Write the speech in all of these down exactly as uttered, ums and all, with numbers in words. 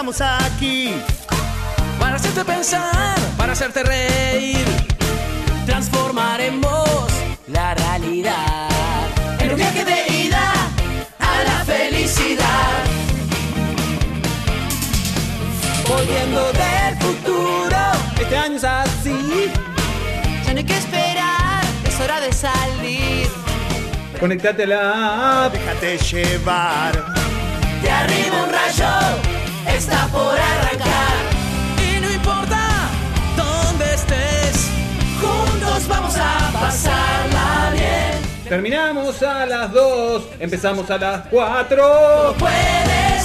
estamos aquí para hacerte pensar, para hacerte reír. Transformaremos la realidad en un viaje de ida a la felicidad. Volviendo del futuro, este año es así. Ya no hay que esperar, es hora de salir. Conectate a la app. Déjate llevar. De arriba un rayo está por arrancar. Y no importa dónde estés, juntos vamos a pasarla bien. Terminamos a las dos, empezamos a las cuatro. Todo puede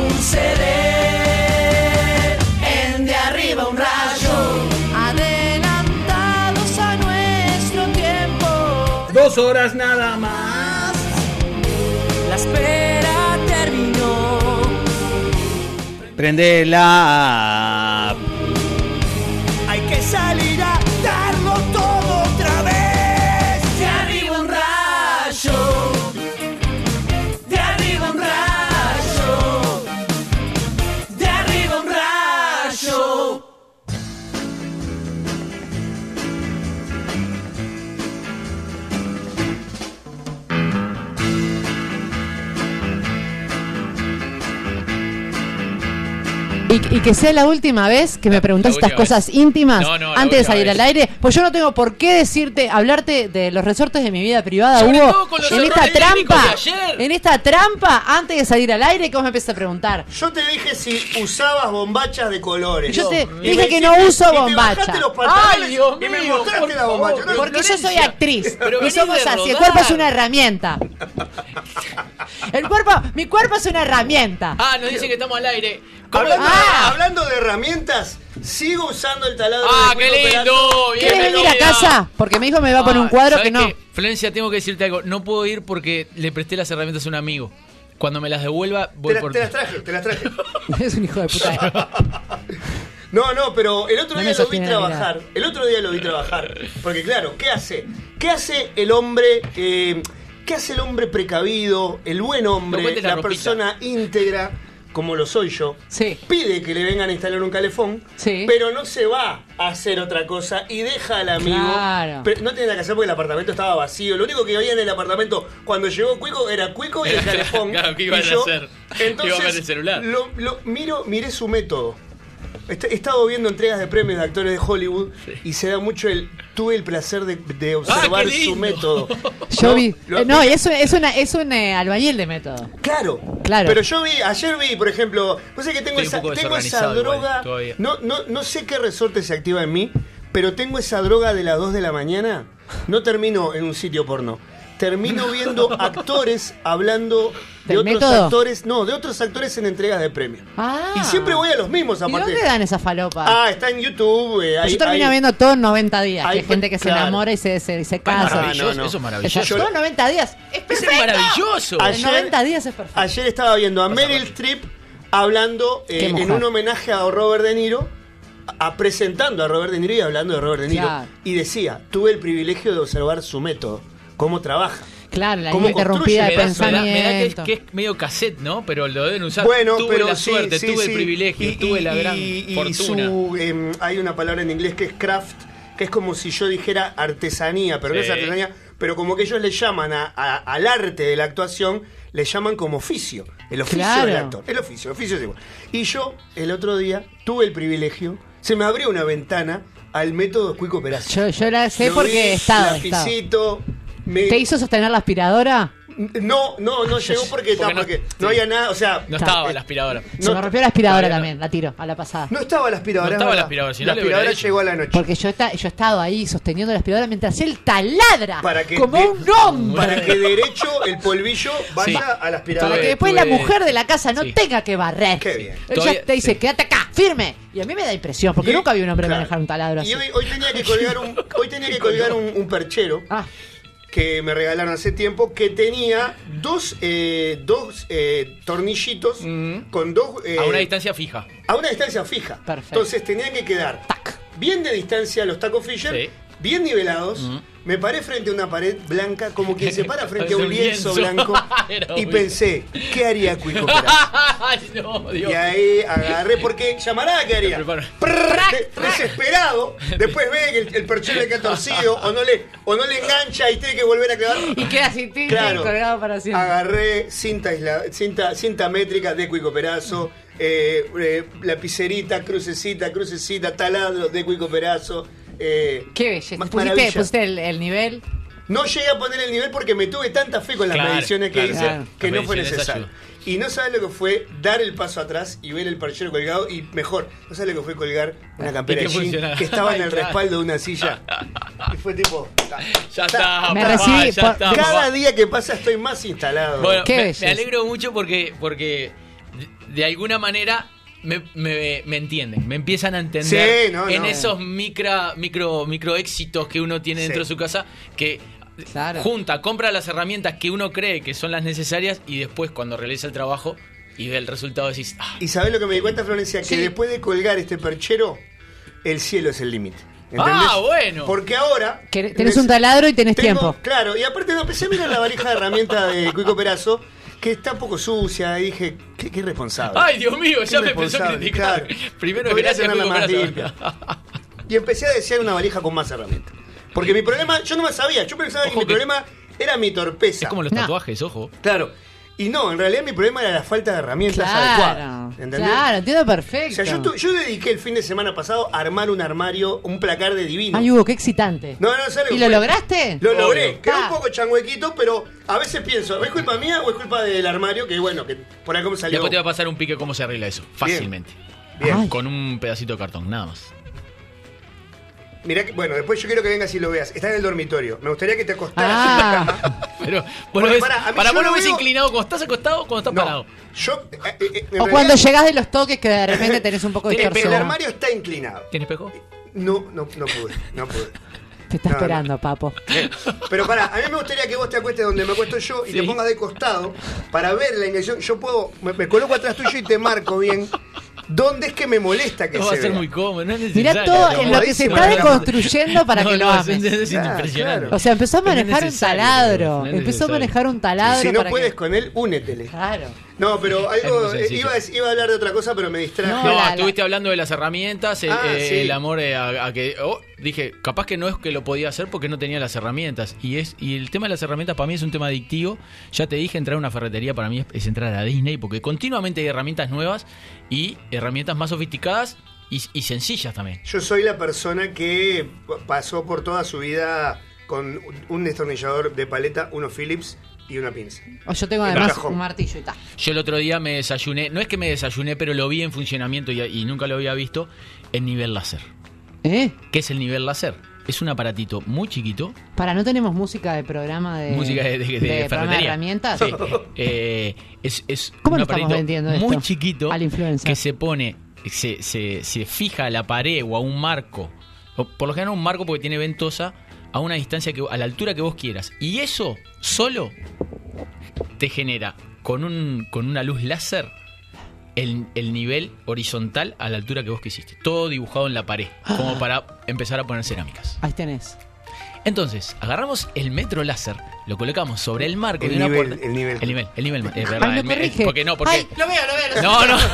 suceder en De arriba un rayo. Adelantados a nuestro tiempo. Dos horas nada más. La espera terminó. Prende la app. Hay que salir a darlo todo otra vez. De arriba un rayo. De arriba un rayo. De arriba un rayo. Y, y que sea la última vez que me preguntás estas cosas vez. íntimas no, no, antes de salir vez. al aire, pues yo no tengo por qué decirte, hablarte de los resortes de mi vida privada, yo Hugo, en esta trampa, en esta trampa, antes de salir al aire, que vos me empezás a preguntar. Yo te dije si usabas bombachas de colores. Yo te no. dije que no uso bombacha. Ay, Dios y me mío, mostraste la bombacha. No, porque yo soy actriz. Pero y somos así, rodar. El cuerpo es una herramienta. El cuerpo, mi cuerpo es una herramienta. Ah, nos dicen que estamos al aire. Hablando, ah. hablando de herramientas, sigo usando el taladro. Ah, qué lindo. ¿Quieres venir a casa? Porque mi hijo me va a poner un cuadro que no. Qué? Florencia, tengo que decirte algo. No puedo ir porque le presté las herramientas a un amigo. Cuando me las devuelva, voy te, la, por... te las traje, te las traje. Es un hijo de puta. No, no, pero el otro no día lo vi trabajar. El otro día lo vi trabajar. Porque claro, ¿qué hace? ¿Qué hace el hombre? Eh, ¿Qué hace el hombre precavido? El buen hombre, no la, la persona íntegra, como lo soy yo. Sí. Pide que le vengan a instalar un calefón, sí. pero no se va a hacer otra cosa y deja al amigo. Claro. Pero no tiene nada que hacer porque el apartamento estaba vacío. Lo único que había en el apartamento cuando llegó Cuico era Cuico y el calefón. Claro, ¿qué iban y yo, a hacer? Entonces, iba a ver el celular. Lo, lo, miro, miré su método. He estado viendo entregas de premios de actores de Hollywood sí. y se da mucho el... Tuve el placer de, de observar ah, su método. Yo ¿no? vi... Lo, no, es un, es, una, es un eh, albañil de método. Claro, claro. Pero yo vi... Ayer vi, por ejemplo... No sé que tengo esa, tengo esa droga... No, no, no sé qué resorte se activa en mí, pero tengo esa droga de las dos de la mañana. No termino en un sitio porno. Termino viendo actores hablando de otros método? actores, no, de otros actores en entregas de premios. Ah. Y siempre voy a los mismos aparte. ¿Y dónde dan esa falopa? Ah, está en YouTube. Eh, hay, yo termino hay, viendo todo en noventa días. Hay, que hay gente que claro. se enamora y se, se, se casa. Ah, no, no. Eso es maravilloso. Todo en noventa días. Es perfecto. Es maravilloso. Ayer, en noventa días es perfecto. Ayer estaba viendo a Meryl Streep hablando eh, en un homenaje a Robert De Niro. A, presentando a Robert De Niro y hablando de Robert De Niro. Claro. Y decía, tuve el privilegio de observar su método, cómo trabaja. Claro, la línea interrumpida de pensamiento. Me da, me da que, es, que es medio cassette, ¿no? Pero lo deben usar. Bueno, tuve pero la sí, suerte, sí, tuve sí. el privilegio, y, tuve y, la gran y, y fortuna. Su, eh, hay una palabra en inglés que es craft, que es como si yo dijera artesanía, pero sí. no es artesanía, pero como que ellos le llaman a, a, al arte de la actuación, le llaman como oficio. El oficio claro. del actor. El oficio, el oficio es igual. Y yo, el otro día, tuve el privilegio, se me abrió una ventana al método Cuico Perazzo. Yo, yo la sé Lo porque he estado. Lapicito, me... ¿Te hizo sostener la aspiradora? No, no, no llegó porque, porque, no, porque sí. no había nada, o sea... No estaba eh, la aspiradora. Se no, me rompió la aspiradora no, también, la tiro, a la pasada. No estaba la aspiradora. No estaba la aspiradora, si la no aspiradora le llegó a la noche. Porque yo, está, yo he estado ahí sosteniendo la aspiradora mientras él taladra para que como de, un hombre. Para que derecho el polvillo vaya sí. a la aspiradora. Para que después tuve... la mujer de la casa no sí. tenga que barrer. Qué bien. Ella Todavía, te dice, sí. quédate acá, firme. Y a mí me da impresión, porque y, nunca vi un hombre claro. manejar un taladro así. Y hoy, hoy tenía que colgar un, hoy tenía que colgar un, un perchero. Ah. Que me regalaron hace tiempo, que tenía dos, eh, dos eh, tornillitos mm. con dos... Eh, a una distancia fija. A una distancia fija. Perfecto. Entonces tenían que quedar Tac. bien de distancia los tacos Fisher, sí. bien nivelados. Uh-huh. Me paré frente a una pared blanca, como quien se para frente a un lienzo blanco, y pensé, ¿qué haría Cuico Perazo? No, y ahí agarré, porque llamará, ¿qué haría? Prrr, de, desesperado, después ve que el, el perchero le queda torcido, o no, le, o no le engancha y tiene que volver a clavar. Y queda así, claro, colgado para siempre. Agarré cinta, aisla, cinta, cinta métrica de Cuico Perazo, eh, eh, lapicerita, crucecita, crucecita, taladro de Cuico Perazo. Eh, Qué belleza. ¿Pusiste, pusiste el, el nivel? No llegué a poner el nivel porque me tuve tanta fe con las claro, mediciones que claro, hice claro. que las no fue necesario. Y no sabes lo que fue dar el paso atrás y ver el perchero colgado, y mejor, no sabes lo que fue colgar una campera de jean que estaba en el respaldo de una silla. Y fue tipo, ya está, me recibí, ya está, cada día que pasa estoy más instalado. Bueno, me, me alegro mucho porque, porque de, de alguna manera Me, me, me entienden, me empiezan a entender sí, no, en no. esos micro, micro, micro éxitos que uno tiene dentro sí. de su casa, que claro. junta, compra las herramientas que uno cree que son las necesarias, y después cuando realiza el trabajo y ve el resultado decís... Ah. ¿Y sabés lo que me di cuenta, Florencia? Que sí. después de colgar este perchero, el cielo es el límite. ¿Entendés? Ah, bueno. Porque ahora... Tenés des... un taladro y tenés tengo, tiempo. Claro, y aparte no, empecé a mirar la valija de herramientas de Cuico Perazo, que está un poco sucia, y dije, qué, qué irresponsable. Ay, Dios mío, ya me empezó a criticar. Claro. Primero que gracias a más limpia. Y empecé a desear una valija con más herramientas. Porque mi problema, yo no me sabía, yo pensaba ojo que mi que problema era mi torpeza. Es como los no. tatuajes, ojo. Claro. Y no, en realidad mi problema era la falta de herramientas claro, adecuadas. ¿Entendés? Claro, entiendo perfecto. O sea, yo, tu, yo dediqué el fin de semana pasado a armar un armario, un placar de divino. Ay, Hugo, qué excitante. No, no, ¿sabes? ¿Y lo lograste? Lo logré. Obvio. Quedó ah. un poco changuequito, pero a veces pienso, ¿es culpa mía o es culpa del armario? Que bueno, que por ahí cómo salió. Después te va a pasar un pique cómo se arregla eso. Fácilmente. Bien. Bien. Con un pedacito de cartón, nada más. Mirá que, bueno, después yo quiero que vengas y lo veas. Está en el dormitorio. Me gustaría que te acostaras ah. en la cama. Pero, bueno, ves, para, para vos lo ves veo... inclinado cuando estás acostado o cuando estás no, parado. Yo, eh, eh, o realidad... cuando llegás de los toques que de repente tenés un poco de distorsión. El armario está inclinado. ¿Tienes espejo? No, no, no pude, no pude. Te está no, esperando, no. papo. Pero pará, a mí me gustaría que vos te acuestes donde me acuesto yo y sí. te pongas de costado para ver la inclinación. Yo puedo, me, me coloco atrás tuyo y te marco bien. ¿Dónde es que me molesta que no se va a ser vea? muy cómodo, no es necesario. Mirá todo en lo que se está deconstruyendo para no, que no, lo ames. Es, es impresionante. O sea, empezó a manejar un taladro. No empezó a manejar un taladro. Si no para puedes que... con él, únetele. Claro. No, pero algo eh, iba, a, iba a hablar de otra cosa, pero me distraje. No, no la, estuviste la... hablando de las herramientas, el, ah, eh, sí. el amor eh, a, a que... Oh, dije, capaz que no es que lo podía hacer porque no tenía las herramientas. Y es y el tema de las herramientas para mí es un tema adictivo. Ya te dije, entrar a una ferretería para mí es, es entrar a Disney, porque continuamente hay herramientas nuevas y herramientas más sofisticadas y, y sencillas también. Yo soy la persona que pasó por toda su vida con un destornillador de paleta, uno Phillips y una pinza. O yo tengo además un martillo y tal. Yo el otro día me desayuné, no es que me desayuné, pero lo vi en funcionamiento y, y nunca lo había visto, el nivel láser. ¿Eh? ¿Qué es el nivel láser? Es un aparatito muy chiquito. Para, ¿no tenemos música de programa de música de, de, de, de ferretería? De herramientas. Sí. eh, es es ¿Cómo un lo estamos vendiendo esto? Muy chiquito al influencer, que se pone, se, se, se fija a la pared o a un marco, o por lo general un marco porque tiene ventosa, a una distancia que a la altura que vos quieras. Y eso solo te genera con un con una luz láser El, el nivel horizontal a la altura que vos quisiste. Todo dibujado en la pared, como para empezar a poner cerámicas. Ahí tenés. Entonces, agarramos el metro láser, lo colocamos sobre el marco de una nivel, puerta. El nivel. El nivel, el nivel. Es verdad. Ay, no el, el, porque no, porque... Ay, lo veo, lo veo. Lo no, no.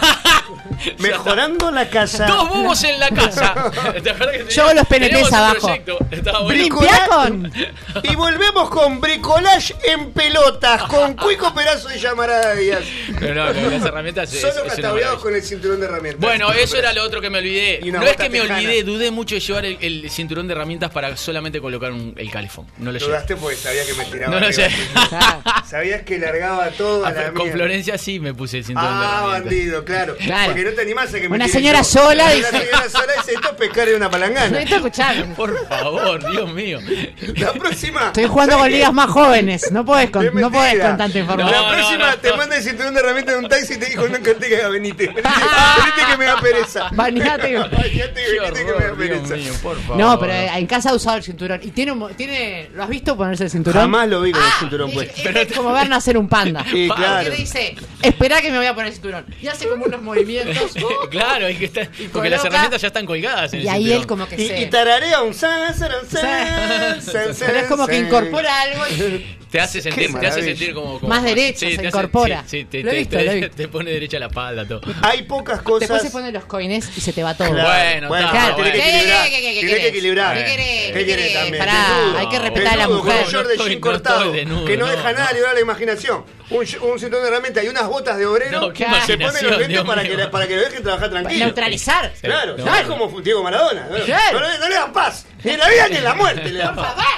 Mejorando la casa. Dos bobos en la casa. Yo hago los P N Ts abajo. Bricolá con. Y volvemos con bricolage en pelotas, con Cuico Perazo y Llamarada Díaz. No, no, no, las herramientas. Solo cataboleados con el cinturón de herramientas. Bueno, eso era lo otro que me olvidé. No es que me olvidé, dudé mucho de llevar el, el cinturón de herramientas para solamente colocar un, el calefón. No lo llevé. Dudaste porque sabía que me tiraba. No lo sé. Sabías que largaba todo a la Con mía. Florencia sí me puse el cinturón ah, de herramientas. Ah, bandido, claro. claro. Porque no te animás a que me Una señora yo. sola Una dice. señora sola dice, esto es pescar de una palangana. No estoy escuchando. Por favor, Dios mío. La próxima. Estoy jugando con ligas más jóvenes. No podés con, no podés con tanta información. No, la próxima no, no, te no. manda el cinturón de herramientas de un taxi y te dijo, no encanté que venite. Venite, venite que me da pereza. Bañate. Bañate, venite que me da pereza. Mío, por favor. No, pero en casa ha usado el cinturón. Y tiene, un, tiene ¿lo has visto ponerse el cinturón? Jamás lo vi con ah, el cinturón puesto. Es, es como ver nacer un panda. Sí, claro. Porque te dice, esperá que me voy a poner el cinturón. Y hace como unos movimientos. zapatos. Uh, claro, hay que estar, y porque coloca, las herramientas ya están colgadas. En y ahí él como que y, se... Y tararea un san, san, san, san, pero es como que incorpora algo y... Te hace sentir, te hace sentir como, como más derecho, sí, se incorpora. Hace, sí, sí, te, lo te, visto, te, lo visto. te pone derecha la espalda, todo. Hay pocas cosas. Después se ponen los coines y se te va todo. Claro, bueno, bueno, claro, tenés bueno. que equilibrar. ¿Qué, qué, qué, qué, Tenés que equilibrar. ¿Qué querés? ¿Qué querés también? Pará, hay que respetar a la desnudo, mujer. Con un short de No jean estoy- no cortado, estoy desnudo, que no, no, deja no. nada liberar la imaginación. Un, un cinturón de herramientas y unas botas de obrero. No, qué se pone imaginación, los lentes Dios para mío. que, para que lo dejen trabajar tranquilo. Neutralizar. Claro, No, no, es no. como Diego Maradona. No, Claro. no le, no le dan paz. Ni en la vida ni en la muerte le dan Por paz. favor.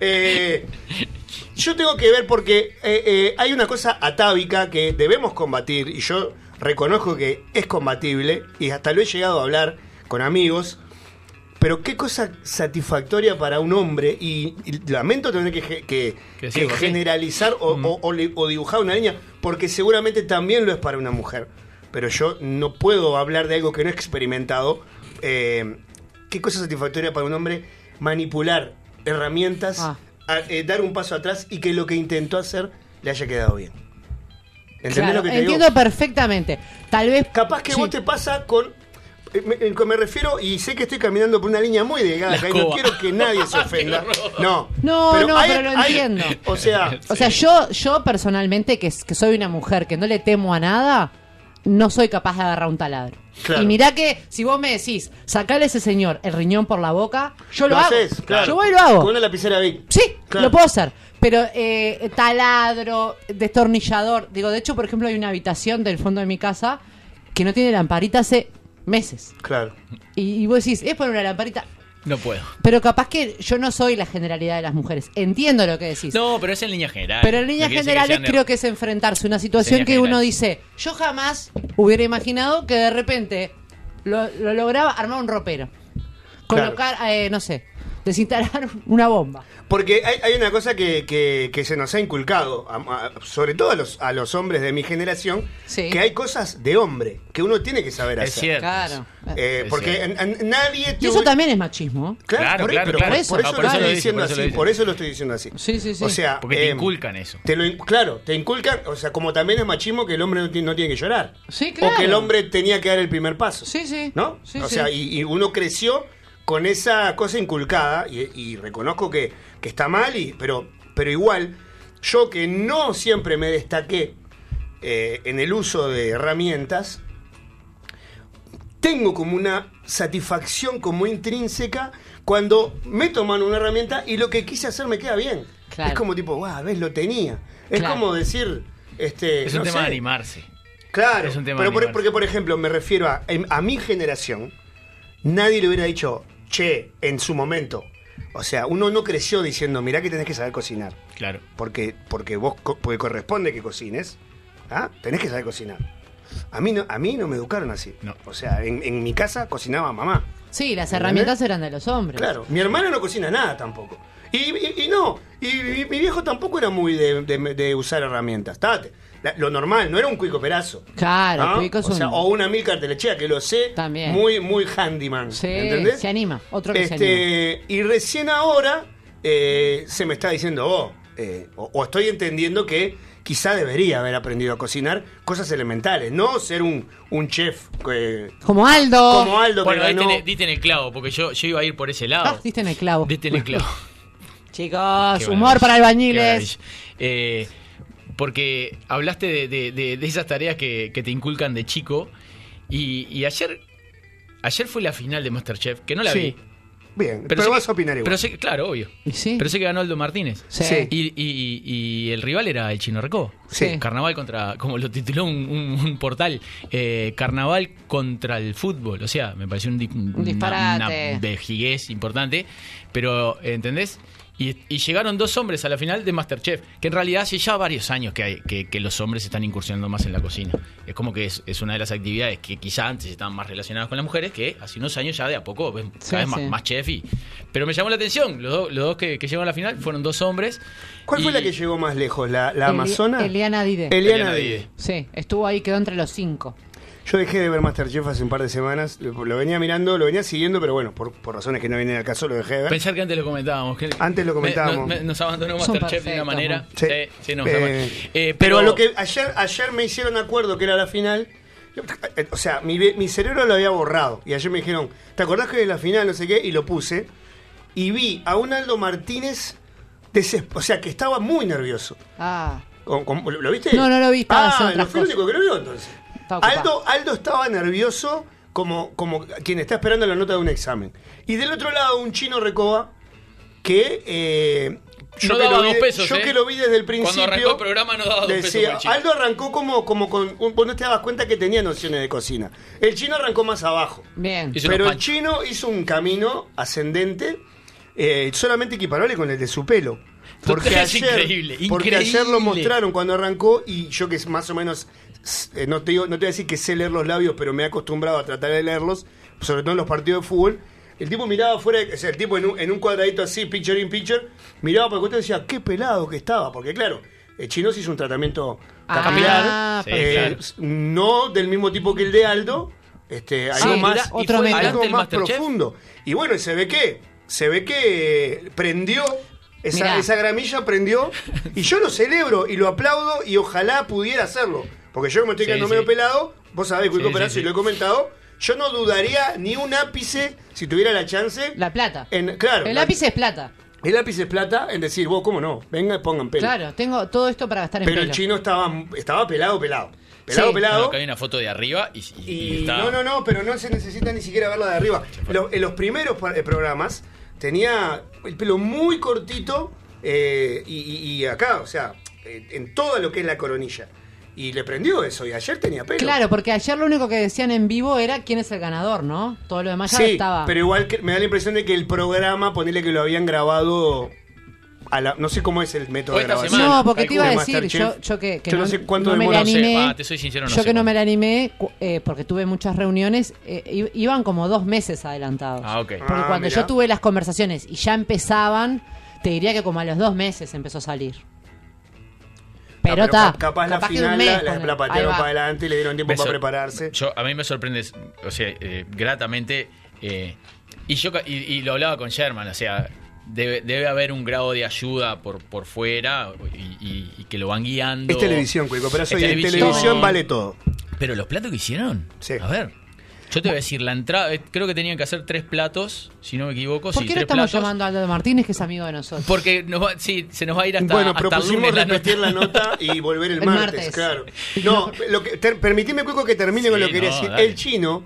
Eh, yo tengo que ver porque eh, eh, hay una cosa atávica que debemos combatir y yo reconozco que es combatible y hasta lo he llegado a hablar con amigos, pero qué cosa satisfactoria para un hombre y, y lamento tener que, que, que, Que sí, que ¿por qué? generalizar o, Mm. o, o, li- o dibujar una línea porque seguramente también lo es para una mujer, pero yo no puedo hablar de algo que no he experimentado. Eh, qué cosa satisfactoria para un hombre manipular herramientas, Ah. a, eh, dar un paso atrás y que lo que intentó hacer le haya quedado bien. ¿Entendés Claro, lo que te entiendo digo? perfectamente. Tal vez... Capaz que sí. vos te pasa con... eh, Me, eh, me refiero, y sé que estoy caminando por una línea muy delgada, La acá, y no escoba. quiero que nadie se ofenda. Qué horror. No, No, no, pero lo entiendo. O sea, O sea, yo, yo personalmente, que, que soy una mujer que no le temo a nada, no soy capaz de agarrar un taladro. Claro. Y mirá que si vos me decís, sacale a ese señor el riñón por la boca, yo lo, lo hago. haces, claro. Yo voy y lo hago. Con una lapicera Bic. Sí, Claro. lo puedo hacer. Pero eh, taladro, destornillador. Digo, de hecho, por ejemplo, hay una habitación del fondo de mi casa que no tiene lamparita hace meses. Claro. Y, y vos decís, es poner una lamparita. No puedo. Pero capaz que yo no soy la generalidad de las mujeres. Entiendo lo que decís. No, pero es en línea general. Pero en líneas No quiere decir generales sean de- creo que es enfrentarse a una situación Sería que uno general. dice, yo jamás hubiera imaginado que de repente lo, lo lograba armar un ropero. Colocar, eh, no sé, desinstalar una bomba. Porque hay, hay una cosa que, que, que se nos ha inculcado, a- a- sobre todo a los, a los hombres de mi generación, Sí. que hay cosas de hombre que uno tiene que saber Es hacer. cierto. Claro. Eh, Es porque cierto. en- en- nadie te Y eso ob- también es machismo. Claro, por, claro, pero claro. por eso, por Ah, eso por lo eso lo estoy dice, diciendo por eso lo así, dice. por eso lo estoy diciendo así. Sí, sí, sí. O sea, Porque te eh, inculcan eso. Te lo, in- claro, te inculcan, o sea, como también es machismo que el hombre no tiene, no tiene que llorar. Sí, claro. O que el hombre tenía que dar el primer paso. Sí, sí. ¿No? Sí, o sí. sea, y, y uno creció con esa cosa inculcada, y, y reconozco que, que está mal, y, pero, pero igual, yo que no siempre me destaqué eh, en el uso de herramientas, tengo como una satisfacción como intrínseca cuando meto mano a una herramienta y lo que quise hacer me queda bien. Claro. Es como tipo, guau, ves, lo tenía. Es Claro. como decir, este, Es un no tema sé. de animarse. Claro, Es un tema pero de por- animarse. porque por ejemplo me refiero a, en- a mi generación, nadie le hubiera dicho, che, en su momento. O sea, uno no creció diciendo, mirá que tenés que saber cocinar. Claro. Porque, porque vos co- porque corresponde que cocines, ¿ah? Tenés que saber cocinar. A mí no, a mí no me educaron así. No. O sea, en, en mi casa cocinaba mamá. Sí, las ¿Entendés? herramientas eran de los hombres. Claro, mi hermana no cocina nada tampoco. Y, y- y no, y, mi, mi viejo tampoco era muy de, de- de usar herramientas. Tate, la- lo normal, no era un cuico perazo. Claro, ¿no? cuico es o, sea, un- o una Milcar telechea, que lo sé, También. muy muy handyman. Sí, ¿entendés? se anima. Otro que se este, Y recién ahora eh, se me está diciendo, oh, eh, o, o estoy entendiendo que quizá debería haber aprendido a cocinar cosas elementales, no ser un, un chef eh, Como Aldo. como Aldo Bueno, que diste ganó. en, el- diste en el clavo, porque yo, yo iba a ir por ese lado. Ah, diste en el clavo. Diste en el clavo. Chicos, Qué humor maravilla, para qué albañiles. maravilla. Eh, porque hablaste de, de- de- de esas tareas que, que te inculcan de chico. Y, y ayer ayer fue la final de MasterChef, que no la Sí. vi. Bien, pero, sé vas que- a opinar igual. Pero sé, claro, obvio. ¿Y sí? Pero sé que ganó Aldo Martínez. Sí. Sí. Y, y- y el rival era el Chino Recó. Sí. Carnaval contra, como lo tituló un, un- un portal, eh, Carnaval contra el fútbol. O sea, me pareció un, di- una- disparate. una vejiguez importante. Pero, ¿entendés? Y, y llegaron dos hombres a la final de MasterChef, que en realidad hace ya varios años que, hay, que, que los hombres están incursionando más en la cocina. Es como que es, es una de las actividades que quizá antes estaban más relacionadas con las mujeres, que hace unos años ya de a poco ven Sí, cada vez sí. más, más chef. Y, pero me llamó la atención, los, do- los dos que, que llegaron a la final fueron dos hombres. ¿Cuál fue Y- la que llegó más lejos? ¿La, la Eli- Amazona? Eliana Dide. Eliana Eliana Dide. Dide. Sí, estuvo ahí, quedó entre los cinco. Yo dejé de ver MasterChef hace un par de semanas. Lo, lo venía mirando, lo venía siguiendo, pero bueno, por, por razones que no vienen al caso, lo dejé de ver. Pensar que antes lo comentábamos. que- Antes lo comentábamos. me- no- me- nos abandonó Son MasterChef de una perfectos, manera. ¿no? Sí, sí, nos Eh, abandonó. Eh, pero, a lo que ayer, ayer me hicieron acuerdo que era la final. O sea, mi, mi cerebro lo había borrado. Y ayer me dijeron, ¿te acordás que de la final no sé qué? Y lo puse. Y vi a un Aldo Martínez, deses- o sea, que estaba muy nervioso. Ah. ¿Con, con, ¿Lo viste? No, no lo vi. Ah, lo fue el único que lo vio entonces. Aldo, Aldo estaba nervioso como, como quien está esperando la nota de un examen. Y del otro lado, un chino Recoba que... Eh, yo no que daba lo vi, dos pesos, yo ¿eh? que lo vi desde el principio. Cuando arrancó el programa no daba dos decía, pesos. Aldo arrancó como, como con. Un, vos no te dabas cuenta que tenía nociones de cocina. El chino arrancó más abajo. Bien. Pero el chino hizo un camino ascendente eh, solamente equiparable con el de su pelo. Porque es ayer, increíble, porque increíble. ayer lo mostraron cuando arrancó y yo que más o menos eh, no te digo, no te voy a decir que sé leer los labios, pero me he acostumbrado a tratar de leerlos, sobre todo en los partidos de fútbol. El tipo miraba afuera, o sea, el tipo en un, en un cuadradito así, picture in picture, miraba por el costado y decía, qué pelado que estaba. Porque claro, el chino se hizo un tratamiento capilar, ah, eh, sí, claro. no del mismo tipo que el de Aldo, este, algo sí, más, otro algo adelante más Masterchef. profundo. Y bueno, y se ve que, se ve que prendió, esa, esa gramilla prendió, y yo lo celebro y lo aplaudo y ojalá pudiera hacerlo. Porque yo que me estoy quedando sí, medio sí. pelado, vos sabés, Cuico Sí, Perazo, sí, sí. y lo he comentado, yo no dudaría ni un ápice, si tuviera la chance. La plata. En, claro, El la- lápiz es plata. el lápiz es plata en decir, vos, ¿cómo no? Venga, pongan pelo. Claro, tengo todo esto para gastar en Pero pelo. el chino estaba, estaba pelado, pelado. Pelado, Sí. pelado. No, acá hay una foto de arriba y, y, y Y está... no, no, no, pero no se necesita ni siquiera verla de arriba. Lo- en los primeros pa- eh, programas tenía el pelo muy cortito eh, y, y- y acá, o sea, eh, en todo lo que es la coronilla. Y le prendió eso, y ayer tenía pelo. Claro, porque ayer lo único que decían en vivo era quién es el ganador, ¿no? Todo lo demás ya Sí, estaba. pero igual que me da la impresión de que el programa, ponele que lo habían grabado a la, no sé cómo es el método O de esta grabación. semana. No, porque te iba a De decir, yo, Masterchef. yo que, que Yo no, no sé cuánto no me demora. la No sé, animé, ah, te soy sincero, no yo sé que no cuánto. me la animé, cu- eh, porque tuve muchas reuniones, eh, i- iban como dos meses adelantados. Ah, ok. Porque Ah, cuando mirá. yo tuve las conversaciones y ya empezaban, te diría que como a los dos meses empezó a salir. Pero Ah, está. cap- capaz, la que un final mes, la, la, ponele. la Ahí patearon va. para adelante y le dieron tiempo Me para sor- prepararse. Yo, a mí me sorprende, o sea, eh, gratamente. eh, y yo ca- y, y lo hablaba con Sherman, o sea, debe, debe haber un grado de ayuda por, por fuera y, y- y que lo van guiando. Es televisión, Cuico, pero Es eso y en televisión. televisión vale todo. Pero los platos que hicieron, Sí. a ver. Yo te voy a decir, la entrada, eh, creo que tenían que hacer tres platos, si no me equivoco. ¿Por sí, qué no tres estamos platos. llamando a Aldo Martínez, que es amigo de nosotros? Porque nos va- sí, se nos va a ir hasta, Bueno, hasta el propusimos lunes la repetir nota. la nota y volver el, El martes, martes. claro. No, lo que, ter- permitime, Cuico, que termine Sí, con lo que quería no, decir. dale. El chino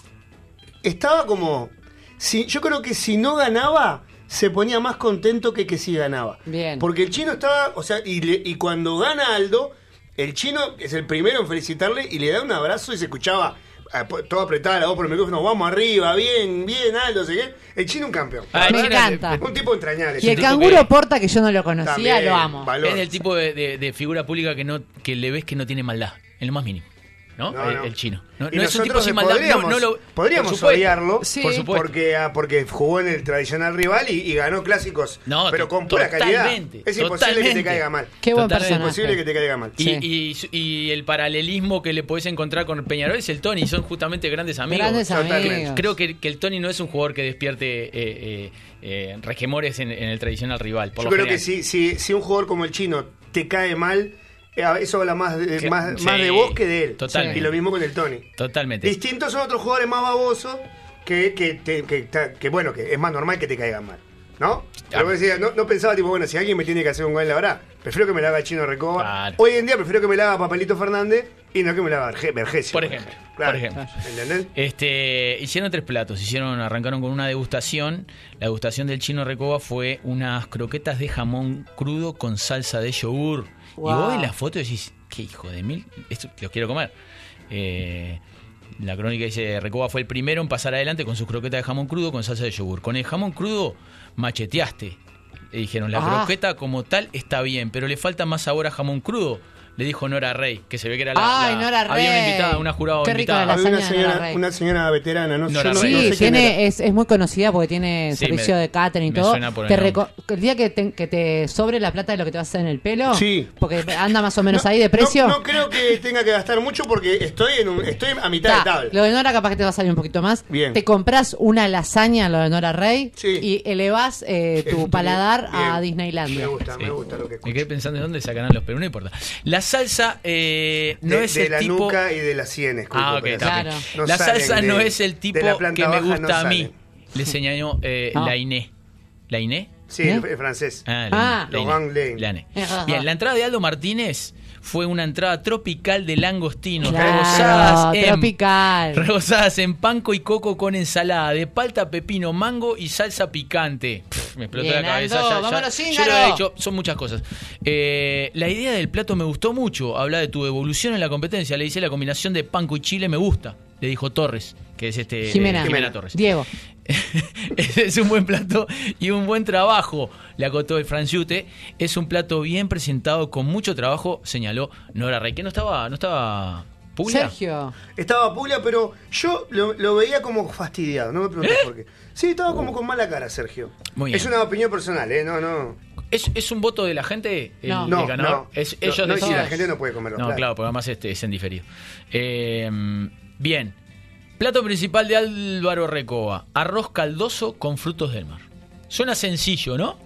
estaba como... Si, yo creo que si no ganaba, se ponía más contento que que si ganaba. Bien. Porque el chino estaba... O sea, y, le- y cuando gana Aldo, el chino es el primero en felicitarle y le da un abrazo y se escuchaba... eh, todo apretada la voz por el micrófono, vamos arriba, bien, bien, Aldo, sé qué. El chino un campeón. Ah, el Me chino encanta. es- Un tipo entrañable. Y el ese tipo canguro que- Porta, que yo no lo conocía, También, lo amo. valor. Es del tipo de, de- de figura pública que no que le ves que no tiene maldad, en lo más mínimo. ¿No? No, el, no. el chino. No, Y no es un tipo nosotros sin maldad. podríamos, no, no lo, podríamos por supuesto. odiarlo Sí. Por supuesto. porque, ah, porque jugó en el tradicional rival y, y ganó clásicos, No, pero to- con pura calidad. totalmente, Es imposible que totalmente. te caiga mal. Qué buen Totalmente. Es imposible que personaje. te caiga mal. Y, Sí. y, y el paralelismo que le podés encontrar con Peñarol es el Tony, son justamente grandes amigos. Grandes Totalmente. amigos. Creo que, que el Tony no es un jugador que despierte eh, eh, eh, regemores en, en el tradicional rival. Por Yo lo creo general. que si, si, si un jugador como el chino te cae mal, eh, eso habla más de, Que- más, sí, más de vos que de él. totalmente. Y lo mismo con el Tony. Totalmente. Distintos son otros jugadores más babosos que, que, te- que, ta- que, bueno, que es más normal que te caigan mal. ¿No? Pero vos decías, no, no pensaba, tipo, bueno, si alguien me tiene que hacer un gol, la verdad, prefiero que me la haga el Chino Recoba. Claro. Hoy en día prefiero que me la haga Papelito Fernández y no que me la haga Verge- Vergesio. Por ejemplo, Claro. por ejemplo. ¿Entendés? Este, hicieron tres platos, hicieron, arrancaron con una degustación. La degustación del Chino Recoba fue unas croquetas de jamón crudo con salsa de yogur. Wow. Y vos ves la foto y decís, qué hijo de mil, esto los quiero comer. Eh, la crónica dice, Recoba fue el primero en pasar adelante con sus croquetas de jamón crudo con salsa de yogur. Con el jamón crudo macheteaste. Le dijeron, la Ah. croqueta como tal está bien, pero le falta más sabor a jamón crudo. Le dijo Nora Rey, que se ve que era la... Ay, la- Nora Había una Rey. invitada, una jurada Qué rica invitada. la Había una lasaña de Nora señora, Rey. una señora veterana, ¿no? Nora Yo no, Rey. no Sí, sé quién era. tiene, es, es muy conocida porque tiene Sí, servicio me- de catering y me todo. suena por el Te nombre. reco- el día que te, que te sobre la plata de lo que te vas a hacer en el pelo, Sí. porque anda más o menos No, ahí de precio. No, no creo que tenga que gastar mucho porque estoy en un, estoy a mitad Ta, de tabla. Lo de Nora capaz que te va a salir un poquito más. Bien. Te compras una lasaña, lo de Nora Rey, Sí. y elevas eh, tu Bien, paladar bien. a Me Disneylandia. gusta, Sí. me gusta lo que Me escucho. quedé pensando en dónde sacarán los, pero no importa. La salsa eh, no de, es de el la tipo... nuca y de las sienes. Ah, ok, claro. No la salsa de, no es el tipo que me gusta no a mí. Le señaló eh, no. Lainé. ¿Lainé? Sí, ¿Eh? el francés. Ah, ah. Lainé. Bien, la entrada de Aldo Martínez fue una entrada tropical de langostinos, claro, rebozadas, en, tropical. rebozadas en panco y coco con ensalada de palta, pepino, mango y salsa picante. Pff, me explotó Bien, la cabeza. Aldo, ya, vámonos, ya, yo lo he dicho, son muchas cosas. Eh, la idea del plato me gustó mucho. Habla de tu evolución en la competencia. Le dice la combinación de panco y chile me gusta. Le dijo Torres, que es este Jimena, eh, Jimena Torres. Diego. Es un buen plato y un buen trabajo, le acotó el franchute. Es un plato bien presentado con mucho trabajo, señaló Nora Rey. ¿Que no estaba, no estaba Puglia? Sergio. Estaba Puglia, pero yo lo, lo veía como fastidiado, no me preguntes ¿Eh? por qué. Sí, estaba como con mala cara, Sergio. Muy bien. Es una opinión personal, ¿eh? No, no. ¿Es, ¿Es un voto de la gente el, no. el no, ganador? No, es, no, ellos no, deciden. si la gente no puede comerlo. No, claro, claro porque además este, es en diferido. Eh, bien. Plato principal de Álvaro Recoba. Arroz caldoso con frutos del mar. Suena sencillo, ¿no?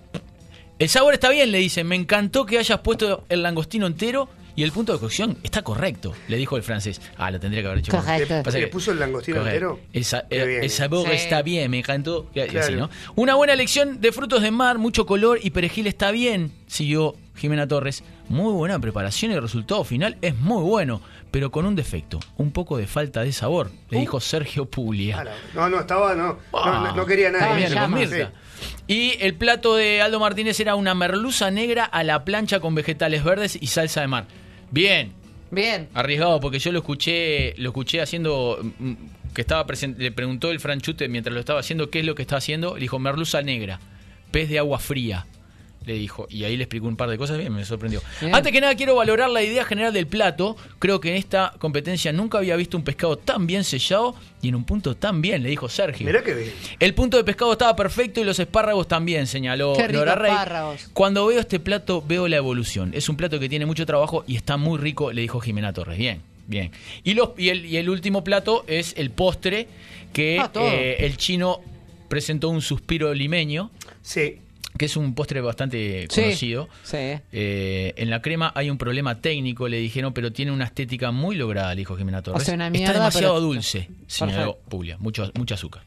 El sabor está bien, le dicen. Me encantó que hayas puesto el langostino entero y el punto de cocción está correcto, le dijo el francés. Ah, lo tendría que haber hecho. Correcto. ¿Le, ¿Le puso el langostino entero? El, sa el, el sabor sí. está bien, me encantó. Claro. Así, ¿no? Una buena elección de frutos del mar, mucho color y perejil está bien, siguió Jimena Torres. Muy buena preparación y el resultado final es muy bueno, pero con un defecto, un poco de falta de sabor, le uh. dijo Sergio Puglia. No, no, estaba, no, oh. no, no quería nada. Bien, con Mirta. Sí. Y el plato de Aldo Martínez era una merluza negra a la plancha con vegetales verdes y salsa de mar. Bien. Bien. Arriesgado, porque yo lo escuché, lo escuché haciendo, que estaba presente, le preguntó el franchute mientras lo estaba haciendo qué es lo que está haciendo, le dijo merluza negra, pez de agua fría. Le dijo, y ahí le explicó un par de cosas, bien, me sorprendió. Bien. Antes que nada quiero valorar la idea general del plato. Creo que en esta competencia nunca había visto un pescado tan bien sellado y en un punto tan bien, le dijo Sergio. Mirá que bien. El punto de pescado estaba perfecto y los espárragos también, señaló Nora Rey. Espárragos. Cuando veo este plato veo la evolución. Es un plato que tiene mucho trabajo y está muy rico, le dijo Jimena Torres. Bien, bien. Y, los, y, el, y el último plato es el postre que ah, eh, el chino presentó un suspiro limeño. Sí. Que es un postre bastante sí, conocido. Sí. Eh, en la crema hay un problema técnico, le dijeron, pero tiene una estética muy lograda, le dijo Jimena Torres. O sea, una mierda, está demasiado pero... dulce, señaló Puglia, mucho, mucho azúcar.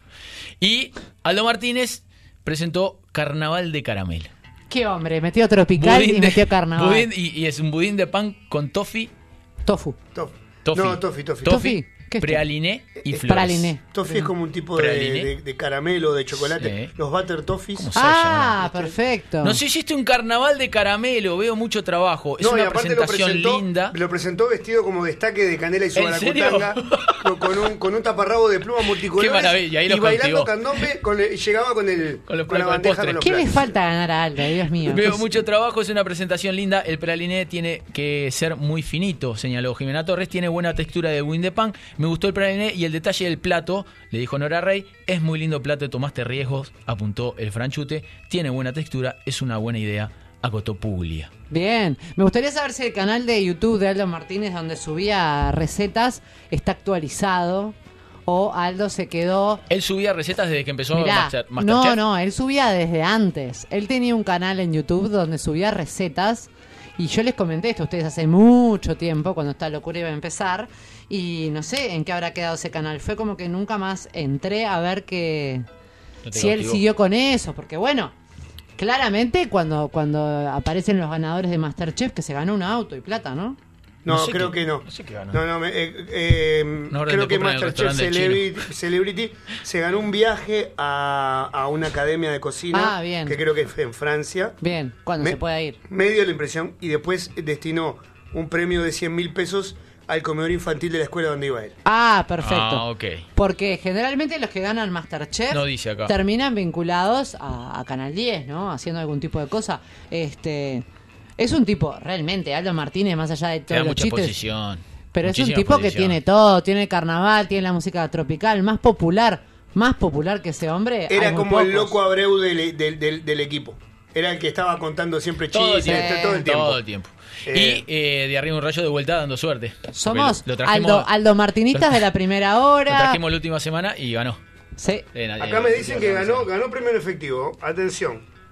Y Aldo Martínez presentó Carnaval de Caramelo. Qué hombre, metió tropical budín y de, metió carnaval. Budín, y, y es un budín de pan con toffee. Tofu. Tofu. Toffee. No, toffee, toffee. Toffee. Prealiné y flores. Praliné. Toffee es como un tipo de, de, de caramelo, de chocolate. Sí. Los butter toffees. Ah, llama? Perfecto. Nos hiciste un carnaval de caramelo, veo mucho trabajo. Es no, una y aparte presentación lo presentó, linda. Lo presentó vestido como destaque de canela y subaracutanga, con un, con un taparrabo de pluma multicolores. Qué maravilla, y, y bailando candombe, con el, llegaba con, el, con, los, con la bandeja con los ¿Qué platos. me falta ganar a Aldo, Dios mío? Veo mucho trabajo, es una presentación linda. El praliné tiene que ser muy finito, señaló Jimena Torres. Tiene buena textura de budín de pan. Me gustó el praliné y el detalle del plato, le dijo Nora Rey, es muy lindo plato, tomaste riesgos, apuntó el franchute, tiene buena textura, es una buena idea, acotó Puglia. Bien, me gustaría saber si el canal de YouTube de Aldo Martínez, donde subía recetas, está actualizado o Aldo se quedó... Él subía recetas desde que empezó Mirá, Master, Masterchef. No, no, él subía desde antes. Él tenía un canal en YouTube donde subía recetas. Y yo les comenté esto a ustedes hace mucho tiempo, cuando esta locura iba a empezar, y no sé en qué habrá quedado ese canal. Fue como que nunca más entré a ver que no si él siguió con eso, porque bueno, claramente cuando, cuando aparecen los ganadores de Masterchef, que se ganó un auto y plata, ¿no? No, no sé creo qué, que no. No sé qué ganó. No, no, me, eh, eh, no creo que Masterchef Celebrity, Celebrity se ganó un viaje a, a una academia de cocina, ah, bien. que creo que fue en Francia. Bien, ¿cuándo me, se pueda ir? Me dio la impresión y después destinó un premio de cien mil pesos al comedor infantil de la escuela donde iba él. Ah, perfecto. Ah, ok. Porque generalmente los que ganan Masterchef no dice acá. terminan vinculados a, a Canal diez, ¿no? Haciendo algún tipo de cosa. Este... Es un tipo, realmente, Aldo Martínez, más allá de todos los mucha chistes... Posición. Pero es un tipo posición. que tiene todo, tiene carnaval, tiene la música tropical, más popular, más popular que ese hombre. Era como pocos. El loco Abreu del, del, del, del equipo. Era el que estaba contando siempre chistes todo, todo el tiempo. Todo el tiempo. Eh, y eh, de arriba un rayo de vuelta dando suerte. Somos lo, lo Aldo, Aldo Martinistas lo, de la primera hora. Lo trajimos la última semana y ganó. Sí. Eh, Acá me dicen que ganó, ganó premio en efectivo. Atención.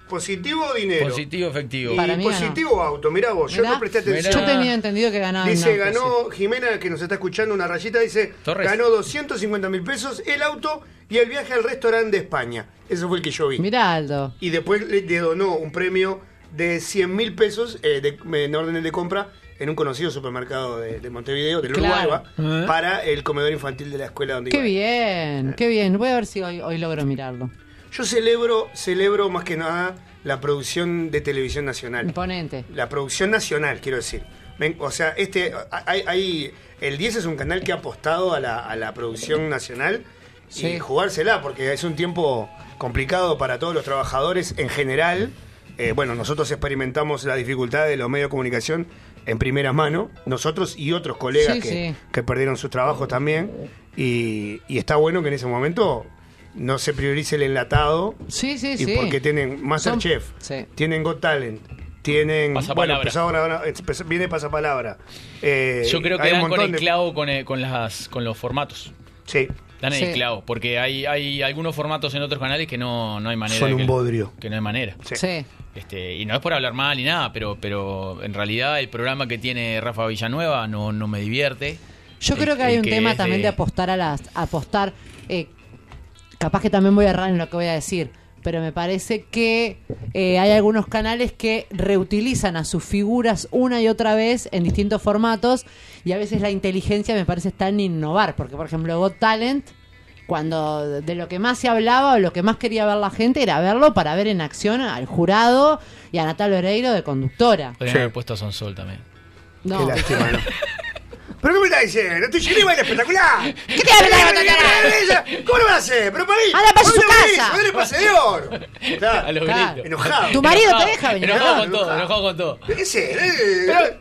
positivo dinero. Positivo efectivo. Y Para mí positivo ganó. Auto. Mirá vos, Mirá, yo no presté atención. Yo tenía entendido que ganaba. Dice, un auto, ganó sí. Jimena, que nos está escuchando, una rayita, dice, Torres. ganó doscientos cincuenta mil pesos el auto y el viaje al restaurante de España. Eso fue el que yo vi. Mirá, Aldo. Y después le, le donó un premio de cien mil pesos eh, de, en órdenes de compra en un conocido supermercado de, de Montevideo, del Claro. Uruguay, para el comedor infantil de la escuela donde Qué iba. bien, qué bien. Voy a ver si hoy, hoy logro mirarlo. Yo celebro, celebro más que nada la producción de televisión nacional. Imponente. La producción nacional, quiero decir. Ven, o sea, este, hay, hay, el diez es un canal que ha apostado a la, a la producción nacional Sí. y jugársela, porque es un tiempo complicado para todos los trabajadores en general. Eh, bueno, nosotros experimentamos la dificultad de los medios de comunicación en primera mano, nosotros y otros colegas Sí, que, sí. que perdieron sus trabajos también. Y, y está bueno que en ese momento no se priorice el enlatado. Sí, sí, Y sí. porque tienen Masterchef, Son- sí. tienen Got Talent, tienen. Pasapalabra. Bueno, empezó ahora- empezó- viene Pasapalabra. Eh, Yo creo que hay un dan con montón el de- clavo con, el- con, las, con los formatos. Sí, Dan en Sí. el clavo, porque hay, hay algunos formatos en otros canales que no, no hay manera. son de un que, bodrio. Que no hay manera. Sí. Sí. Este, y no es por hablar mal ni nada, pero, pero en realidad el programa que tiene Rafa Villanueva no, no me divierte. Yo El- creo que hay el un que tema es también de... de apostar a las. apostar. Eh, capaz que también voy a errar en lo que voy a decir. Pero me parece que eh, hay algunos canales que reutilizan a sus figuras una y otra vez en distintos formatos. Y a veces la inteligencia me parece está en innovar. Porque, por ejemplo, Got Talent, cuando de lo que más se hablaba o lo que más quería ver la gente era verlo para ver en acción al jurado y a Natalia Oreiro de conductora. Podrían Sí. haber puesto a Sonsol también. No. Qué lástima, ¿no? ¿Pero qué me estás diciendo? Estoy llegando y baila espectacular. ¿Qué te habla, Natalia? ¿Cómo lo vas a hacer? ¿Pero para mí? Anda para su ¿Dónde venís? casa. ¿Dónde pase de oro? A Claro, los Claro. gritos. enojado. Tu marido Enojado, te deja venir Enojado acá. con todo, enojado con todo. ¿Qué sé? Eh, Pero-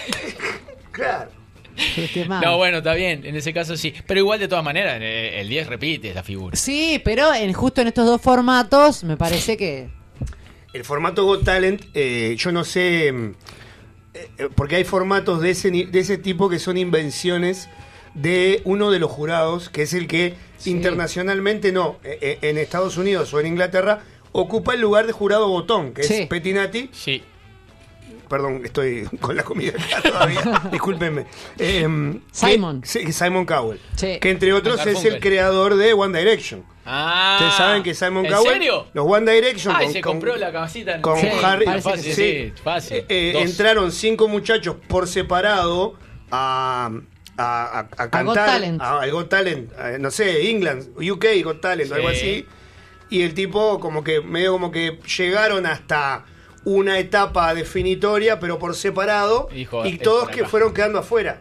Claro. Qué mal. No, bueno, está bien, en ese caso sí. Pero igual, de todas maneras, eh, el diez repite esa figura. Sí, pero en, justo en estos dos formatos me parece que... El formato Got Talent, eh, yo no sé, mm, eh, porque hay formatos de ese, ni- de ese tipo que son invenciones de uno de los jurados, que es el que Sí. internacionalmente no, eh, eh, en Estados Unidos o en Inglaterra, ocupa el lugar de jurado botón, que Sí. es Pettinati. Sí. Perdón, estoy con la comida acá todavía, discúlpenme. Eh, Simon. Que, sí, Simon Cowell, Sí. que entre otros es el Garfunkel. creador de One Direction. Ah. Ustedes saben que Simon ¿En Cowell, serio? los One Direction, Ay, con- se con- compró la casita en con Sí, Harry, parece que fácil, sí. sí, fácil. Eh, eh, Dos. entraron cinco muchachos por separado a, a, a, a cantar Got Talent. a- al Got Talent, eh, no sé, England, U K Got Talent, Sí. algo así. Y el tipo como que medio como que llegaron hasta una etapa definitoria, pero por separado, Dijo, y es todos por que acá. fueron quedando afuera.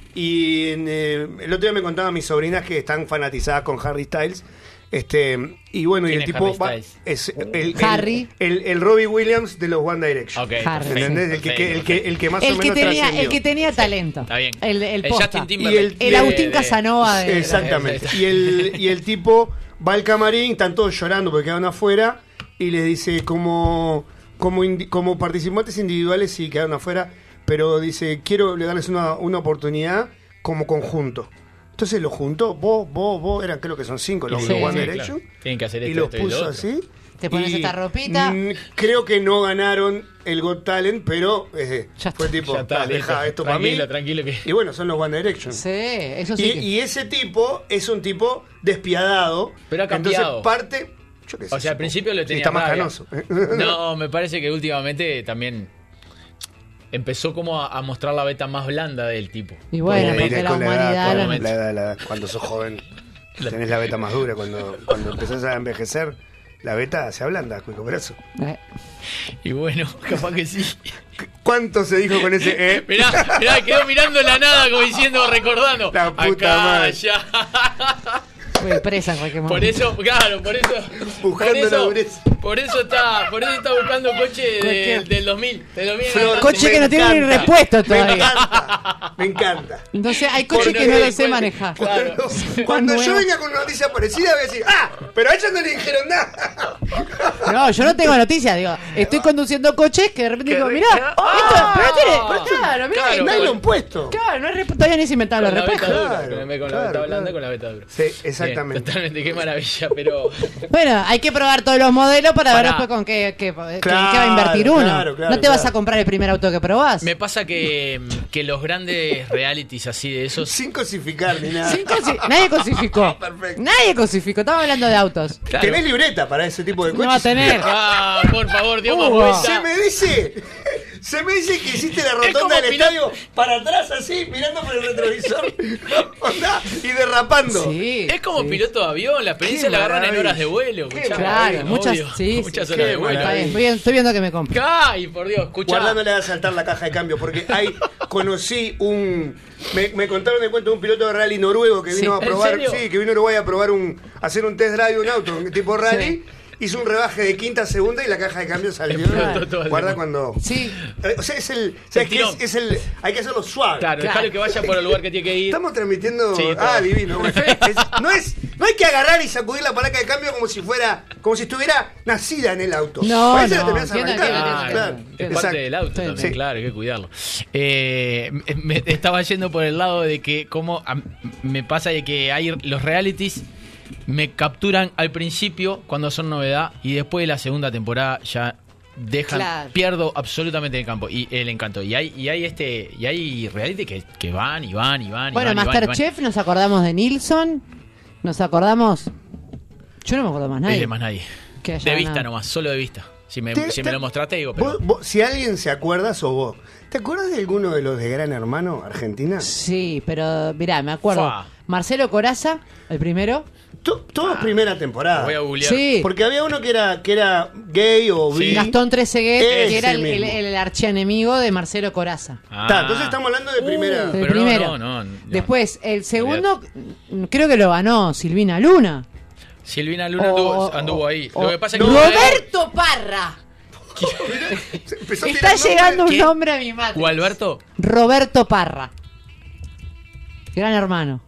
Y en, eh, el otro día me contaban mis sobrinas que están fanatizadas con Harry Styles. Este, y bueno, y ¿Quién el es tipo Harry va- Styles? es el, el- Harry. el, el Robbie Williams de los One Direction. Ok, Harry. perfecto, ¿Entendés? El que, que- el, que, el que más o El que, menos tenía, trascendió. el que tenía talento. Está bien. El, el, El posta. Justin Timberlake. Y el- El de- Agustín de- Casanova de... Exactamente. Y el, y el tipo va al camarín, están todos llorando porque quedaron afuera, y les dice como, como, indi- como participantes individuales sí quedaron afuera, pero dice, quiero le darles una, una oportunidad como conjunto. Entonces los juntó, vos, vos, vos, eran creo que son cinco los, Sí. los One Sí, Direction, claro. Tienen que hacer y esto, los esto y lo puso otro. así. Te pones y, esta ropita. mm, creo que no ganaron el Got Talent, pero eh, Ya fue está. tipo, Ya está, "Dale, listo. deja esto para mí. Tranquilo, tranquilo que- Y bueno, son los One Direction. Sí, eso sí. Y, que- y ese tipo es un tipo despiadado. Pero ha cambiado. Entonces parte. Yo qué sé, O sea, al supongo. principio le Sí, tenía está más rabia. canoso. No, me parece que últimamente también empezó como a, a mostrar la beta más blanda del tipo. Y bueno, Como porque viene la con humanidad... edad, lo- con la edad, la edad. Cuando sos joven, tenés la beta más dura. Cuando, cuando empezás a envejecer, la beta se ablanda, cuico brazo. Eh, Y bueno, capaz que sí. ¿Cuánto se dijo con ese eh? Mirá, mirá, quedó mirando la nada como diciendo, recordando. La puta Acá, madre. allá. Fui presa en cualquier momento. Por eso, claro, por eso. Buscando por la eso, dureza. por eso está, por eso está buscando coche de- Cualquier- del dos mil. Del dos mil en Flor, adelante. Coche que no me tiene ni encanta. repuesto Me todavía. encanta. Me encanta. Entonces hay coches Porque que no no lo hay sé cual- manejar. Claro. Cuando, cuando yo nuevo. venga con una noticia parecida, voy a decir, ah, pero a ella no le dijeron nada. No, yo no tengo noticias, digo, estoy conduciendo coches que de repente digo, Que- mirá, que- esto, ¡Ah! pero no tiene, Pero claro, mirá, claro, no hay- Nylon puesto. claro, no es rep- todavía ni se inventaron Con los la beta repejos. dura, Claro, con la, con la claro, beta blanda claro. y con la beta dura. Sí, exactamente. Exactamente. Totalmente, qué maravilla, pero... Bueno, hay que probar todos los modelos para, para ver después con qué, qué, claro, qué va a invertir uno. Claro, claro, no te claro. vas a comprar el primer auto que probás. Me pasa que, que los grandes realities así de esos... Sin cosificar ni nada. Sin cosi Nadie cosificó. Perfecto. Nadie cosificó. Estamos hablando de autos. Claro. ¿Tenés libreta para ese tipo de coches? No va a tener. Ah, por favor, Dios uh, Se me dice... Se me dice que hiciste la rotonda del estadio para atrás así, mirando por el retrovisor y derrapando. Sí, es como sí. piloto de avión, la experiencia Qué la agarran maravilla. en horas de vuelo. Claro, muchas, sí, muchas sí, horas de vuelo. Está bien. Estoy viendo que me compro. Ay, por Dios, escucha. Guardándole a saltar la caja de cambio, porque hay, conocí un... Me, me contaron de cuento de un piloto de rally noruego que vino sí. a probar, sí, que vino a Uruguay a probar un, a hacer un test drive de un auto, un tipo rally. Sí. Hizo un rebaje de quinta a segunda y la caja de cambio salió. Claro. Guarda cuando. Sí. O sea, es el. O sea, es que es, es el. Hay que hacerlo suave. Claro, claro. Dejarlo que vaya por el lugar que tiene que ir. Estamos transmitiendo. Sí, ah, divino. Bueno. Es, no es. No hay que agarrar y sacudir la palanca de cambio como si fuera. Como si estuviera nacida en el auto. No, Parece no. que te vas a arrancar. Ah, claro. Es parte Exacto. del auto también, sí. Claro, hay que cuidarlo. Eh, me estaba yendo por el lado de que como a, me pasa de que hay los realities. Me capturan al principio cuando son novedad y después de la segunda temporada ya dejan claro. pierdo absolutamente el campo y el encanto y hay y hay este y hay reality que, que van y van y van bueno, y van, Masterchef nos acordamos de Nilsson, nos acordamos yo no me acuerdo más nadie de más nadie de vista nada. Nomás solo de vista si me, te, si me lo mostraste digo pero... vos, vos, si alguien se acuerda sos vos. ¿Te acuerdas de alguno de los de Gran Hermano Argentina? Sí, pero mirá, me acuerdo Fua. Marcelo Corazza, el primero. Todos ah, primera temporada. Voy a googlear. Sí. Porque había uno que era que era gay o bi. Sí. Gastón Trezeguet, que era el, el, el archienemigo de Marcelo Corazza. Ah. Ta, entonces estamos hablando de primera. Uh, de primero. No, no, no, Después, el segundo, creo que lo ganó Silvina Luna. Silvina Luna oh, anduvo, anduvo ahí. Oh, lo que pasa no. es que Roberto no... Parra. Está llegando un nombre a mi madre. ¿O Alberto? Roberto Parra. Gran Hermano.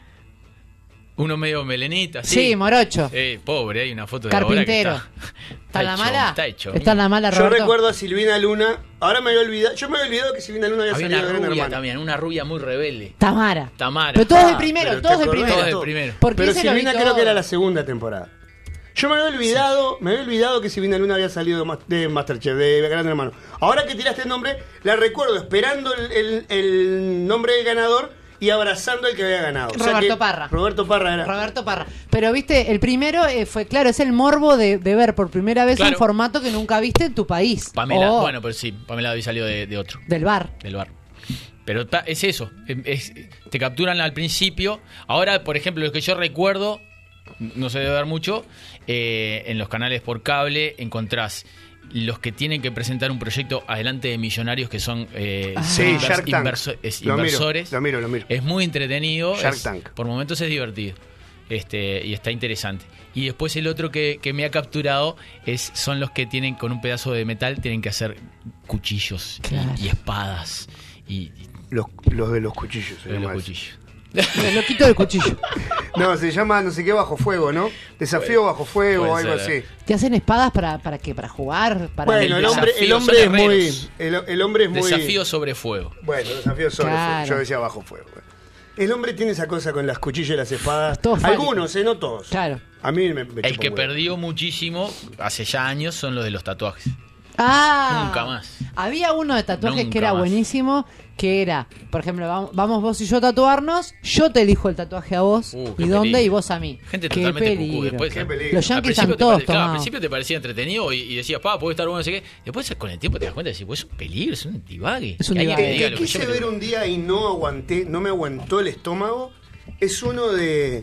Uno medio melenita, sí. Sí, morocho. Eh, pobre, hay una foto de Carpintero. Ahora que está, ¿Está en la mala? Está hecho. Está en la mala, Roberto. Yo recuerdo a Silvina Luna. Ahora me había olvidado. Yo me había olvidado que Silvina Luna había, había salido una de Gran rubia Hermano. También, una rubia muy rebelde. Tamara. Tamara. Pero todos ah, de primero, todos de primero. Todos de primero. Pero Silvina creo que era la segunda temporada. Yo me había olvidado, sí. me había olvidado que Silvina Luna había salido de Masterchef, de Gran Hermano. Ahora que tiraste el nombre, la recuerdo esperando el, el, el nombre del ganador y abrazando al que había ganado. Roberto o sea que Parra. Roberto Parra era. Roberto Parra. Pero viste, el primero eh, fue, claro, es el morbo de, de ver por primera vez claro. un formato que nunca viste en tu país. Pamela, oh. bueno, pero sí, Pamela había salido de, de otro. Del bar. Del bar. Pero ta, es eso, es, te capturan al principio. Ahora, por ejemplo, lo que yo recuerdo, no se debe ver mucho, eh, en los canales por cable encontrás los que tienen que presentar un proyecto adelante de millonarios que son eh, ah. sí, invers, inverso, es, lo inversores. Miro, lo miro, lo miro. Es muy entretenido. Shark es, Tank. Por momentos es divertido. Este, y está interesante. Y después el otro que, que me ha capturado es son los que tienen con un pedazo de metal tienen que hacer cuchillos claro. y, y espadas. Y, y los, los de los cuchillos. Los de los cuchillos. El loquito del cuchillo. No, se llama no sé qué bajo fuego, ¿no? Desafío bajo fuego o algo así. ¿Te hacen espadas para, para qué? ¿Para jugar? Para bueno, el hombre, el hombre es muy... El, el hombre es muy... Desafío sobre fuego. Bueno, desafío sobre claro. fuego. Yo decía bajo fuego. El hombre tiene esa cosa con las cuchillas y las espadas. Todos Algunos, eh, no todos. Claro. A mí me, me El que perdió muchísimo hace ya años son los de los tatuajes. Ah, nunca más. Había uno de tatuajes nunca que era más. buenísimo, que era, por ejemplo, vamos, vamos vos y yo a tatuarnos, yo te elijo el tatuaje a vos, uh, y dónde, peligro. y vos a mí. Gente qué totalmente peligro. cucú. Después, qué peligro. Los yankees están todos pare... claro, tomados. al principio te parecía entretenido y, y decías, pa, puede estar bueno, no sé qué. Después con el tiempo te das cuenta y decís, pues es un peligro, es un divague. Es un divague. El que quise ver un día y no aguanté, no me aguantó el estómago, es uno de...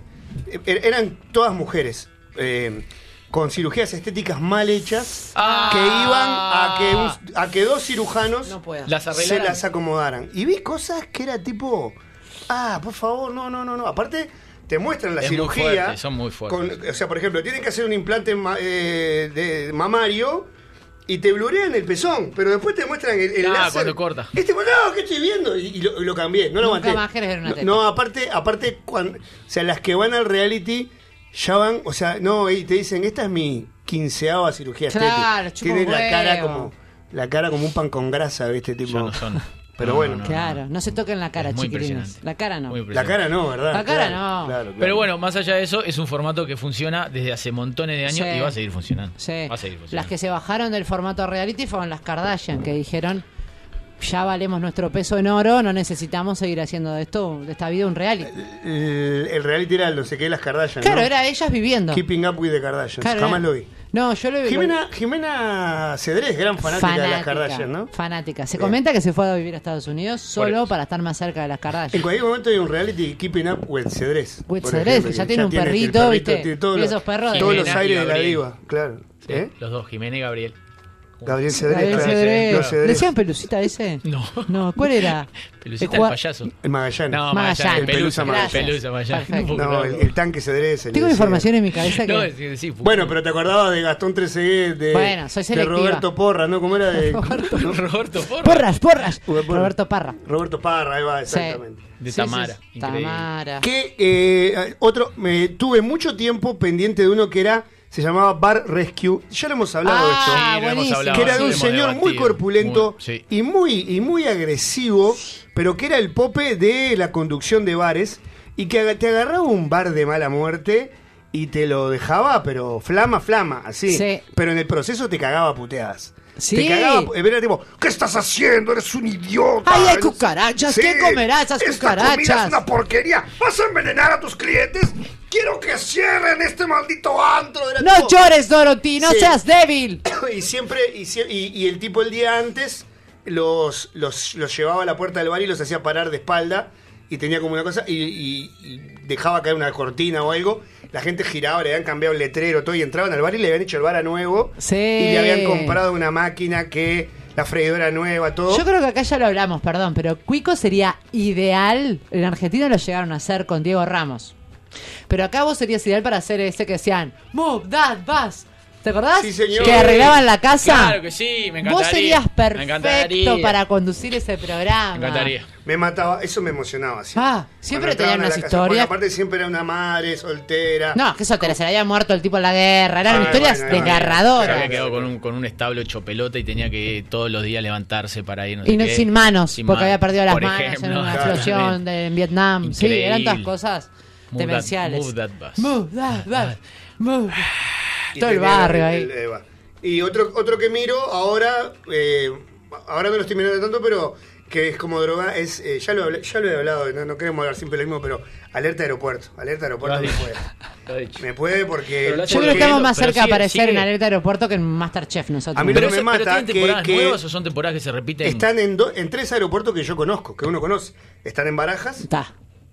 Eran todas mujeres. Eh... con cirugías estéticas mal hechas ah, que iban a que, un, a que dos cirujanos no las se las acomodaran. Y vi cosas que era tipo, ah, por favor, no, no, no, no. Aparte, te muestran la es cirugía. Muy fuerte, son muy fuertes. Con, o sea, por ejemplo, tienen que hacer un implante eh, de mamario y te blurean el pezón, pero después te muestran el, el ah, láser. Cuando corta. Este, no, ¿qué estoy viendo? Y, y, lo, y lo cambié, no lo Nunca aguanté. Más querés ver una teta. No, no, aparte, aparte cuando, o sea, las que van al reality ya van, o sea, no, y te dicen, esta es mi quinceava cirugía claro, estética. Tiene la cara como la cara como un pan con grasa, ¿viste? Tipo, ya no son. Pero no, bueno. No, no, claro, no se toquen la cara, chiquilines. La cara no. La cara no, ¿verdad? La cara claro, no. Claro, claro. Pero bueno, más allá de eso, es un formato que funciona desde hace montones de años sí. y va a seguir funcionando. Sí. Va a seguir funcionando. Las que se bajaron del formato reality fueron las Kardashian, que dijeron, ya valemos nuestro peso en oro, no necesitamos seguir haciendo de esto, de esta vida un reality. El, el reality era el no sé qué de las Kardashian, Claro, ¿no? era ellas viviendo. Keeping Up with the Kardashians. Claro, Jamás era... lo vi. No, yo lo vi. Jimena, Jimena Cedrés, gran fanática, fanática de las Kardashian, ¿no? Fanática. Se Bien. comenta que se fue a vivir a Estados Unidos solo para estar más cerca de las Kardashian. En cualquier momento hay un reality Keeping Up with Cedrés. With Cedrés, que ya tiene un perrito, el ¿viste? Tiene todos Y los, esos perros de- todos los Jimena aires y de la Gabriel. diva, claro. Sí, ¿Eh? los dos, Jimena y Gabriel. Gabriel Cedrés, Gabriel claro. Cedrés. Los Cedrés. ¿Decían Pelucita ese? No. No, ¿cuál era? Pelucita El el jua- payaso. El Magallanes. No, Magallanes. Magallanes. El Pelusa Pelusa, Magallanes. Pelusa Magallanes. Perfecto. No, el, el tanque Cedrés. se le Tengo decía. información en mi cabeza que... No, sí, sí, fue- Bueno, pero te acordabas de Gastón Trezeguet, de, Bueno, soy de selectiva. Roberto Porra, ¿no? ¿Cómo era? De, Roberto. Roberto Porra. Porras, porras. Porra. Roberto Parra. Roberto Parra, ahí va, exactamente. Sí. De Sí, Tamara. sí, sí. Increíble. Tamara. Que eh, otro, me tuve mucho tiempo pendiente de uno que era, se llamaba Bar Rescue. Ya lo hemos hablado Ah, de esto. Sí, lo hemos buenísimo. hablado. Que era de sí, un hemos señor muy debatido. corpulento Muy- sí. y muy y muy agresivo, pero que era el pope de la conducción de bares y que aga- te agarraba un bar de mala muerte y te lo dejaba, pero flama, flama, así. Sí. Pero en el proceso te cagaba a puteadas. Sí. Te cagaba, era tipo, ¿qué estás haciendo? Eres un idiota. ¡Ay, hay No sé. cucarachas! ¿Qué comerás esas Esta cucarachas? comida es una porquería. ¿Vas a envenenar a tus clientes? Quiero que cierren este maldito antro. Era ¡No tipo- llores, Dorothy! ¡No Sí. seas débil! y siempre y, sie- y- y el tipo el día antes los, los, los llevaba a la puerta del bar y los hacía parar de espalda y tenía como una cosa y, y- y dejaba caer una cortina o algo, la gente giraba, le habían cambiado el letrero todo y entraban al bar y le habían hecho el bar a nuevo Sí. y le habían comprado una máquina que la freidora nueva, todo. Yo creo que acá ya lo hablamos, perdón, pero Cuico sería ideal. En Argentina lo llegaron a hacer con Diego Ramos. Pero acá vos serías ideal para hacer ese que decían Move that bus. ¿Te acordás? Sí, señor. Que arreglaban la casa. Claro que sí, me encantaría. Vos serías Me perfecto encantaría. para conducir ese programa. Me encantaría. Me mataba, eso me emocionaba. Sí. Ah, siempre Cuando tenían entraban a unas la casa, porque historias. aparte siempre era una madre soltera. No, que soltera, se le había muerto el tipo en la guerra. Eran Ah, historias bueno, bueno, desgarradoras. Había quedado con un, con un establo hecho pelota y tenía que todos los días levantarse para ir. No Y sé no, qué. sin manos, Sin porque manos, había perdido las por manos ejemplo. en una Claro. explosión de, en Vietnam. Sí, eran todas Increíble. cosas Move that- demenciales. move that bus. Move that bus. Move. Y Todo el tenía barrio ahí. el- el- va. Y otro, otro que miro ahora, eh, ahora no lo estoy mirando tanto, pero que es como droga, es, eh, ya, lo hablé- ya lo he hablado, no, no queremos hablar siempre lo mismo, pero alerta aeropuerto. Alerta aeropuerto Lo me has puede. Lo he dicho. Me puede porque... Pero lo- Yo creo que porque estamos más pero cerca de sigue- aparecer sigue- en Alerta Aeropuerto que en Masterchef nosotros. A mí lo Pero, que me eso- pero mata ¿tienen temporadas que- que- nuevas o son temporadas que se repiten? Están en, do- en tres aeropuertos que yo conozco, que uno conoce. Están en Barajas, Está.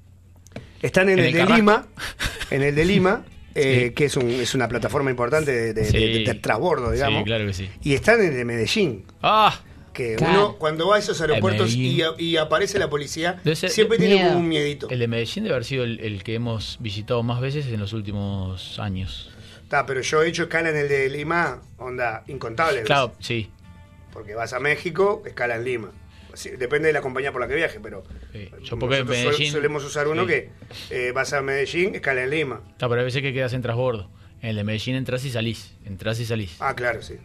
están en, En el, el de Carrasco. Lima, en el de Lima, eh, Sí. que es, un, es una plataforma importante de, de, Sí. de- de- de transbordo, digamos. Sí, claro que sí. Y están en el de Medellín. ¡Ah! Que Claro. uno cuando va a esos aeropuertos y, Medellín. y aparece la policía, Debe ser- siempre tiene Miedo. como un miedito. El de Medellín debe haber sido el, el que hemos visitado más veces en los últimos años. Está, pero yo he hecho escala en el de Lima, onda, incontable. Claro, sí. Porque vas a México, escala en Lima. Sí, depende de la compañía por la que viaje, pero Sí. Yo porque nosotros en Medellín- sol- solemos usar uno sí. que eh, vas a Medellín, escala en Lima. Está, pero hay veces que quedas en transbordo. En el de Medellín entras y salís. Entras y salís. Ah, claro, sí.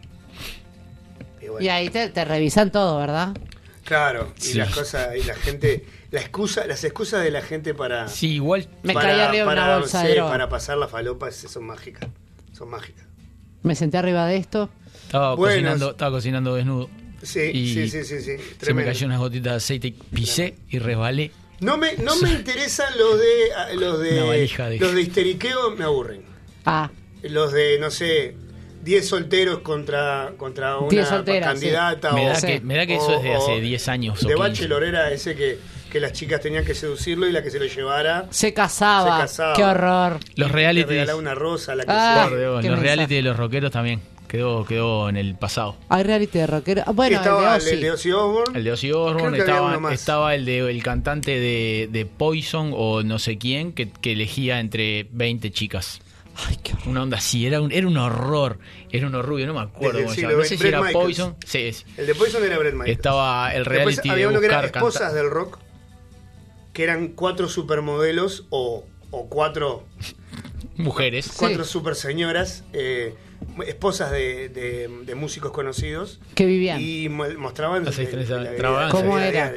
Y bueno, Y ahí te, te revisan todo, ¿verdad? claro, y Sí. las cosas, y la gente, la excusa, las excusas de la gente para... Sí, igual. Me para, caí arriba de una para, bolsa sí, de droga. para pasar la falopa son mágicas. Son mágicas. Me senté arriba de esto. Estaba, Buenas. cocinando, estaba cocinando desnudo. Sí, Y sí, sí, sí, sí. Se me Tremendo. cayó unas gotitas de aceite y pisé y resbalé. No me, no me interesan los de ah, los Una de valija de- los de histeriqueo, me aburren. Ah, Los de, no sé, diez solteros contra, contra una diez solteras, candidata Me o, da, sí. que, me da que o- eso es de o hace diez años. o de quince. Bachelor era ese que, que las chicas tenían que seducirlo y la que se lo llevara se casaba. Se casaba. Qué horror. Los le realities. regalaba una rosa a la que Ah, Por Dios, qué los mensaje. reality de los rockeros también. Quedó, quedó en el pasado. Hay reality de rockero. Ah, se... bueno, estaba el de el de Ozzy. Ozzy Osbourne. El de Ozzy Creo Osbourne, que había uno estaba, más. estaba el de el cantante de, de Poison o no sé quién que, que elegía entre veinte chicas. Ay, qué horror. Una onda así, era un, era un horror. Era un horror, no me acuerdo Desde el cómo se siglo llama. No veinte, sé si Brett era Michaels. Poison. Sí, sí. El de Poison era Bret Michaels. Estaba el Después reality había de uno que era buscar Esposas canta- del Rock, que eran cuatro supermodelos o, o cuatro, mujeres. cuatro super señoras, eh, esposas de, de- de músicos conocidos. Que vivían. Y mo- mostraban Las de- historias de la de vida- trabajo. ¿Cómo la vida era? diaria.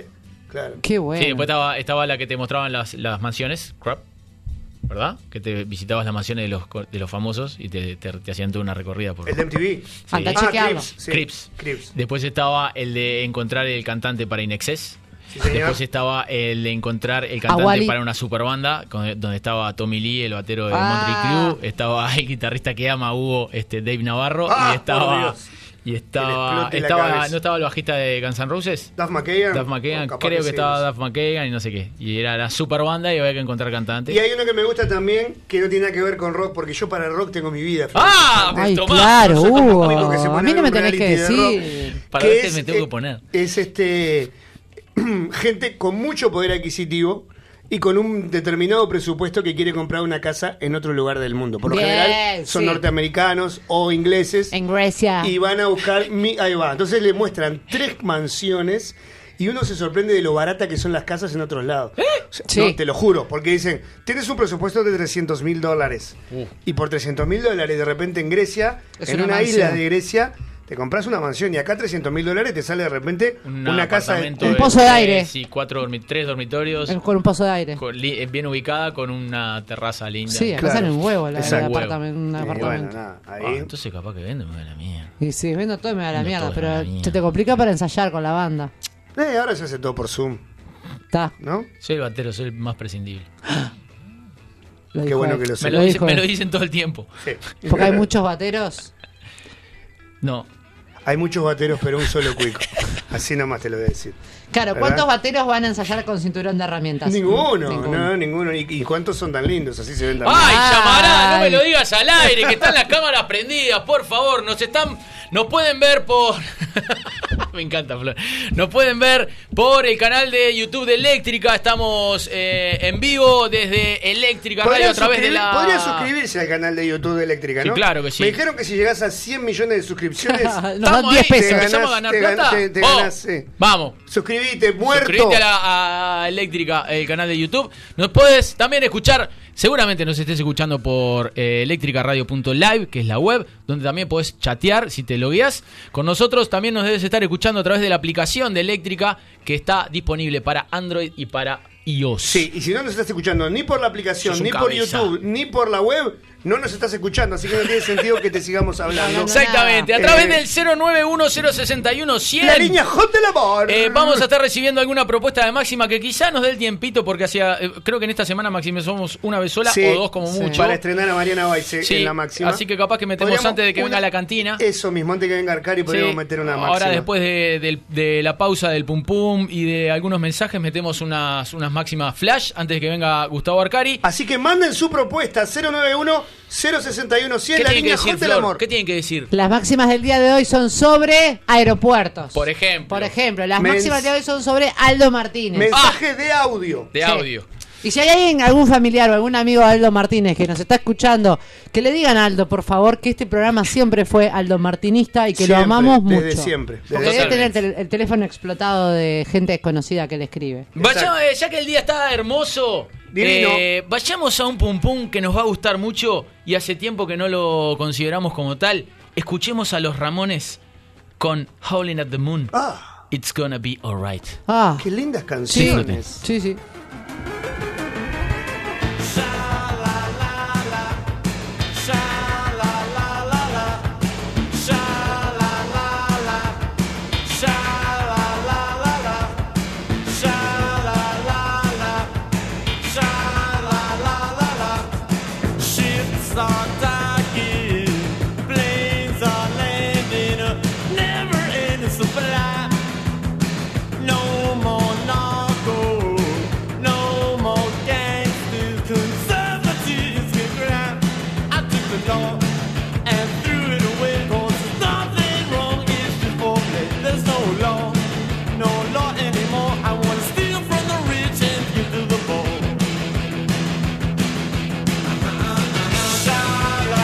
Claro. Qué bueno. Sí, después estaba, estaba la que te mostraban las, las mansiones, Crap, ¿verdad? Que te visitabas las mansiones de los, de los famosos y te, te, te hacían toda una recorrida por... ¿El de M T V? Sí. Anda, Ah, chequearlo. Crips, sí. Crips. Crips. Después estaba el de encontrar el cantante para In Excess. Sí, señor. Después estaba el de encontrar el cantante Wally. para una superbanda, con- donde estaba Tommy Lee, el batero de Ah. Motley Crue. Estaba el guitarrista que ama Hugo, este, Dave Navarro. Ah, y estaba... por Dios. Y Que estaba, le explote la estaba cabeza. ¿no estaba el bajista de Guns N' Roses? Duff McKagan. Duff McKagan, Oh, capaz creo que, sí, estaba no sé. Duff McKagan y no sé qué. Y era la super banda y había que encontrar cantante. Y hay uno que me gusta también, que no tiene nada que ver con rock, porque yo para el rock tengo mi vida. ¡Ah! Ay, Tomá. claro, Nosotros como Hugo. único que se pone A mí no en me un tenés que reality de decir. Para que verte es, me tengo eh, que poner. Es este gente con mucho poder adquisitivo y con un determinado presupuesto que quiere comprar una casa en otro lugar del mundo. Por lo Bien, general son sí. norteamericanos o ingleses En Grecia. y van a buscar mi, ahí va. Entonces le muestran tres mansiones y uno se sorprende de lo barata que son las casas en otros lados. O sea, Sí. no, te lo juro, porque dicen, tienes un presupuesto de trescientos mil dólares Uh. y por trescientos mil dólares de repente en Grecia, Es en una una, mansión. isla de Grecia, te compras una mansión y acá trescientos mil dólares te sale de repente Un una casa de... apartamento Un pozo de tres aire. y cuatro dormi- tres dormitorios. Con un pozo de aire. con li- bien ubicada con una terraza linda. Sí, acá Claro. salen un huevo la, Exacto. el apartamento, un Eh, bueno, apartamento. nada, Ah, ahí. entonces capaz que vende, me da la mierda. Y sí, vendo todo y me da la Vendo mierda, todo y me da pero la mierda. se te complica para ensayar con la banda. Eh, ahora se hace todo por Zoom, Está. ¿no? Soy el batero, soy el más prescindible. Lo Qué dijo bueno él. que lo Me sé. lo, Lo dicen, dijo me él. lo dicen todo el tiempo. Sí. Porque hay muchos bateros. No. Hay muchos bateros, pero un solo cuico. Así nomás te lo voy a decir. Claro, ¿Verdad? ¿cuántos bateros van a ensayar con cinturón de herramientas? Ninguno, Ninguno. no, ninguno. ¿Y, y cuántos son tan lindos? Así se ven también. ¡Ay, Ay. llamará! No me lo digas al aire, que están las cámaras prendidas, por favor. Nos están. Nos pueden ver por. Me encanta, Flor. Nos pueden ver por el canal de YouTube de Eléctrica. Estamos eh, en vivo desde Eléctrica Radio Podría a través de suscribir- la. podría suscribirse al canal de YouTube de Eléctrica, Sí, ¿no? claro que sí. Me dijeron que si llegas a cien millones de suscripciones, Nos dan Estamos diez ahí, pesos. Te empezamos ganás- a ganar te gan- plata. te- te Vos, ganás, sí. Vamos. suscribite, muerto. Suscríbete a, la, a Eléctrica, el canal de YouTube. Nos puedes también escuchar, seguramente nos estés escuchando por eh, electricaradio punto live, que es la web, donde también podés chatear si te logueas con nosotros. También nos debes estar escuchando a través de la aplicación de Eléctrica, que está disponible para Android y para iOS. Sí, y si no nos estás escuchando ni por la aplicación, Sos un ni por cabeza. YouTube, ni por la web, no nos estás escuchando, así que no tiene sentido que te sigamos hablando. No, Exactamente, a Eh, través del cero nueve uno cero seis uno cien. La línea Hot del amor. Eh, vamos a estar recibiendo alguna propuesta de Máxima que quizá nos dé el tiempito, porque hacía, eh, creo que en esta semana Máxima somos una vez sola Sí, o dos como sí. mucho. Para estrenar a Mariana Baise Sí, en la máxima. así que capaz que metemos Podríamos antes de que una- venga a la cantina. Eso mismo, antes que venga Arcari, podríamos Sí. meter una máxima. Ahora después de, del- de la pausa del pum pum y de algunos mensajes metemos unas, unas máximas flash antes de que venga Gustavo Arcari. Así que manden su propuesta cero nueve uno cero seis uno cien, ¿Qué la tienen que línea decir, Hot del Flor? amor. ¿Qué tienen que decir? Las máximas del día de hoy son sobre aeropuertos. Por ejemplo. Por ejemplo, las Mens- máximas de hoy son sobre Aldo Martínez. Mensaje de audio. De Sí. audio. Y si hay alguien, algún familiar o algún amigo de Aldo Martínez que nos está escuchando, que le digan a Aldo, por favor, que este programa siempre fue Aldo Martinista y que Siempre, lo amamos mucho. desde siempre, desde Porque debe siempre. tener el, el teléfono explotado de gente desconocida que le escribe. Vayamos, eh, ya que el día está hermoso, Divino. eh, vayamos a un pum pum que nos va a gustar mucho y hace tiempo que no lo consideramos como tal. Escuchemos a los Ramones con Howling at the Moon. Ah, It's gonna be alright. Ah, qué lindas sí, canciones. sí, sí. Ships are docking, planes are landing, never ending supply. No more narco, no more gangsters, conservatives can cry. I took the law and threw it away, 'cause there's nothing wrong, it's just foreplay. There's no law, no law anymore. I wanna steal from the rich and give to the poor. Sha la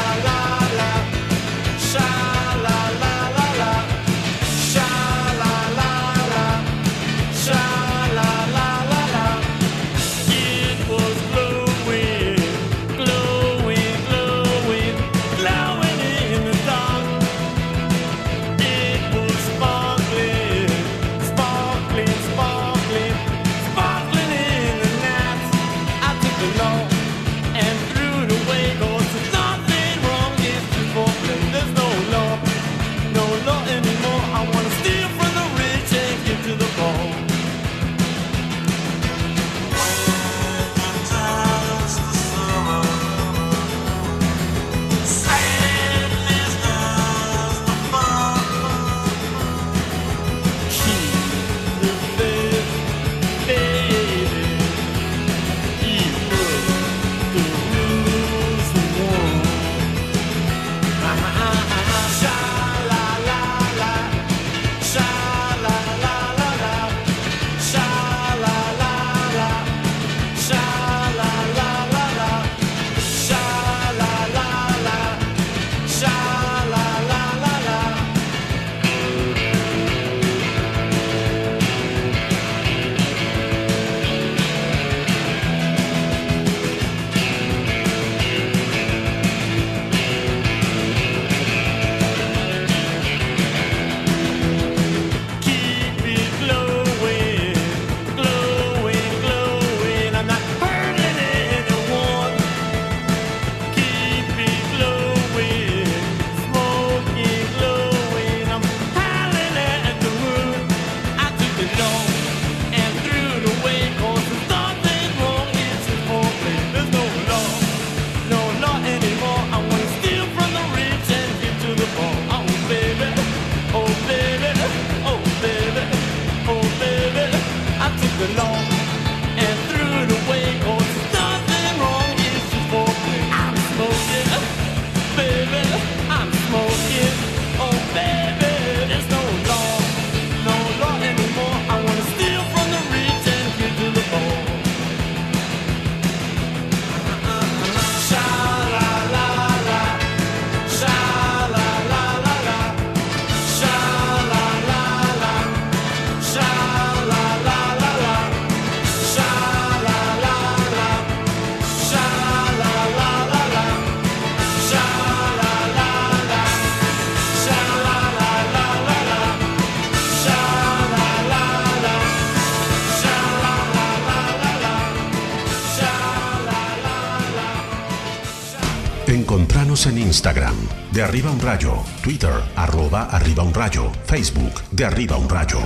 Encontranos en Instagram, De Arriba Un Rayo, Twitter, arroba Arriba Un Rayo, Facebook, De Arriba Un Rayo.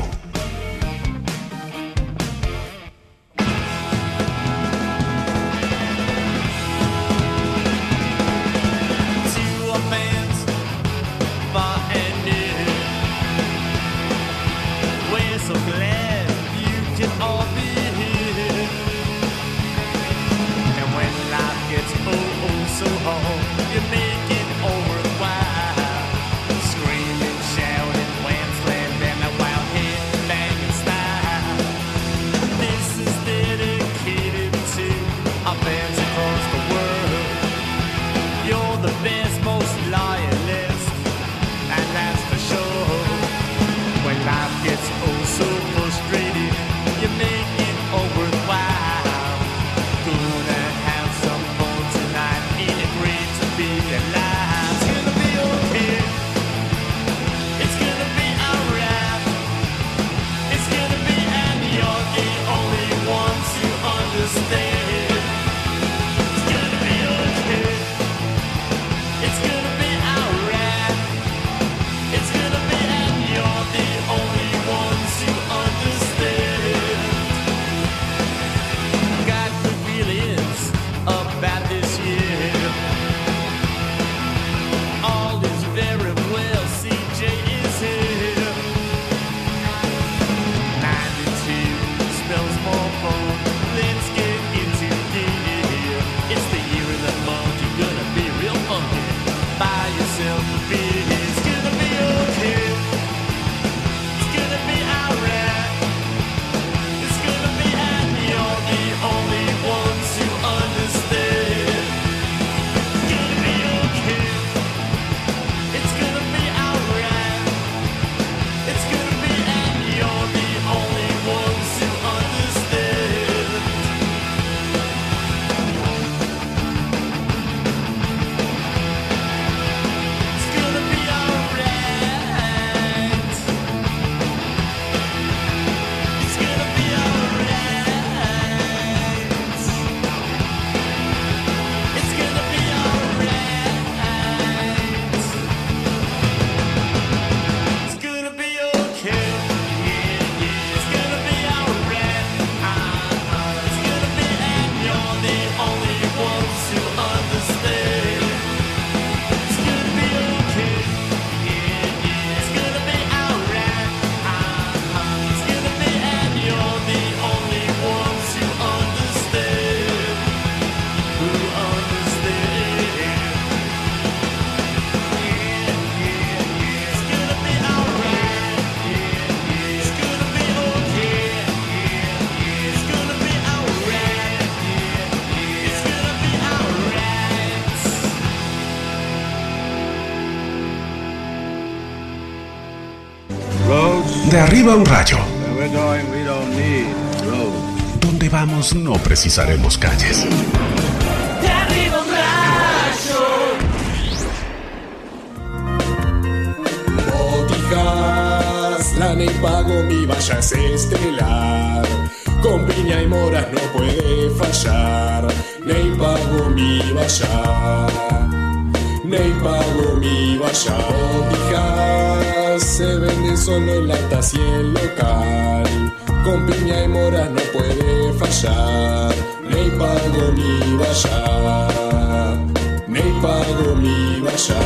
De Arriba Un Rayo. Donde vamos no precisaremos calles. De Arriba Un Rayo. Botijas, lana y pago, mi valla es estelar. Con piña y moras no puede fallar. Ney pago mi valla. Ney pago mi valla. Botijas se vende solo en latas y en local. Con piña y moras no puede fallar. Ney pago mi valla. Ney pago mi valla.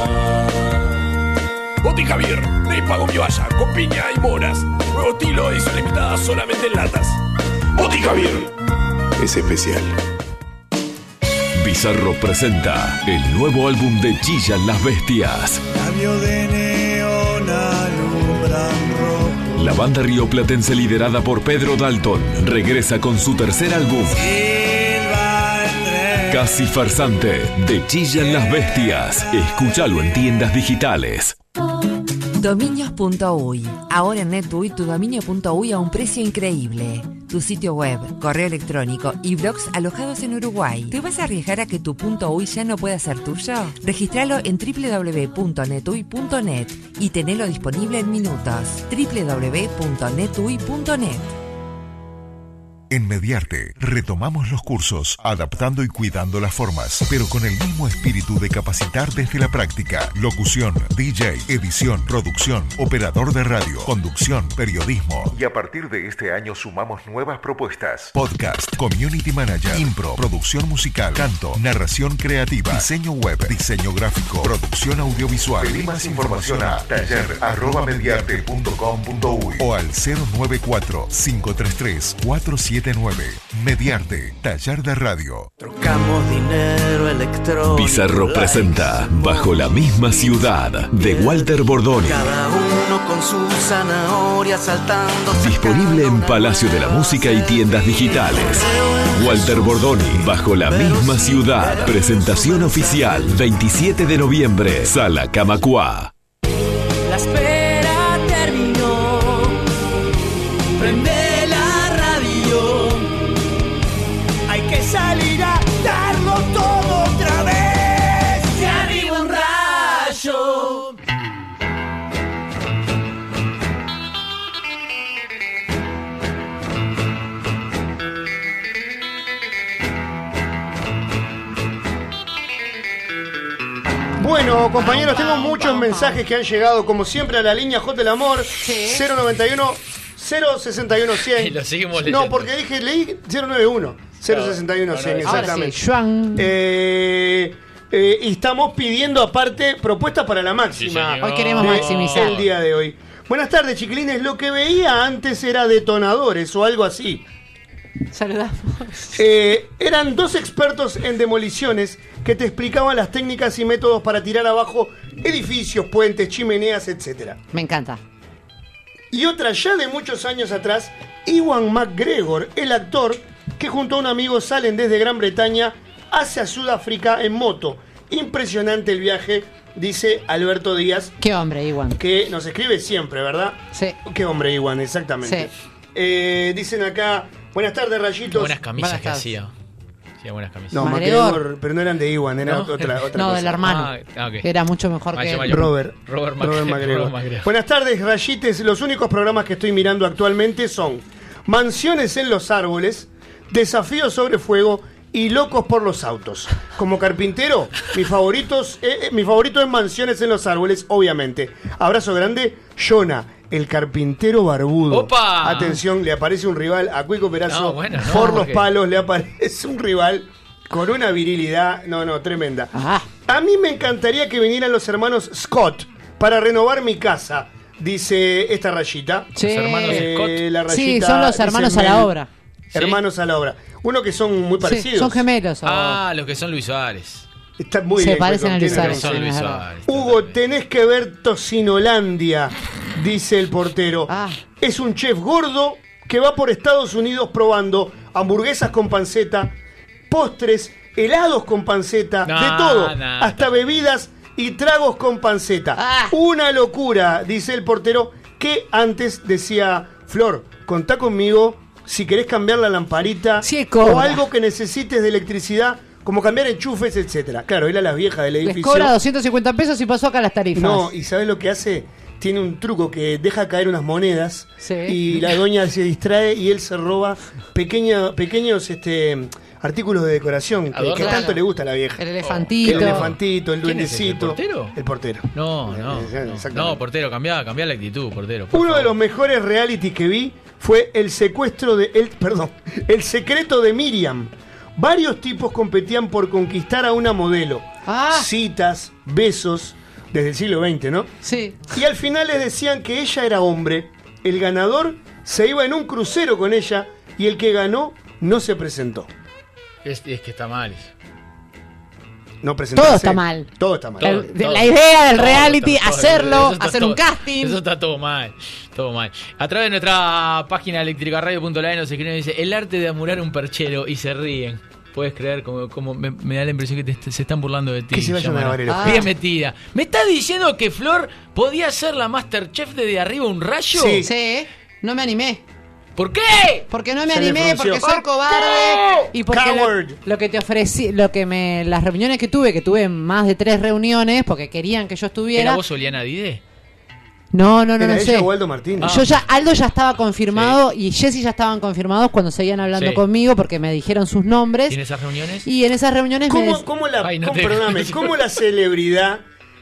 Boti Javier, Ney pago mi valla. Con piña y moras. Nuevo estilo, edición limitada solamente en latas. Boti Javier es especial. Bizarro presenta el nuevo álbum de Chillan las Bestias. Cambio de neón alumbran rojo. La banda rioplatense liderada por Pedro Dalton regresa con su tercer álbum. Casi farsante, de Chillan las Bestias. Escúchalo en tiendas digitales. Dominios punto uy. Ahora en NetUI tu dominio punto uy a un precio increíble. Tu sitio web, correo electrónico y blogs alojados en Uruguay. ¿Te vas a arriesgar a que tu .uy ya no pueda ser tuyo? Registralo en doble u doble u doble u punto netuy punto net y tenelo disponible en minutos. doble u doble u doble u punto netuy punto net. En Mediarte retomamos los cursos, adaptando y cuidando las formas, pero con el mismo espíritu de capacitar desde la práctica. Locución, D J, edición, producción, operador de radio, conducción, periodismo. Y a partir de este año sumamos nuevas propuestas. Podcast, community manager, impro, producción musical, canto, narración creativa, diseño web, diseño gráfico, producción audiovisual. Pedí más información a taller arroba mediarte punto com punto uy o al cero nueve cuatro, cinco tres tres, cuatro siete nueve. Mediarte, taller de radio. Trocamos dinero electrónico. Pizarro presenta Bajo la misma ciudad de Walter Bordoni. Cada uno con su zanahoria saltando. Disponible en Palacio de la Música y tiendas digitales. Walter Bordoni, Bajo la misma ciudad. Presentación oficial, veintisiete de noviembre, Sala Camacuá. La espera terminó. Prende la radio. Hay que salir a darlo todo otra vez. De arriba un rayo. Bueno, compañeros, tengo muchos mensajes que han llegado, como siempre, a la línea J del Amor, cero noventa y uno, cero sesenta y uno, cien. Y lo seguimos leyendo. No, porque dije, leí cero noventa y uno, cero sesenta y uno, cien, exactamente. Ahora sí, eh, eh, y estamos pidiendo, aparte, propuestas para la máxima. Sí, hoy queremos maximizar. El día de hoy. Buenas tardes, chiquilines. Lo que veía antes era detonadores o algo así. Saludamos. Eh, eran dos expertos en demoliciones que te explicaban las técnicas y métodos para tirar abajo edificios, puentes, chimeneas, etcétera. Me encanta. Y otra ya de muchos años atrás, Ewan McGregor, el actor que junto a un amigo salen desde Gran Bretaña hacia Sudáfrica en moto. Impresionante el viaje, dice Alberto Díaz. Qué hombre, Ewan. Que nos escribe siempre, ¿verdad? Sí. Qué hombre, Ewan, exactamente. Sí. Eh, dicen acá, buenas tardes, rayitos. Buenas camisas que hacía. Sí, buenas camisas. No, McGregor, pero no eran de Ewan, era ¿No? otra, otra no, cosa. del hermano. Ah, okay. Era mucho mejor ah, que Robert. Robert, Robert, Robert McGregor. McGregor. Buenas tardes, rayites. Los únicos programas que estoy mirando actualmente son Mansiones en los Árboles, Desafíos sobre Fuego y Locos por los Autos. Como carpintero, mis favoritos, eh, mi favorito es Mansiones en los Árboles, obviamente. Abrazo grande, Jonah, el carpintero barbudo. ¡Opa! Atención, le aparece un rival a Cuico Perazo. No, bueno, no, por los porque... palos le aparece un rival con una virilidad, no, no, tremenda. Ajá. A mí me encantaría que vinieran los hermanos Scott para renovar mi casa, dice esta rayita. Sí. Los hermanos Eh, Scott. la rayita Sí, son los hermanos dice a la Mel, obra. Hermanos a la obra. Uno que son muy parecidos. Sí, son gemelos. Oh. Ah, los que son Luis Suárez. Está muy Se bien. parecen a Luis tiene Suárez. razón. Son Luis es Suárez. Hugo, tenés que ver Tocinolandia, dice el portero. Ah. Es un chef gordo que va por Estados Unidos probando hamburguesas con panceta, postres, helados con panceta, No, de todo, no. hasta bebidas y tragos con panceta. Ah. Una locura, dice el portero, que antes decía, Flor, contá conmigo si querés cambiar la lamparita Sí, cobra. o algo que necesites de electricidad, como cambiar enchufes, etcétera. Claro, era la vieja del Les edificio. cobra doscientos cincuenta pesos y pasó acá las tarifas. No, ¿y sabes lo que hace? Tiene un truco que deja caer unas monedas Sí. y la doña se distrae y él se roba pequeña, pequeños este, artículos de decoración que, Adorno. que tanto Claro. le gusta a la vieja. El El elefantito. elefantito, el ¿Quién es ese, el duendecito. portero? El portero. No, no. Exactamente. No, no portero, cambiá, cambiá la actitud, portero. por Uno de favor. los mejores reality que vi fue el secuestro de el, perdón, el secreto de Miriam. Varios tipos competían por conquistar a una modelo. Ah. Citas, besos, desde el siglo veinte, ¿no? Sí. Y al final les decían que ella era hombre. El ganador se iba en un crucero con ella y el que ganó no se presentó. Es, es que está mal. No presentarse. Todo está mal. Todo está mal. Todo, El- de todo, la idea del todo, reality, todo, todo, hacerlo, eso está hacer todo- un casting. Eso está todo mal, todo mal. A través de nuestra página electricaradio punto la e nos escriben y dice, el arte de amurar un perchero, y se ríen. Puedes creer, como, como me, me da la impresión que te, te- se están burlando de ti. Que se vayan Yamara. a lavar el ojo. Bien metida. ¿Me estás diciendo que Flor podía ser la Masterchef de De Arriba un Rayo? Sí. Sí, no me animé. ¿Por qué? Porque no me Se le animé, frunció. porque soy cobarde y porque lo, Coward. lo que te ofrecí, lo que me, las reuniones que tuve, que tuve más de tres reuniones, porque querían que yo estuviera. ¿Era vos Oliana Dide? No, no, no, ¿Era no ella sé. o Aldo Martínez? Yo ya, Aldo ya estaba confirmado sí. y Jessy ya estaban confirmados cuando seguían hablando Sí. conmigo porque me dijeron sus nombres. ¿Y en esas reuniones? Y en esas reuniones ¿Cómo, me des- cómo la, Ay, no cómo, te- perdóname, ¿cómo la celebridad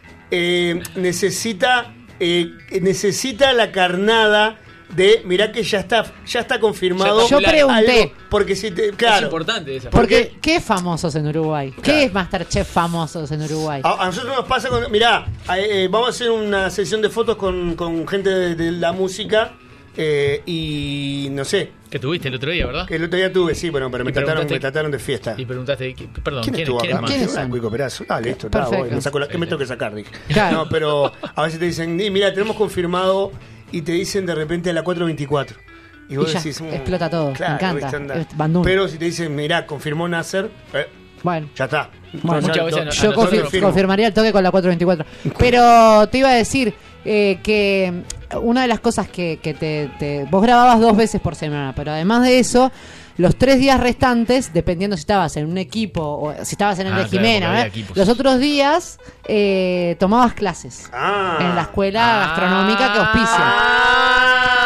eh, necesita eh, necesita la carnada de mirá que ya está ya está confirmado? Yo pregunté. algo? Porque si te, claro, Es importante esa. Porque, ¿qué es famosos en Uruguay? Claro. ¿Qué es Masterchef famosos en Uruguay? A, a nosotros nos pasa con... Mirá, eh, vamos a hacer una sesión de fotos con, con gente de, de la música eh, y no sé. Que tuviste el otro día, ¿verdad? Que el otro día tuve, sí, bueno, pero me Y trataron, preguntaste- me trataron de fiesta. Y preguntaste, ¿qué- perdón, ¿Quién ¿quién, estuvo quién acá? es más? ¿Quiénes Ah, son? Cuico Perazo. Ah, listo, está, Perfecto. voy, me saco la, ¿qué me tengo que sacar? Dije. Claro. No, pero a veces te dicen, y mira, tenemos confirmado y te dicen de repente a la cuatro veinticuatro. Y vos Y ya, decís, mm, explota todo, me claro, encanta, viste, anda. es bandún. Pero si te dicen, mirá, confirmó Nasser, eh, Bueno. ya está. Bueno, Muchas Ya, veces to- no- Yo a nosotros confir- nos firmo. confirmaría el toque con la cuatro veinticuatro. Pero te iba a decir eh, que una de las cosas que, que te, te- vos grababas dos veces por semana, pero además de eso, los tres días restantes, dependiendo si estabas en un equipo o si estabas en el Ah, de claro, porque Jimena, había ¿eh? equipos. Los otros días eh, tomabas clases Ah. en la escuela Ah. gastronómica que auspicia.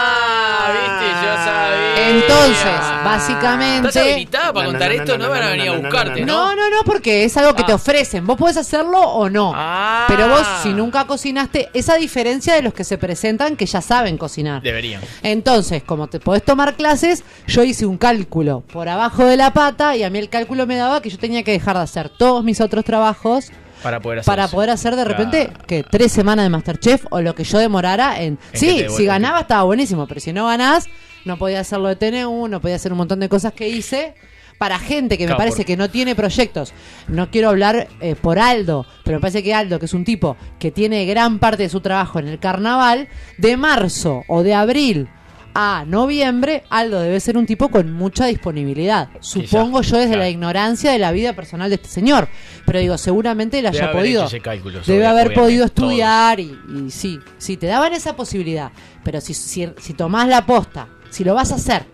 Ah, viste, yo sabía. Entonces, básicamente... ¿Estás habilitada para No, no, contar no, esto? no, No, no, van a no, venir no, a no, buscarte, ¿no? No, no, no, porque es algo que Ah. te ofrecen. Vos podés hacerlo o no. Ah. Pero vos, si nunca cocinaste, esa diferencia de los que se presentan que ya saben cocinar. Deberían. Entonces, como te podés tomar clases, yo hice un cálculo por abajo de la pata y a mí el cálculo me daba que yo tenía que dejar de hacer todos mis otros trabajos Para poder hacer para eso. poder hacer de repente Claro. que tres semanas de Masterchef o lo que yo demorara en... que Sí, te si devuelvan. ganaba estaba buenísimo, pero si no ganás, no podía hacerlo de T N U, no podía hacer un montón de cosas que hice. Para gente que me Claro, parece por- que no tiene proyectos, no quiero hablar eh, por Aldo, pero me parece que Aldo, que es un tipo que tiene gran parte de su trabajo en el carnaval, de marzo o de abril a noviembre, Aldo debe ser un tipo con mucha disponibilidad. Supongo yo desde claro. la ignorancia de la vida personal de este señor. Pero digo, seguramente él Debe haya haber podido. hecho ese cálculo sobre- Debe haber obviamente, podido estudiar y, y sí, sí, te daban esa posibilidad. Pero si, si, si tomás la posta, si lo vas a hacer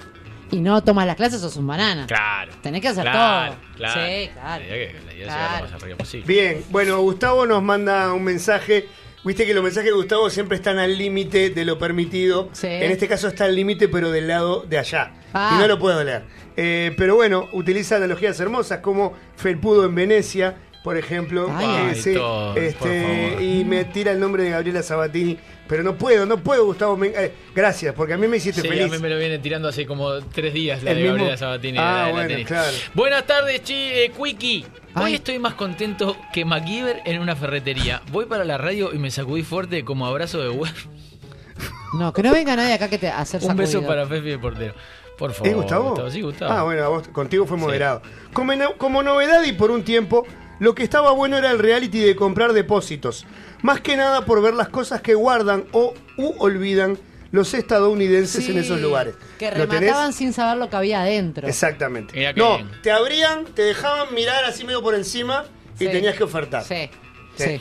y no tomas las clases, sos un banana. Claro. Tenés que hacer Claro, todo. claro. Sí, claro. La idea, que- la idea es Claro. llegar lo más arriba posible. Bien, bueno, Gustavo nos manda un mensaje. Viste que los mensajes de Gustavo siempre están al límite de lo permitido. Sí. En este caso está al límite, pero del lado de allá. Ah. Y no lo puedo leer. Eh, pero bueno, utiliza analogías hermosas como Felpudo en Venecia, por ejemplo. Ay, Eh, ay, sí, todo, por este, favor. y me tira el nombre de Gabriela Sabatini. Pero no puedo, no puedo, Gustavo. me- eh, gracias, porque a mí me hiciste Sí, feliz. a mí me lo vienen tirando hace como tres días la ¿El de mismo? Gabriela Sabatini. Ah, la de la bueno, tenis. claro. Buenas tardes, chi, eh, Quickie. Hoy Ay. estoy más contento que MacGyver en una ferretería. Voy para la radio y me sacudí fuerte como abrazo de huevo. No, que no venga nadie acá que te a hacer Un beso sacudido. para Fefi de Portero. Por favor. ¿Es Gustavo? Sí, Gustavo. Ah, bueno, a vos, contigo fue moderado. Como, no- como novedad y por un tiempo, lo que estaba bueno era el reality de comprar depósitos. Más que nada por ver las cosas que guardan o u olvidan los estadounidenses Sí, en esos lugares. Que ¿Lo tenés? remataban sin saber lo que había adentro. Exactamente. Mirá qué No, bien. te abrían, te dejaban mirar así medio por encima y Sí. tenías que ofertar. Sí, Sí. sí.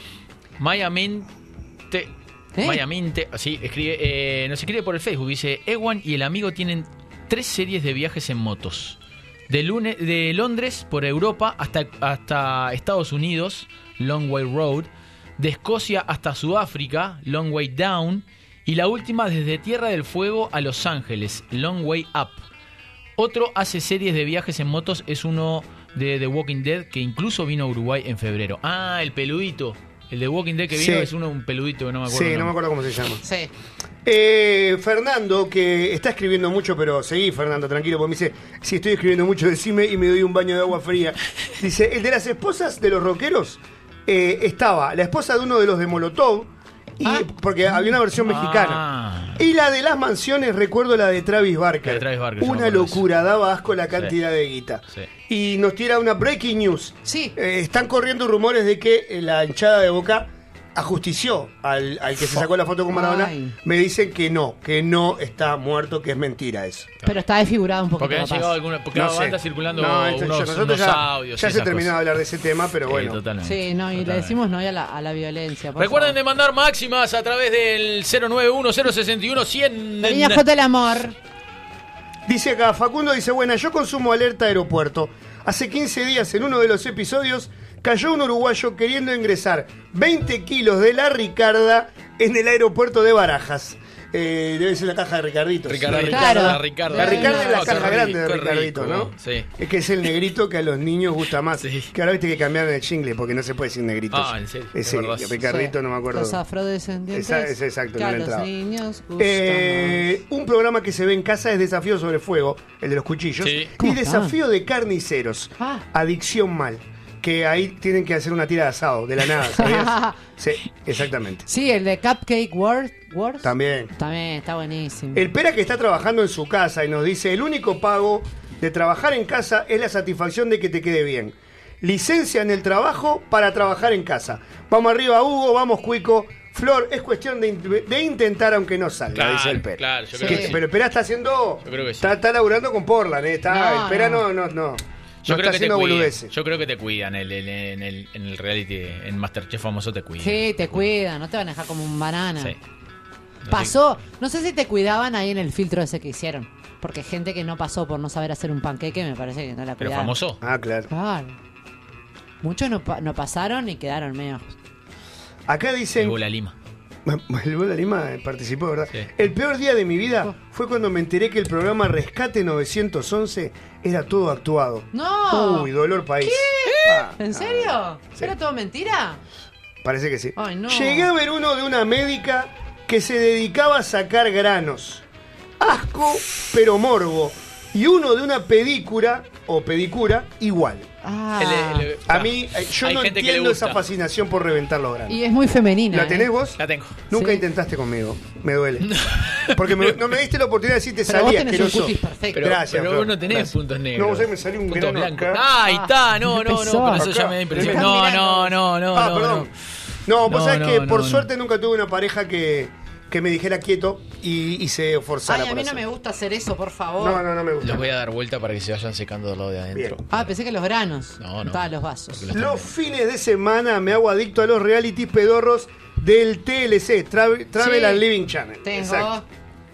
Mayamente. ¿Eh? Mayamente. Sí, escribe. Eh, nos escribe por el Facebook. Dice: Ewan y el amigo tienen tres series de viajes en motos. De, lunes, de Londres por Europa hasta, hasta Estados Unidos, Long Way Road. De Escocia hasta Sudáfrica, Long Way Down. Y la última desde Tierra del Fuego a Los Ángeles, Long Way Up. Otro hace series de viajes en motos, es uno de The Walking Dead que incluso vino a Uruguay en febrero. Ah, el peludito. El de Walking Dead que vino Sí. es uno un peludito que no me acuerdo. Sí, el no me nombre. acuerdo cómo se llama. Sí. Eh, Fernando, que está escribiendo mucho, pero seguí, Fernando, tranquilo, porque me dice, si estoy escribiendo mucho, decime y me doy un baño de agua fría. Dice, el de las esposas de los rockeros, eh, estaba la esposa de uno de los de Molotov, y, Ah. porque había una versión mexicana. Ah. Y la de las mansiones, recuerdo la de Travis Barker. La de Travis Barker, yo me una acuerdo de eso. locura, daba asco la cantidad de guita. Sí. Y nos tira una breaking news. Sí. Eh, están corriendo rumores de que eh, la hinchada de Boca ajustició al, al que se sacó la foto con Maradona. Ay. Me dicen que no, que no está muerto, que es mentira eso. Pero está desfigurado un poquito. Porque han capaz. llegado alguna. Porque No ahora sé. anda circulando No, esto- unos, yo- nosotros unos ya, audios. ya y se esas terminó de cosas. hablar de ese tema, pero Sí, bueno. totalmente. Sí, no, y le Totalmente. decimos no a la, a la violencia. por Recuerden favor. de mandar máximas a través del cero nueve uno cero seis uno cien. La niña J del amor. Dice acá, Facundo dice, buena, yo consumo Alerta Aeropuerto. Hace quince días en uno de los episodios cayó un uruguayo queriendo ingresar veinte kilos de la Ricarda en el aeropuerto de Barajas. Eh, debe ser la caja de Ricardito. Ricardito. Claro. La Ricarda. La Ricarda es la No, caja qué grande de rico, Ricardito, rico, ¿no? Sí. Es que es el negrito que a los niños gusta más. Sí. Que ahora viste que cambiaron el jingle porque no se puede decir negritos. Ah, ¿en serio? Ese, Es verdad. Ricardito, no me acuerdo. Los afrodescendientes. Esa, es exacto, que no a le los entraba. niños gustan Eh, un programa que se ve en casa es Desafío sobre Fuego, el de los cuchillos. Sí. Y ¿Cómo Desafío de Carniceros, Ah. Adicción Mal. Que ahí tienen que hacer una tira de asado, de la nada, ¿sabías? Sí, exactamente. Sí, el de Cupcake Wars. Wars. También. También, está buenísimo. El Pera que está trabajando en su casa y nos dice, el único pago de trabajar en casa es la satisfacción de que te quede bien. Licencia en el trabajo para trabajar en casa. Vamos arriba, Hugo, vamos, Cuico. Flor, es cuestión de, de intentar aunque no salga, Claro, dice el Pera. claro, yo creo Que- que sí. Pero el Pera está haciendo... Yo creo que sí. Está, está laburando con Portland, ¿eh? Está, No, el Pera no. no, no, no. Yo no creo está que te haciendo cuidan. boludeces. Yo creo que te cuidan en el, en el, en el reality, en Masterchef famoso te cuidan. Sí, te cuidan, no te van a dejar como un banana. Sí. Pasó, no sé si te cuidaban ahí en el filtro ese que hicieron. Porque gente que no pasó por no saber hacer un panqueque, me parece que no la Pero cuidaron. famoso. Ah, claro. Claro. Muchos no, pa- no pasaron y quedaron medio. Acá dicen... Llegó la Lima. El Bola Lima participó, ¿verdad? Sí. El peor día de mi vida fue cuando me enteré que el programa Rescate novecientos once era todo actuado. ¡No! Uy, dolor país. Ah, ¿En serio? ah, sí. ¿Era todo mentira? Parece que sí. Ay, no. Llegué a ver uno de una médica que se dedicaba a sacar granos. Asco, pero morbo. Y uno de una pedícula, o pedicura, igual. Ah. El- el- A mí, eh, yo Hay no gente que le entiendo gusta. esa fascinación por reventar los granos. Y es muy femenina. ¿La tenés ¿eh? vos? La tengo. Nunca Sí. intentaste conmigo. Me duele. Porque me- no me diste la oportunidad de decir te Pero vos salía tenés un asqueroso. cutis perfecto. Pero, Gracias, pero Flor, vos no tenés gracias. puntos negros. No, vos sabés, me salió un Puntos grano blancos. acá. Ah, ahí está. No, no, no. empezó. Pero eso ya Acá. me da Me impresión. están No, mirando. no, no, no. Ah, no, perdón. no. No, vos No, sabés no, que no, por no. suerte nunca tuve una pareja que, que me dijera quieto y, y se forzara Ay, a por mí no hacer. me gusta hacer eso, por favor. No, no, no me gusta. Los voy a dar vuelta para que se vayan secando del lado de adentro. Bien. Ah, pensé que los granos. No, no. Estaban los vasos. Porque Los fines de semana me hago adicto a los reality pedorros del T L C, Travel, Travel Sí. and Living Channel. Tengo. Exacto.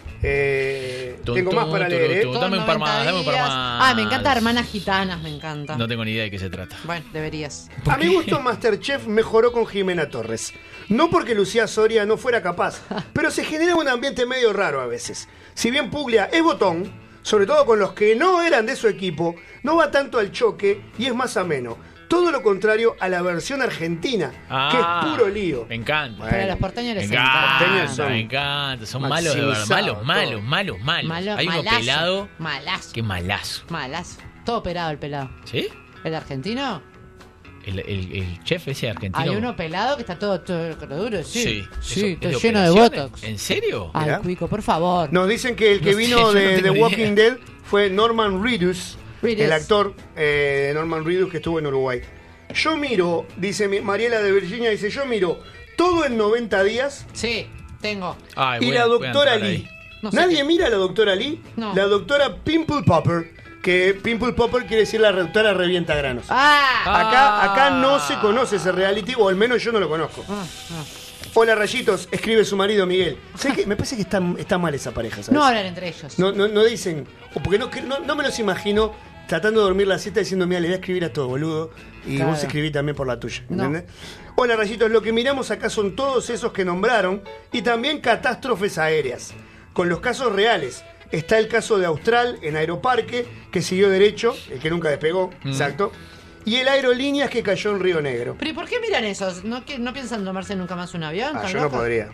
Eh, Tum, tengo tum, más para tum, leer, ¿eh? tum, Dame un par más, dame un par días. más. Ah, me encanta Hermanas Gitanas, me encanta. No tengo ni idea de qué se trata. Bueno, deberías. A mi gusto, Masterchef mejoró con Jimena Torres. No porque Lucía Soria no fuera capaz, pero se genera un ambiente medio raro a veces. Si bien Puglia es botón, sobre todo con los que no eran de su equipo, no va tanto al choque y es más ameno. Todo lo contrario a la versión argentina, Ah, que es puro lío. Me encanta. Pero a los porteños Me les encanta, Porteños son me encanta. Son malos de verdad. maximizados, Malos, todo. malos, malos, malos. Malo, Hay uno malazo, pelado. Malazo. Qué malazo. Malazo. Todo operado el pelado. ¿Sí? ¿El argentino? El, el, el chef ese argentino. Hay uno pelado que está todo, todo duro, sí. Sí. Sí, Eso, está ¿es lleno de operaciones? botox. ¿En serio? Ay, Mirá. Cuico, por favor. Nos dicen que el que No sé, vino yo no de tengo The ni Walking idea. Dead fue Norman Reedus, Reedus. el actor eh, de Norman Reedus que estuvo en Uruguay. Yo miro, dice mi- Mariela de Virginia, dice, yo miro todo en noventa días Sí, tengo. Ay, y voy la a- voy a doctora entrar Lee. ahí. No sé ¿Nadie qué- mira a la doctora Lee? No. La doctora Pimple Popper, que Pimple Popper quiere decir la doctora revienta granos. ¡Ah! Acá, acá no se conoce ese reality, o al menos yo no lo conozco. Ah, ah. Hola Rayitos, escribe su marido Miguel. ¿Sabes qué? Me parece que está, está mal esa pareja, ¿sabes? No hablan entre ellos. No, no, no dicen, o porque no, no, no me los imagino tratando de dormir la siesta diciendo, mira, le voy a escribir a todo, boludo. Y Claro. vos escribí también por la tuya, No. ¿entendés? Hola Rayitos, lo que miramos acá son todos esos que nombraron y también catástrofes aéreas. Con los casos reales. Está el caso de Austral en Aeroparque, que siguió derecho, el que nunca despegó, Mm. exacto. Y el Aerolíneas que cayó en Río Negro. ¿Pero y por qué miran esos? ¿No, que- no piensan tomarse nunca más un avión? Ah, ¿Tan yo no locos? podría.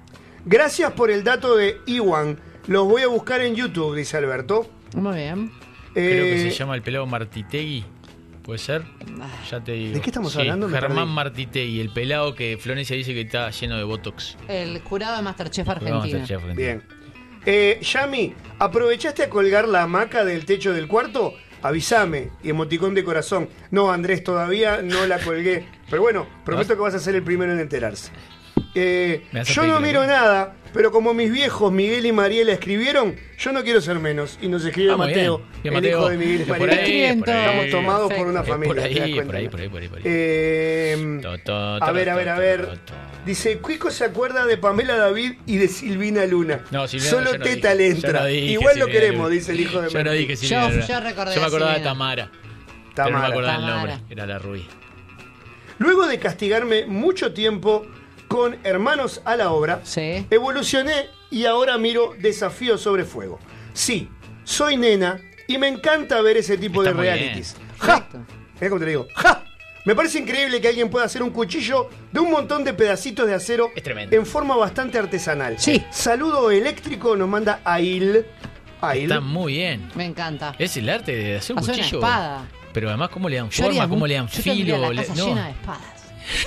Gracias por el dato de Iwan. Los voy a buscar en YouTube, dice Alberto. Muy bien. Creo que Eh, se llama el pelado Martitegui. ¿Puede ser? Ya te digo. ¿De qué estamos Sí, hablando? Me Germán perdí. Martitegui, el pelado que Florencia dice que está lleno de botox. El jurado de Masterchef Vamos a Argentina. hacer chef argentino. Bien. Eh, Yami, ¿aprovechaste a colgar la hamaca del techo del cuarto? Avísame. Y emoticón de corazón. No, Andrés, todavía no la colgué. Pero bueno, prometo que vas a ser el primero en enterarse. Eh, Me hace yo no película. miro nada, pero como mis viejos Miguel y Mariela escribieron, yo no quiero ser menos. Y nos escribe Ah, muy Mateo, bien. Bien, el Mateo. hijo de Miguel y Es por Mariela. ahí, Escriben por ahí. Estamos tomados por una Es familia. por ¿te das ahí, cuenta? por ahí, por ahí, por ahí, por ahí. Eh, To, to, a to, ver, a to, ver, a to, ver. to, to. Dice, Cuico se acuerda de Pamela David y de Silvina Luna. No, Silvina, Solo yo no Teta dije. le Yo entra. no dije Igual lo Silvina queremos, Luna. dice el hijo de Yo no Martín. dije Silvina Yo- Luna. yo recordé Yo me acordaba de Silvina. Tamara. Pero no Tamara. me acordaba el Tamara. nombre. Era la rubia. Luego de castigarme mucho tiempo con Hermanos a la Obra, sí. evolucioné y ahora miro Desafío sobre Fuego. Sí, soy nena y me encanta ver ese tipo Está de muy realities. bien. ¡Ja! Mira cómo te digo. ¡Ja! Me parece increíble que alguien pueda hacer un cuchillo de un montón de pedacitos de acero en forma bastante artesanal. Sí. Saludo eléctrico nos manda Ail. Ail. Está muy bien. Me encanta. Es el arte de hacer un Hacer una cuchillo. espada. Pero además, ¿cómo le dan Yo forma? haría ¿Cómo mu- le dan yo filo? tendría la Le- casa no. llena de espadas.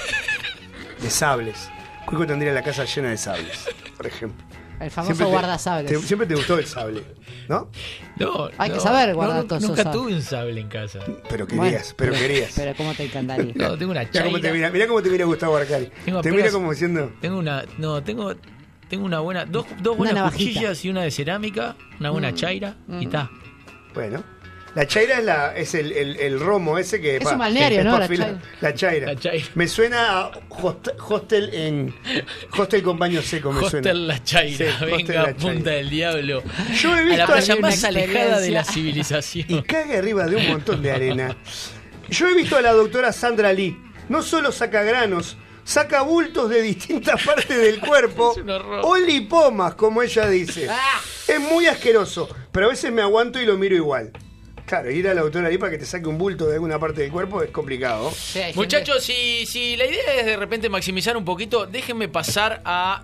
De sables. Cuico tendría la casa llena de sables, por ejemplo. El famoso Siempre te- guardasables. te- siempre te gustó el sable, ¿no? No, Hay que no, saber guardar no, todos esos Nunca sables. tuve un sable en casa. Pero querías, Bueno, pero querías. Pero cómo te encantaría. No, tengo una Mirá cómo te chaira. mira, mirá cómo te mira Gustavo Arcari. Tengo Te mira apenas- como diciendo. Tengo una. No, tengo. Tengo una buena. Dos, dos Una buenas navajita. cuchillas y una de cerámica. Una buena chaira. Y está. Bueno. La chaira es, la, es el, el, el romo ese que... Es un balneario, ¿no? pa' La afilar. chaira. La chaira. La chaira. Me suena a host- hostel en... Hostel con baño seco me suena. Hostel La Chaira. Sí, Hostel Venga, La Chaira. punta del diablo. Yo he A visto la playa alguna más alejada de la experiencia. civilización. Y caga arriba de un montón de arena. Yo he visto a la doctora Sandra Lee. No solo saca granos, saca bultos de distintas partes del cuerpo. Es un horror. O lipomas, como ella dice. Es muy asqueroso, pero a veces me aguanto y lo miro igual. Claro, ir a la doctora Lee para que te saque un bulto de alguna parte del cuerpo es complicado. Sí, hay Muchachos, si, si la idea es de repente maximizar un poquito, déjenme pasar a,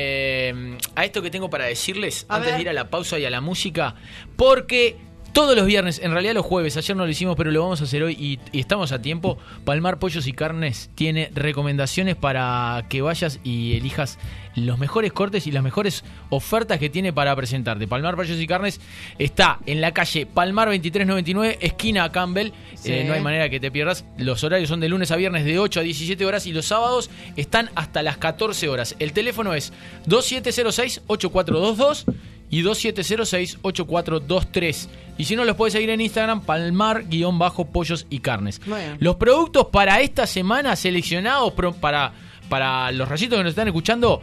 eh, a esto que tengo para decirles A antes ver. de ir a la pausa y a la música, porque todos los viernes, en realidad los jueves, ayer no lo hicimos, pero lo vamos a hacer hoy y, y estamos a tiempo. Palmar Pollos y Carnes tiene recomendaciones para que vayas y elijas los mejores cortes y las mejores ofertas que tiene para presentarte. Palmar Pollos y Carnes está en la calle Palmar veintitrés noventa y nueve, esquina Campbell. Sí. Eh, no hay manera que te pierdas. Los horarios son de lunes a viernes de ocho a diecisiete horas y los sábados están hasta las catorce horas. El teléfono es dos siete cero seis, ocho cuatro dos dos y dos siete cero seis, ocho cuatro dos tres. Y si no, los puedes seguir en Instagram, palmar-pollos y carnes. Muy bien. Los productos para esta semana seleccionados pro- para, para los rayitos que nos están escuchando,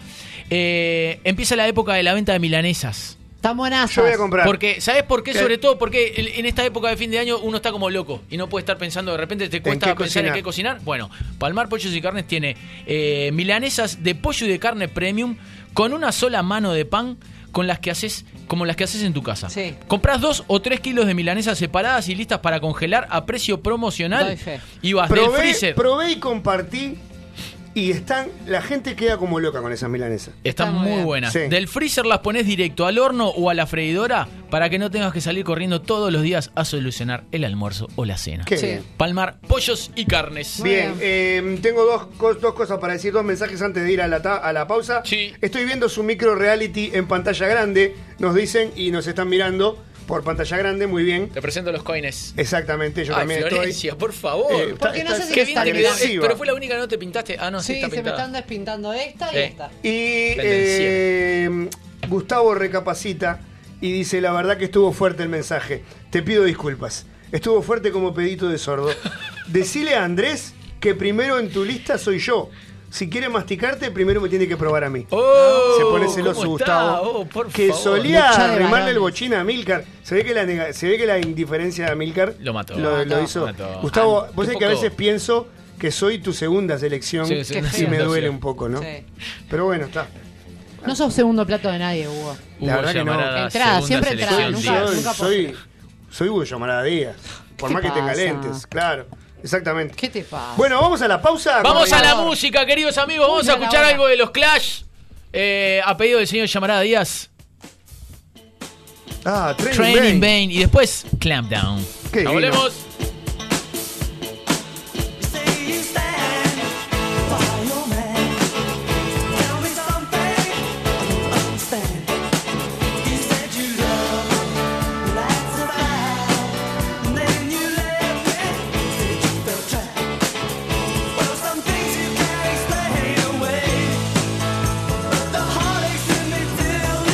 eh, empieza la época de la venta de milanesas. Están buenas. Yo voy a comprar. Porque, ¿sabes por qué? ¿Qué? Sobre todo porque el- en esta época de fin de año uno está como loco y no puede estar pensando, de repente te cuesta qué pensar en cocinar? qué cocinar. Bueno, Palmar Pollos y Carnes tiene eh, milanesas de pollo y de carne premium con una sola mano de pan con las que haces, como las que haces en tu casa. Sí. Comprás dos o tres kilos de milanesas separadas y listas para congelar a precio promocional. Doy fe. Y vas del Probé, freezer. probé y compartí. Y están, la gente queda como loca con esas milanesas. Están Está muy muy bien. buenas. Sí. Del freezer las pones directo al horno o a la freidora para que no tengas que salir corriendo todos los días a solucionar el almuerzo o la cena. Qué Sí. bien. Palmar Pollos y Carnes. Muy Bien, eh, tengo dos, co- dos cosas para decir, dos mensajes antes de ir a la, ta- a la pausa. Sí. Estoy viendo su micro reality en pantalla grande, nos dicen y nos están mirando por pantalla grande, muy bien. Te presento los coines. Exactamente, yo Ay, también Florencia, por favor. Eh, Porque está- no sé está- si Qué me bien está te quedó. agresiva. Eh, Pero fue la única que no te pintaste. Ah, no, sí, Sí, está se me pintada. están despintando esta y Eh. esta. Y Del eh, Gustavo recapacita y dice, la verdad que estuvo fuerte el mensaje. Te pido disculpas. Estuvo fuerte como pedito de sordo. Decile a Andrés que primero en tu lista soy yo. Si quiere masticarte, primero me tiene que probar a mí. Oh, Se pone celoso ¿cómo está? Gustavo. Oh, por que favor. solía Lucha de remarle varones. el bochín a Milcar. Se ve que la, nega- se ve que la indiferencia de Milcar Lo mató. Lo, Lo lo mató. hizo. Lo mató. Gustavo, Ah, vos un sabés que a poco- veces pienso que soy tu segunda selección Sí, sí, y una me segunda duele opción. un poco, ¿no? Sí. Pero bueno, está. No sos segundo plato de nadie, Hugo. La verdad que no. Llamarada, Entrada, segunda siempre selección, entrada, Díaz. nunca- soy, nunca soy, soy Hugo Llamarada Díaz. Por ¿Qué más que tenga pasa? lentes, claro. Exactamente. ¿Qué te pasa? Bueno, vamos a la pausa. Vamos con- a la música, queridos amigos. Vamos Uy, a a la escuchar hora. algo de los Clash. Eh, a pedido del señor Llamarada Díaz. Ah, Training, Training Bane. Bane. Y después Clamp Down. Qué Nos divino. volvemos.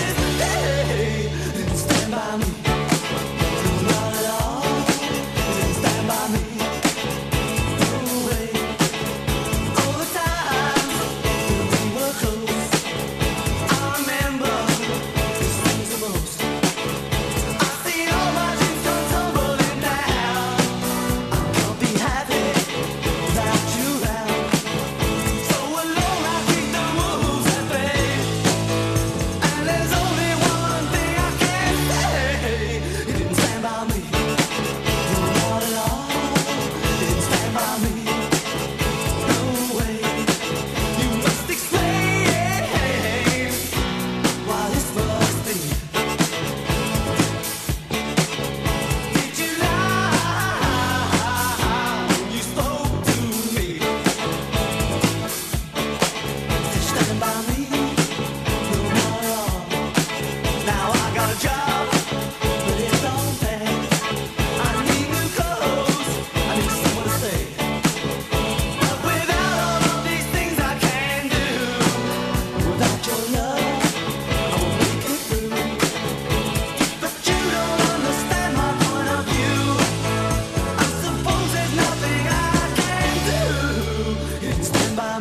Stand by me, not at all.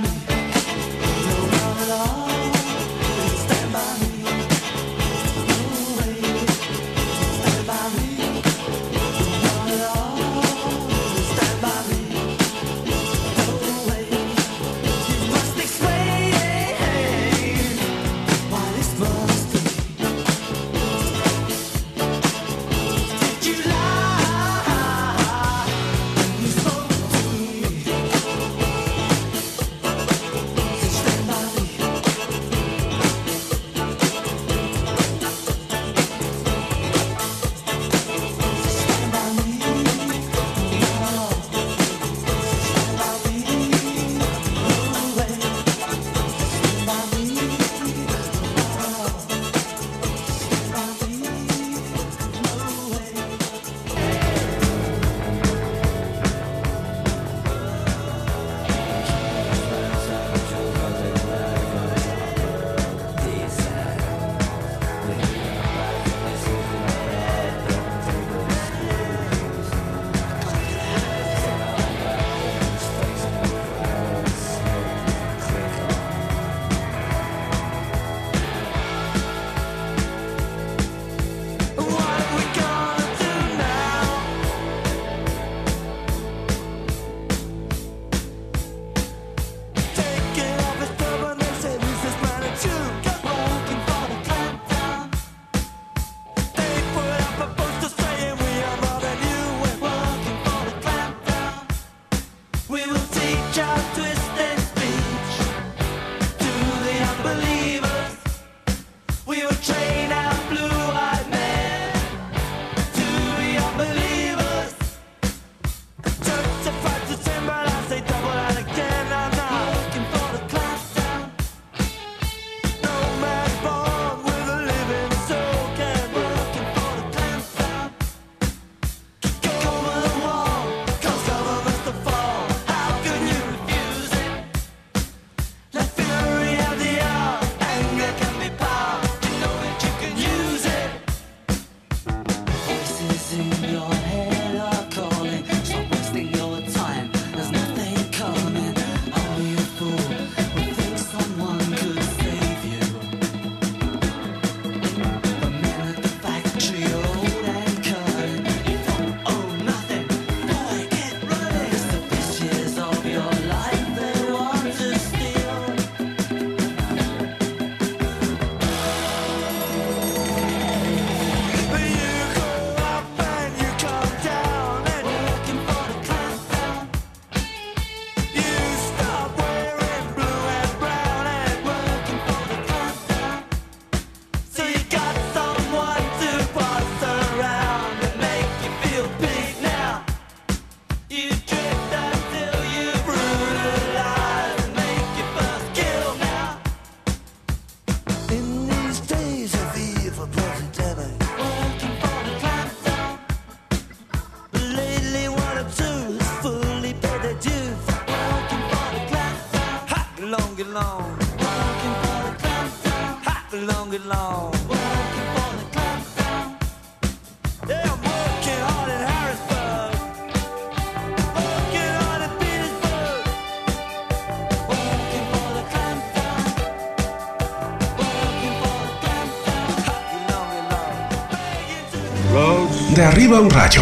De arriba un rayo.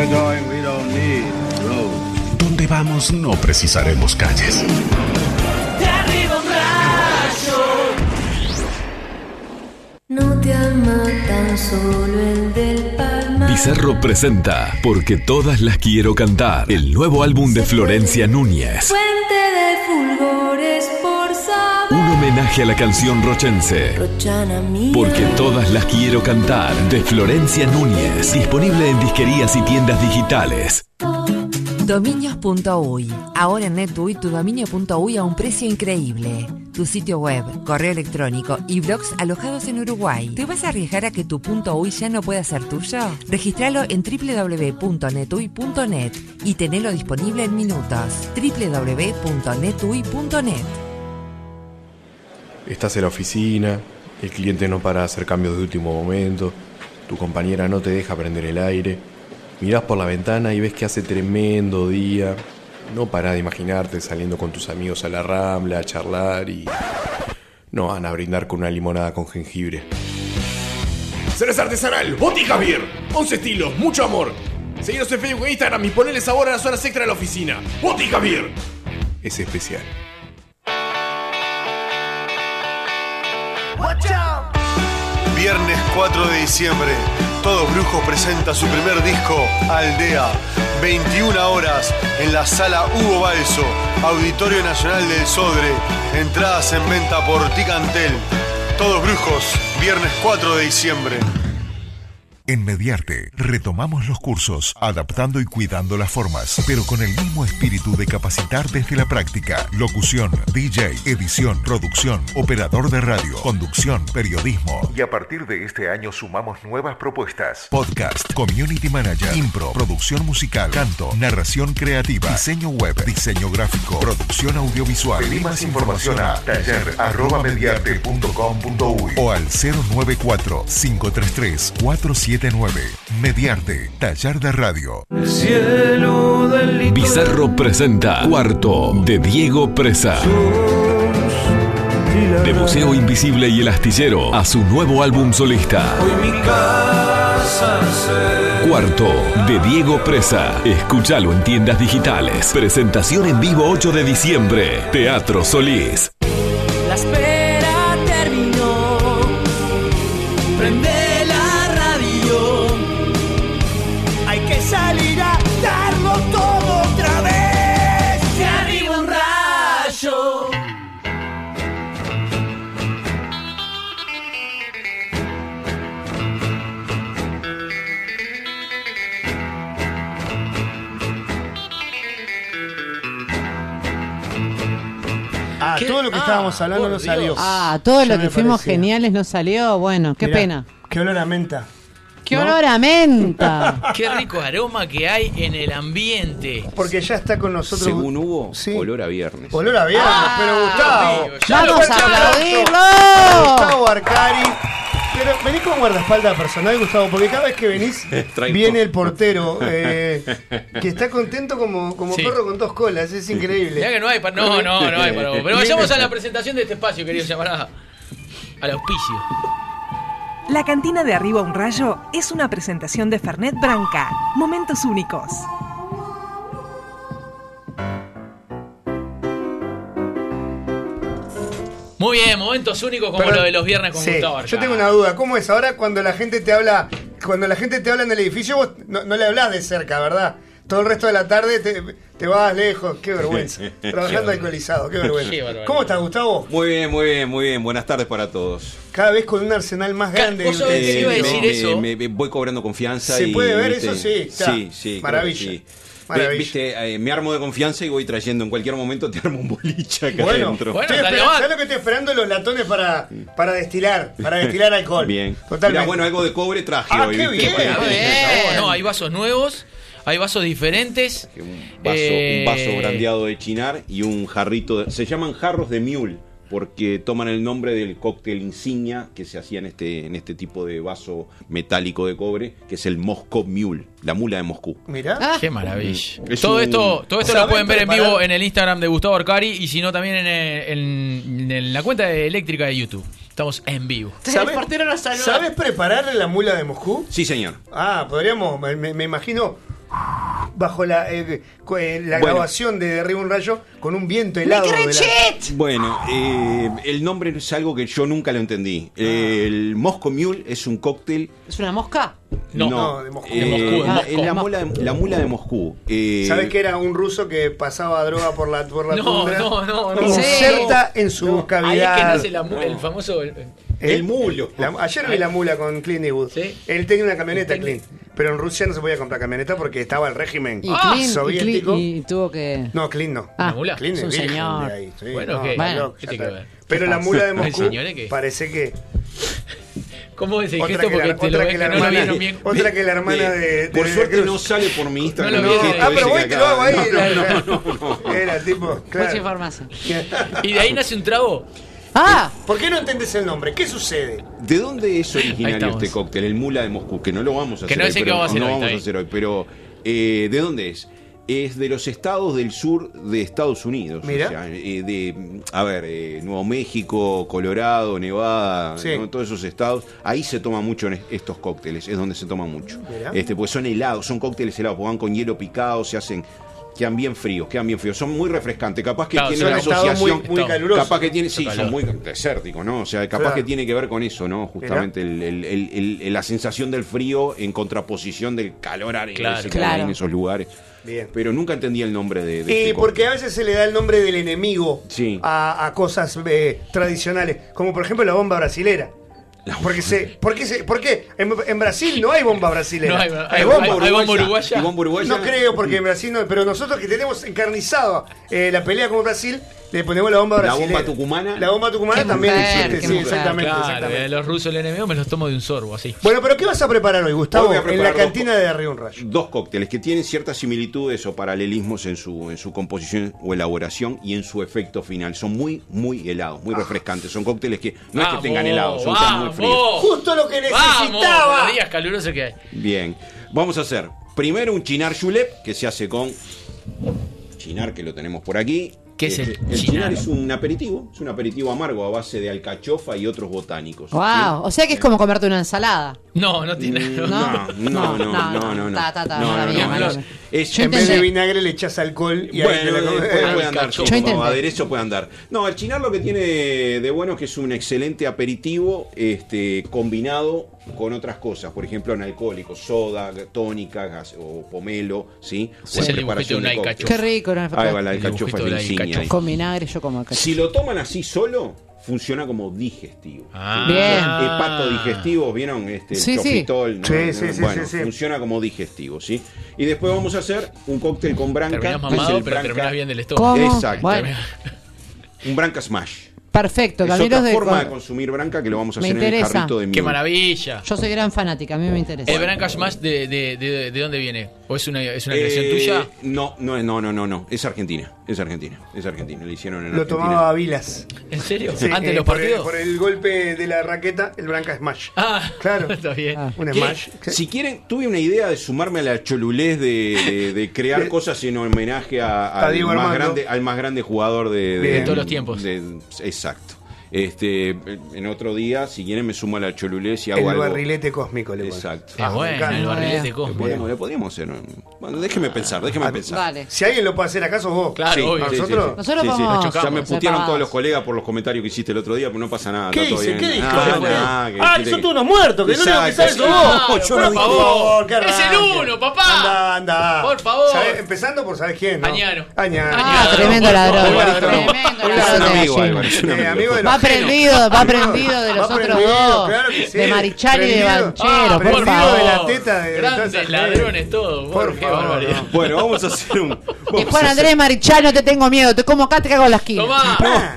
Donde vamos no precisaremos calles. De arriba un rayo. No te ama tan solo el del Palmar. Pizarro presenta Porque todas las quiero cantar, el nuevo álbum de Florencia Núñez. Fuente de fulgores por saber. Un homenaje a la canción rochense. Rochana mía. Porque todas las quiero cantar, de Florencia Núñez. Disponible en disquerías y tiendas digitales. Dominios punto uy. Ahora en NetUI tu dominio punto uy a un precio increíble. Tu sitio web, correo electrónico y blogs alojados en Uruguay. ¿Te vas a arriesgar a que tu .uy ya no pueda ser tuyo? Registralo en doble u doble u doble u punto netui punto net y tenelo disponible en minutos. doble u doble u doble u punto netui punto net. Estás en la oficina, el cliente no para de hacer cambios de último momento, tu compañera no te deja prender el aire, mirás por la ventana y ves que hace tremendo día, No pará de imaginarte saliendo con tus amigos a la Rambla a charlar y no van a brindar con una limonada con jengibre. Cerveza artesanal, Botica Beer. once estilos, mucho amor. Seguinos en Facebook e Instagram y ponele sabor a las horas extra de la oficina. Botica Beer. Es especial. Viernes cuatro de diciembre, Todos Brujos presenta su primer disco, Aldea. veintiuna horas en la Sala Hugo Balso, Auditorio Nacional del Sodre. Entradas en venta por Ticantel. Todos Brujos, viernes cuatro de diciembre. En Mediarte retomamos los cursos, adaptando y cuidando las formas, pero con el mismo espíritu de capacitar desde la práctica. Locución, D J, edición, producción, operador de radio, conducción, periodismo. Y a partir de este año sumamos nuevas propuestas. Podcast, community manager, impro, producción musical, canto, narración creativa, diseño web, diseño gráfico, producción audiovisual. Pedí más información a taller arroba mediarte punto com punto uy o al cero nueve cuatro, cinco tres tres, cuatro siete nueve. Mediarte, taller de radio. El cielo del Bizarro presenta Cuarto de Diego Presa. De Museo Invisible y El Astillero a su nuevo álbum solista. Hoy mi casa se... Cuarto de Diego Presa. Escúchalo en tiendas digitales. Presentación en vivo ocho de diciembre. Teatro Solís. La espera terminó. Prende salir a darlo todo otra vez. De arriba un rayo. Ah, ¿Qué? todo lo que Ah, estábamos hablando por no Dios. salió. Ah, todo Ya lo que me fuimos parecía. geniales no salió. Bueno, qué Mirá, pena. Qué olor a menta. ¡Qué ¿no? olor a menta! Qué rico aroma que hay en el ambiente. Porque ya está con nosotros. Según Hugo, Sí. olor a viernes. Olor a viernes, Ah, pero Gustavo. Dios mío, ya ¡Vamos lo- a aplaudirlo! Gustavo Arcari. Pero vení con guardaespaldas personal, Gustavo, porque cada vez que venís Traigo. viene el portero eh, que está contento como, como Sí. perro con dos colas, es increíble. Mirá que no hay para. No, no, no hay para. Pero vayamos a la presentación de este espacio, querido llamarada. Al auspicio. La cantina de Arriba un Rayo es una presentación de Fernet Branca. Momentos únicos. Muy bien, momentos únicos como Perdón. lo de los viernes con Sí, Gustavo Arcari. yo tengo una duda, ¿cómo es ahora cuando la gente te habla, cuando la gente te habla en el edificio, vos no, no le hablás de cerca, ¿verdad? Todo el resto de la tarde te, te vas lejos, qué vergüenza. Trabajando alcoholizado, qué vergüenza. Qué barbaridad. ¿Cómo estás, Gustavo? Muy bien, muy bien, muy bien. Buenas tardes para todos. Cada vez con un arsenal más Ca- grande. vos sabés que Eh, iba a decir me, eso. me- me voy cobrando confianza. ¿Se y, puede ver ¿viste? eso? Sí, está. Sí, sí. Maravilla. creo que sí. Maravilla. Ve- Viste, eh, me armo de confianza y voy trayendo. En cualquier momento te armo un boliche acá Bueno, adentro. bueno. estoy dale, esperando- va. ¿sabés lo que estoy esperando? Los latones para, para destilar, para destilar alcohol. Bien. Totalmente. Mirá, bueno, algo de cobre traje Ah, hoy. qué ¿viste? bien. Para- Por Bien. favor, no, hay vasos nuevos, hay vasos diferentes. Un vaso, Eh, un vaso brandeado de chinar y un jarrito. De- se llaman jarros de mule porque toman el nombre del cóctel insignia que se hacía en este, en este tipo de vaso metálico de cobre, que es el Moscow Mule, la mula de Moscú. Mirá. Ah, Qué maravilla. Es Todo un- esto, todo esto lo ¿Sabés pueden ver en preparar? vivo en el Instagram de Gustavo Arcari y si no también en, en- en la cuenta de eléctrica de YouTube. Estamos en vivo. ¿Sabés, el portero nos saluda. ¿Sabés preparar la mula de Moscú? Sí, señor. Ah, podríamos, me, me imagino, bajo la, eh, cu- eh, la Bueno. grabación de Derriba un Rayo, con un viento helado. de la- Bueno, eh, el nombre es algo que yo nunca lo entendí. Eh, el Moscow Mule es un cóctel. ¿Es una mosca? No, no, de Moscú. eh, De Moscú, de la- Moscú. es la, mula de, la mula de Moscú. Eh, ¿Sabés que era un ruso que pasaba droga por la, por la No, tundra? no, no, no. Inserta en su Ahí es que cavidad. nace la mu- el famoso. el- El mulo. La- ayer vi la mula con Clint Eastwood. Sí. Él tenía una camioneta, Tenía- Clint. Pero en Rusia no se podía comprar camioneta porque estaba el régimen Y Clint, y soviético. Clint- y tuvo que... No, Clint no. Ah, ¿La mula? Clint es un virgen señor. de ahí, sí, Bueno, no, ¿qué? está Bueno, loco, ¿qué ya tiene está. que ver? Pero ¿Qué la pasa? mula de ¿El Moscú señor es qué? parece que ¿Cómo es el otra gesto? que, Porque la, te lo otra ves que la que no lo hermana, vieron bien. otra que la hermana Ve, de, de por de suerte Cruz. no sale por mi Instagram. No lo el vi. gesto Ah, ese pero que voy y te lo acá- hago ahí. No, no, no, no. Era tipo, claro. Mucha información. Y de ahí nace un trago. ¡Ah! ¿Por qué no entendés el nombre? ¿Qué sucede? ¿De dónde es Ahí originario estamos. este cóctel? El mula de Moscú, que no lo vamos a Que hacer no hoy. es el que pero- vamos a hacer no hoy, vamos a está hacer hoy, pero eh, ¿de dónde es? Es de los estados del sur de Estados Unidos. Mira. O sea, eh, de, a ver, eh, Nuevo México, Colorado, Nevada, Sí. ¿no? Todos esos estados. Ahí se toma mucho en estos cócteles, es donde se toma mucho. Mira. Este, pues son helados, son cócteles helados, porque van con hielo picado, se hacen... Quedan bien fríos, quedan bien fríos. Son muy refrescantes. Capaz que Claro, tiene son una estados asociación. muy- muy calurosos. Capaz que tiene. Sí, Calor. son muy desérticos, ¿no? O sea, capaz Claro. que tiene que ver con eso, ¿no? Justamente el, el- el- el- la sensación del frío en contraposición del calor árido Claro. ese que hay Claro. en esos lugares. Bien. Pero nunca entendí el nombre de. de Y este porque cóctel. a veces se le da el nombre del enemigo Sí. a, a cosas eh, tradicionales, como por ejemplo la bomba brasilera. Porque se, ¿por qué? Se, ¿por qué? En, en Brasil no hay bomba brasilera. No hay- hay- bomba hay- hay uruguaya. bomba uruguaya. ¿Y bomba uruguaya? No creo, porque en Brasil no. Pero nosotros que tenemos encarnizado eh, la pelea con Brasil, le ponemos la bomba La brasilera. bomba tucumana. La bomba tucumana Qué también mujer, existe, qué sí, mujer. exactamente. Claro, exactamente. eh, los rusos el enemigo me los tomo de un sorbo, así. Bueno, pero ¿qué vas a preparar hoy, Gustavo? Hoy voy a en la preparar dos cantina co- de Arriba un Rayo. Dos cócteles que tienen ciertas similitudes o paralelismos en su, en su composición o elaboración y en su efecto final. Son muy, muy helados, muy refrescantes. Son cócteles que no es que Vamos, tengan helado, son que están muy vamos. fríos. Justo lo que Vamos, necesitaba. los días calurosos que hay. Bien, vamos a hacer primero un chinar julep que se hace con chinar, que lo tenemos por aquí. ¿Qué es el Este, el chinar? chinar? Es un aperitivo, es un aperitivo amargo a base de alcachofa y otros botánicos. Wow, o sea que es como comerte una ensalada. No, no tiene. ¿Sí? No, no, no, no, no, no. Ta, ta, ta, No, mala no, mía, no, mala no. mía. Es- Yo En vez de entendí. vinagre le echas alcohol y ahí Bueno, te la comes. puede, puede andar, sí, Yo como intenté. aderezo puede andar. No, el chinar lo que tiene de bueno es que es un excelente aperitivo este, combinado con otras cosas, por ejemplo, analcohólicos, soda, tónica, gas o pomelo, ¿sí? Sí, O es en el dibujito de una cóctel. alcachofa. Qué rico. ¿no? Ahí va la El alcachofa, dibujito es de la la insignia alcachofa. ahí. Con vinagre yo como alcachofa. Si lo toman así solo, funciona como digestivo. Ah. Bien. Hepato digestivo, ¿vieron? Este, el Sí, sí. chofitol, ¿no? Sí, ¿no? sí, sí, Bueno, sí, sí. funciona como digestivo, ¿sí? Y después vamos a hacer un cóctel con branca. Terminás que es mamado, el pero branca- terminás bien del estómago. ¿Cómo? Exacto. Bueno, Un branca smash. perfecto. Es Camilos otra de forma con- de consumir branca que lo vamos a Me hacer en el interesa. jarrito de miel. ¡Qué maravilla! Yo soy gran fanática, a mí me interesa. ¿El Branca Smash de, de, de, de dónde viene? ¿O es una, es una Eh, creación tuya? No, no, no, no, no, no. Es Argentina. Es Argentina. Es Argentina. Lo hicieron en Lo Argentina. tomaba Vilas. ¿En serio? Sí, ¿Antes de eh, los por el- partidos? Por el, golpe de la raqueta, el Branca Smash. Ah, Claro. está bien. Ah. Un ¿Qué? Smash. Si quieren, tuve una idea de sumarme a la cholulez de, de- de crear De- cosas en homenaje a- A al, Diego más Armando. grande, al más grande jugador de, Bien. De todos los tiempos. de- exacto. Este, en otro día, si quieren, me sumo a la cholulez y hago El algo. barrilete cósmico le ponen. Exacto. Es bueno, encanta. el barrilete Le cósmico. podríamos, le podríamos hacer. un- Bueno, déjeme pensar, déjeme Ah, pensar. Vale. Si alguien lo puede hacer acá, sos vos. Claro, Sí, obvio. sí, sí, ¿Nosotros? sí. Nosotros Sí, sí. vamos- Ya me chocamos. putearon Separados. todos los colegas por los comentarios que hiciste el otro día, pero no pasa nada. ¿Qué está todo dice? bien. ¿Qué dijo? Ah, ¿Qué fue? nada, que- Ah, que- que son todos unos muertos, que lo único que sabes Exacto, sos vos. sí. Yo por no dije, favor. qué Es el arranque. uno, papá. Anda, anda. Por favor. ¿Sabés? Empezando por ¿sabés quién? ¿no? Añano. Añano. Ah, Añado, tremendo por ladrón. favor. Ladrón. Tremendo Un Es un ladrón de amigo, gallina. Álvaro, es un Eh, amigo. amigo de los Va ajenos. aprendido, va aprendido de Va los otros aprendido, dos. claro que sí. De Marichal y de Prendido. Banchero, Ah, por prendido favor. de la teta de- de toda Grandes esa gente. ladrones todos. Por qué favor, barbaridad. no. Bueno, vamos a hacer un. Y vamos Juan a hacer- Andrés Marichal, no te tengo miedo, te como acá, te cago en la esquina. Tomá.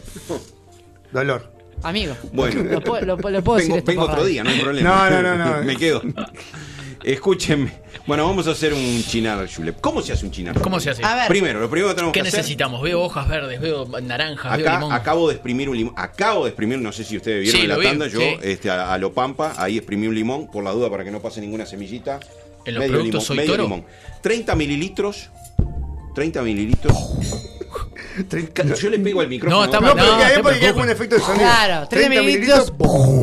Dolor. Amigo. Bueno, Lo puedo- lo- lo puedo decir vengo, esto vengo por otro radio. día, no hay problema. No, no, no, no. Me quedo. Escúchenme. Bueno, vamos a hacer un chinar julep. ¿Cómo se hace un chinar? ¿Cómo se hace? A ver. Primero, lo primero que tenemos ¿Qué que hacer. necesitamos? Veo hojas verdes, veo naranjas, veo Acá limón. acabo de exprimir un limón. Acabo de exprimir, no sé si ustedes vieron Sí, en la lo vi, tanda, yo sí. este, a, a lo pampa, ahí exprimí un limón, por la duda, para que no pase ninguna semillita. ¿En los Medio productos limón, Soy medio Toro? limón. treinta mililitros. treinta mililitros. Yo le pego al micrófono. No, está No, pero No, que hay te porque hay preocupes. un efecto de sonido. Claro, treinta mililitros.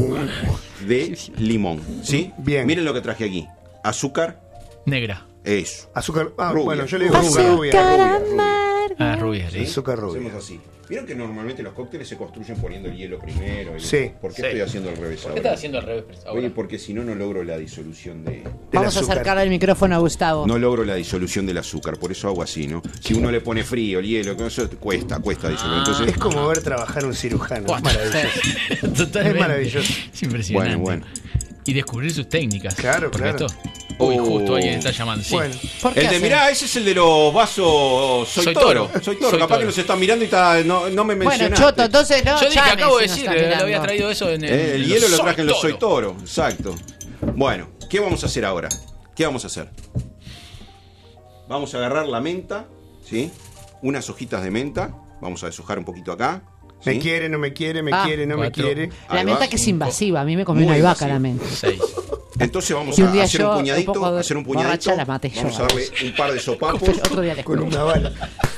de limón, ¿sí? Bien. Miren lo que traje aquí. Azúcar, Negra. eso. Azúcar. Ah, Rubia. bueno, yo le digo Azúcar azúcar rubia. Azúcar rubia. amargo. Ah, rubia, ¿sí? Azúcar rubia. Hacemos así. ¿Vieron que normalmente los cócteles se construyen poniendo el hielo primero? Y- Sí. ¿Por qué Sí. estoy haciendo al revés ¿Por ahora? qué estás haciendo al revés ahora? Oye, porque si no, no logro la disolución de... Vamos a azúcar. acercarle el micrófono a Gustavo. No logro la disolución del azúcar, por eso hago así, ¿no? Si uno le pone frío, el hielo, que eso cuesta, cuesta disolver. Entonces, Es como ver trabajar un cirujano. Es maravilloso. Totalmente. Es maravilloso. Es impresionante. Bueno, bueno. Y descubrir sus técnicas. Claro, Porque claro. esto. Uy, Oh. justo alguien está llamando. Sí. Bueno. ¿Por qué el de, hace? mirá, ese es el de los vasos Soy, Soy Toro. Toro. Soy Toro, Soy capaz Toro. que nos está mirando y está, no, no me Bueno, mencionaste. Choto, entonces no. Yo dije, llames acabo de si no decir, está le, le mirando. había traído eso en el. Eh, el en hielo los lo Soy traje en los Soy Toro. Toro, exacto. Bueno, ¿qué vamos a hacer ahora? ¿Qué vamos a hacer? Vamos a agarrar la menta, ¿sí? Unas hojitas de menta. Vamos a deshojar un poquito acá. Me ¿sí? quiere, no me quiere, me Ah, quiere, no me cuatro. quiere. La Ahí menta va. que es invasiva. A mí me comió Muy una albahaca invasiva. la menta. Seis. Entonces vamos Y un a día hacer yo, un un puñadito, poco hacer un borracha, puñadito. la maté yo, Vamos a darle un par de sopapos. Otro día les Con cuento. una bala.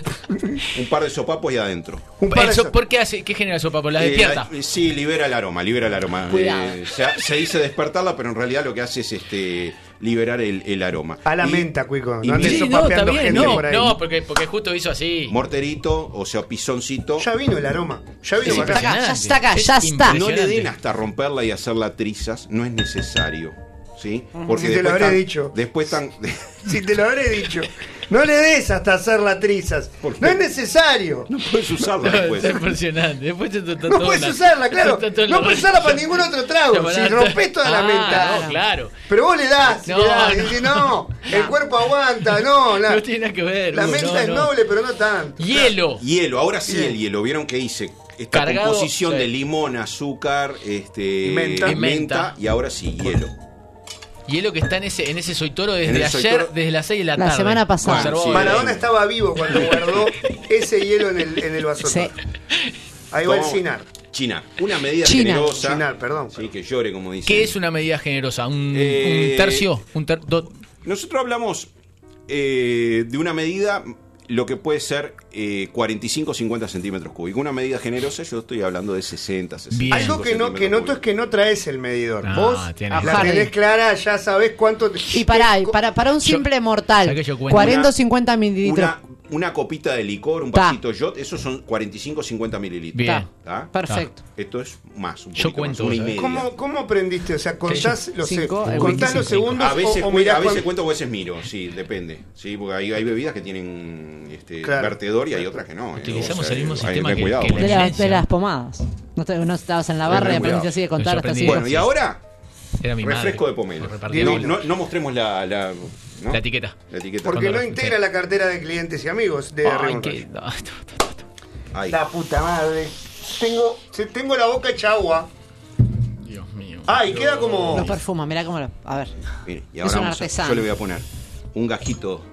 Un par de sopapos y adentro. Un par de Eso, so- ¿por qué hace? ¿Qué genera sopa? ¿Por la Eh, despierta? la- sí, libera el aroma, libera el aroma. Cuidado. Eh, se, se dice despertarla, pero en realidad lo que hace es este liberar el, el aroma. A la Y- menta, Cuico. y No andes mi- Sí, no, está sopapeando bien, gente no, por ahí. no, porque, porque justo hizo así. Morterito, o sea, pisoncito. Ya vino el aroma. Ya vino Es para acá. Ya está acá, Es ya está. No le den impresionante. hasta romperla y hacerla trizas, no es necesario. ¿Sí? Porque Si te lo después habré tan- dicho. Después tan. Si te lo habré dicho. No le des hasta hacer las trizas. ¿Por qué? No es necesario. No puedes usarla después. Es impresionante. Después está todo No en puedes la- usarla, claro. está todo en No la- puedes usarla para ningún otro trago. Ya, Si para- rompes toda la Ah, menta. No, claro. Pero vos le das, No, le das. Y no. decís, no, el cuerpo aguanta, no. La, No tiene nada que ver. la Hugo, menta no, es no. noble, pero no tanto. Hielo. Hielo, ahora sí Bien. el hielo. Vieron que hice esta Cargado, composición sí. de limón, azúcar, este, Menta. menta, Menta. y ahora sí, hielo. Hielo que está en ese, en ese soitoro En desde el ayer, soitoro. desde las seis de la La tarde. semana pasada. Conservó- Sí. Maradona estaba vivo cuando guardó ese hielo en el, en el vaso. Sí. Ahí va el Tomamos- Cinar. China, una medida China. generosa. Cinar, perdón. Sí, que llore, como dice. ¿Qué es una medida generosa? ¿Un, Eh, un tercio? Un ter- do- Nosotros hablamos eh, de una medida, lo que puede ser eh, cuarenta y cinco o cincuenta centímetros cúbicos. Una medida generosa, yo estoy hablando de sesenta, sesenta. Bien. Algo que no que noto es que no traes el medidor. Ah, Vos tienes la razón. tenés clara, ya sabés cuánto. te- Y pará, y qué- para, para un simple mortal, ¿sabés que yo cuento? cuarenta o Una- cincuenta mililitros. Una, una copita de licor, un Ta. vasito shot, esos son cuarenta y cinco o cincuenta mililitros. Bien. ¿Tá? Perfecto. Esto es más, un Yo poquito cuento, más, una y ¿sabes? media. ¿Cómo, ¿Cómo aprendiste? O sea, contás los, se- Cinco, eh, contás los veinticinco. segundos A veces, o, o cu- mirás a veces cuán- cuento o a veces miro, sí, depende. Sí, porque hay, hay bebidas que tienen este, Claro. vertedor y hay otras que no. eh. Utilizamos O sea, el mismo hay sistema tener que- cuidado que con la De, eso. las- de las pomadas. No, te- no estabas en la barra y Ten aprendiste cuidado. así de contar Yo hasta aprendí. cinco. Bueno, y ahora, Era mi refresco madre. de pomelo. Lo repartía. No, no, no mostremos la, la, ¿no? La etiqueta. La etiqueta. Porque Cuando no la- integra la cartera de clientes y amigos de Ay, Arriba un qué- Rayo. no, no, no, no. Ahí. La puta madre. Tengo, se- tengo la boca hecha agua. Dios mío. Ah, y queda como. Los perfuma, mirá cómo lo. A ver. Mire, y Es ahora un vamos a- artesano. yo le voy a poner un gajito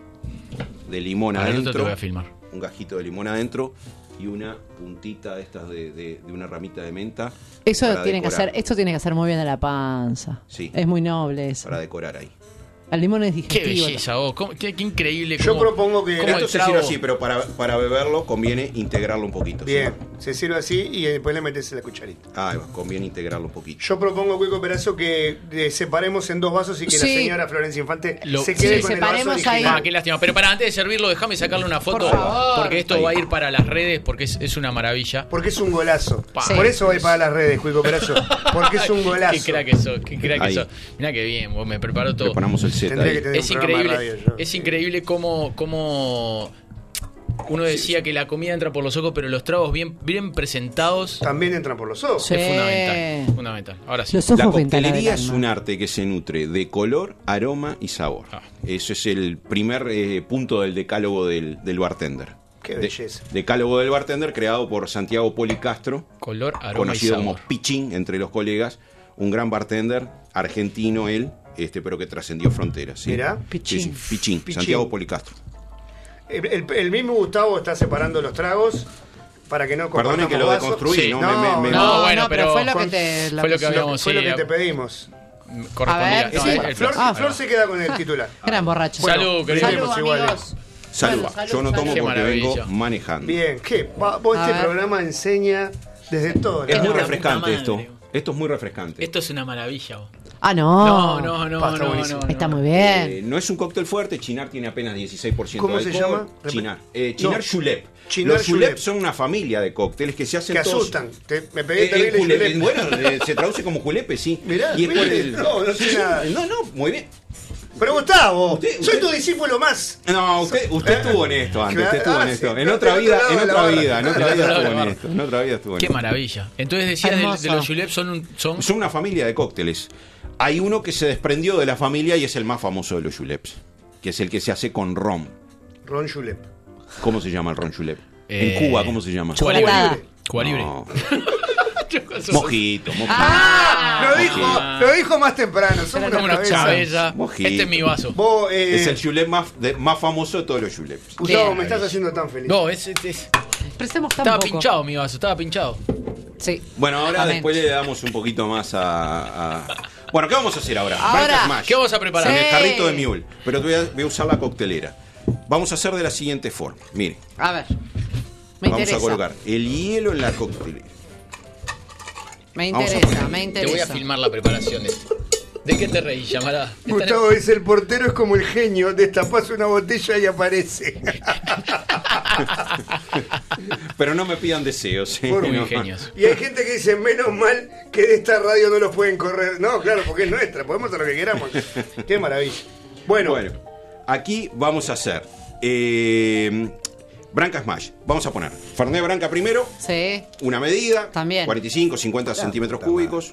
de limón Al rato adentro. te voy a filmar. Un gajito de limón adentro y una puntita de estas de, de- de una ramita de menta. Eso para tiene que decorar, hacer, esto tiene que hacer muy bien a la panza. Sí. Es muy noble eso. Para decorar ahí. El limón es Qué digestivo. belleza, vos. ¿Cómo- qué, qué increíble. Yo cómo- propongo que- cómo Esto el se sirve trago- así, pero para, para beberlo conviene integrarlo un poquito. ¿sí? Bien, se sirve así y después le metes la cucharita. Ah, ahí va, conviene integrarlo un poquito. Yo propongo, Cuico Perazo, que eh, separemos en dos vasos y que Sí. la señora Florencia Infante Lo- se quede Sí, con el vaso separemos original. ahí. Ah, qué lástima. Pero para antes de servirlo, déjame sacarle una foto. Por favor. Porque esto Ahí. va a ir para las redes, porque es, es una maravilla. Porque es un golazo. Sí. Por eso va a ir para las redes, Cuico Perazo. Porque es un golazo. Qué crack eso, qué crack Ahí. eso. Mirá que bien, vos me preparó todo. Le ponemos el set Tendría ahí. que tener Es un programa de increíble, radio yo. es increíble cómo, cómo uno decía que la comida entra por los ojos, pero los tragos bien, bien presentados También entran por los ojos. Sí. es fundamental. Fundamental. Ahora sí. Los La ojos pintan la coctelería del es alma. un arte que se nutre de color, aroma y sabor. Ah. Eso es el primer eh, punto del decálogo del, del bartender. Qué De- belleza. decálogo del bartender creado por Santiago Policastro, Color, aroma conocido y como sabor. Pichín entre los colegas, un gran bartender argentino él, este, pero que trascendió fronteras. ¿sí? Mirá. Sí, Pichín. sí, Pichín, Pichín. Santiago Policastro. El, el- el mismo Gustavo está separando los tragos para que no Perdonen que lo compartamos vasos. deconstruí, Sí. ¿no? No, Me- me- me- No, No, bueno, no, pero pero fue lo que con- te. fue lo que Lo- habíamos fue lo sí, que te pedimos. correspondía. A ver, no, sí. el- el Flor, Flor. Ah, Flor se queda con el titular. Eran borrachos. Bueno, Salud, querido. brindemos Salud, igual. amigos. Salud. Bueno, salud, Yo no tomo salud. Qué porque maravilla. vengo manejando. Bien, ¿qué? Va- Vos A este ver. programa enseña desde todo. Es No, muy la refrescante puta esto. madre. Esto es muy refrescante. Esto es una maravilla. vos. Ah, no. No, no, no, Pa, está no, buenísimo. no, no. Está muy bien. Eh, no es un cóctel fuerte, Chinar tiene apenas dieciséis por ciento ¿Cómo de se alcohol. llama? Chinar. Eh, Chinar No. Julep. Chinar Los Julep Julep. son una familia de cócteles que se hacen Que todos... asustan. Te- me pegué Eh, terrible eh, julep, Julep. bueno, eh, se traduce como julepe, sí. Mirá, y después ¿viste? el- No, no sé Sí, nada. No, no, muy bien. Pero Gustavo, Usted- soy usted- tu discípulo más. No, usted, usted estuvo en esto antes, usted estuvo Ah, en esto. sí, En pero otra del vida, otro en lado de otra la vida, en barra. otra Del vida otro lado estuvo de en la esto. En otra vida estuvo en Qué esto. maravilla. Entonces decías Hermoso. de, de los juleps son un, son Son una familia de cócteles. Hay uno que se desprendió de la familia y es el más famoso de los juleps, que es el que se hace con rom. Ron Julep. ¿Cómo se llama el ron julep? Eh, En Cuba, ¿cómo se llama? Cuba Chocolatada. Libre. Cuba Libre. No. Mojito, mojito. Ah, lo dijo, Ah. lo dijo más temprano. Somos Como una una cabeza. cabeza. Mojito. Este es mi vaso. Vos, eh, Es el julep más, de- más famoso de todos los juleps. Gustavo, Bien. me estás haciendo tan feliz. No, es, es- es- Prestemos tan estaba poco. pinchado mi vaso, estaba pinchado. Sí. Bueno, ahora Amén. después le damos un poquito más a, a, Bueno, ¿qué vamos a hacer ahora? Ahora, Branca Smash. ¿qué vamos a preparar? En el Sí. jarrito de Mule. Pero voy a, voy a usar la coctelera. Vamos a hacer de la siguiente forma. Mire, A ver. Me vamos interesa. a colocar el hielo en la coctelera. Me Vamos a interesa, poner- me Te interesa. voy a filmar la preparación de esto. ¿De qué te reís, llamará? Gustavo dice, el portero es como el genio, destapas una botella y aparece. Pero no me pidan deseos. ¿eh? Por- No. Y hay gente que dice, menos mal que de esta radio no los pueden correr. No, claro, porque es nuestra, podemos hacer lo que queramos. Qué maravilla. Bueno, Bueno, aquí vamos a hacer eh, Branca Smash. Vamos a poner Fernet Branca primero, Sí. una medida, También. cuarenta y cinco, cincuenta centímetros cúbicos.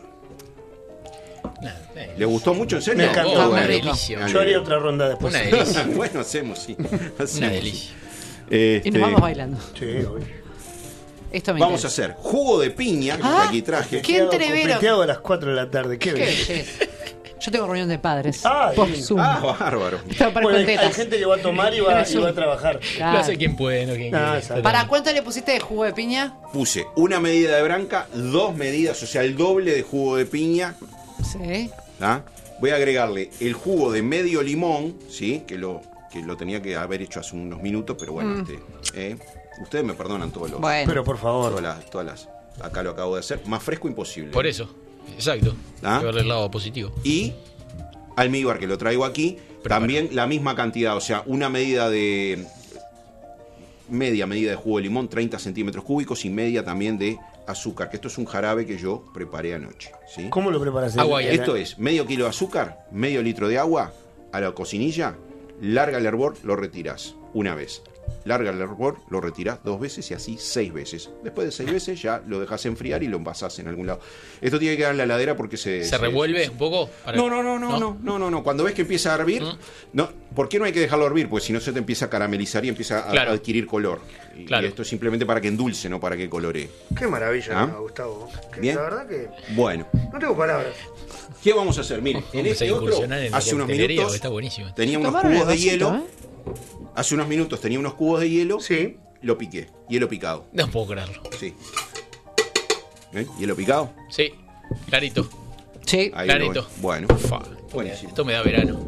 ¿Les gustó mucho, en serio? Me encantó. Oh, Una bueno. delicia. yo haría otra ronda después. Una delicia. Bueno, hacemos, sí. Hacemos, Una sí. delicia. Este, Y nos vamos bailando. Sí, obvio. Esto me Vamos a interesa. hacer jugo de piña, Ah, que aquí traje. qué entrevero. Copeteado a las cuatro de la tarde, qué, Qué belleza. belleza. Yo tengo reunión de padres. Ah, por bien. Zoom. Ah, bárbaro. Pero para Bueno, con hay, hay tetas. gente que va a tomar y va, y va a trabajar. Claro. Lo hace quien puede, no quien Ah, quiere. exacto. ¿Para cuánto le pusiste de jugo de piña? Puse una medida de branca, dos medidas, o sea, el doble de jugo de piña. Sí. ¿Ah? Voy a agregarle el jugo de medio limón, ¿sí? Que lo, que lo tenía que haber hecho hace unos minutos, pero bueno, Mm. este, eh, ustedes me perdonan todos los. Bueno. Pero por favor. Todas las, todas las. Acá lo acabo de hacer. Más fresco imposible. Por eso, exacto. ¿Ah? Hay que verle el lado positivo. Y almíbar, que lo traigo aquí, también la misma cantidad, o sea, una medida de. Media medida de jugo de limón, treinta centímetros cúbicos, y media también de azúcar, que esto es un jarabe que yo preparé anoche. ¿sí? ¿Cómo lo preparas? Agua y Esto es medio kilo de azúcar, medio litro de agua a la cocinilla, larga el hervor, lo retiras una vez. Larga el hervor, lo retirás dos veces y así seis veces. Después de seis veces ya lo dejas enfriar y lo envasás en algún lado. Esto tiene que quedar en la heladera porque se... ¿Se revuelve un poco? Para- No, no, no, no, no, no, no, no. Cuando ves que empieza a hervir, ¿Mm? no, ¿por qué no hay que dejarlo hervir? Pues si no se te empieza a caramelizar y empieza a, Claro. a adquirir color. Y, Claro. y esto es simplemente para que endulce, no para que coloree. Qué maravilla, ¿Ah? ¿no, Gustavo? Que Bien. La verdad que Bueno, no tengo palabras. ¿qué vamos a hacer? Mire, en Vamos a este otro, incursionar en la hace unos coctelería, minutos, está buenísimo. tenía unos Tomaron el cubos de vasito, hielo. ¿eh? Hace unos minutos tenía unos cubos de hielo. Sí. Lo piqué. Hielo picado. No puedo creerlo. Sí. ¿Ven? Hielo picado. Sí, clarito. Sí. Ahí Clarito. lo ven. Bueno. Fa, Buenísimo. esto me da verano.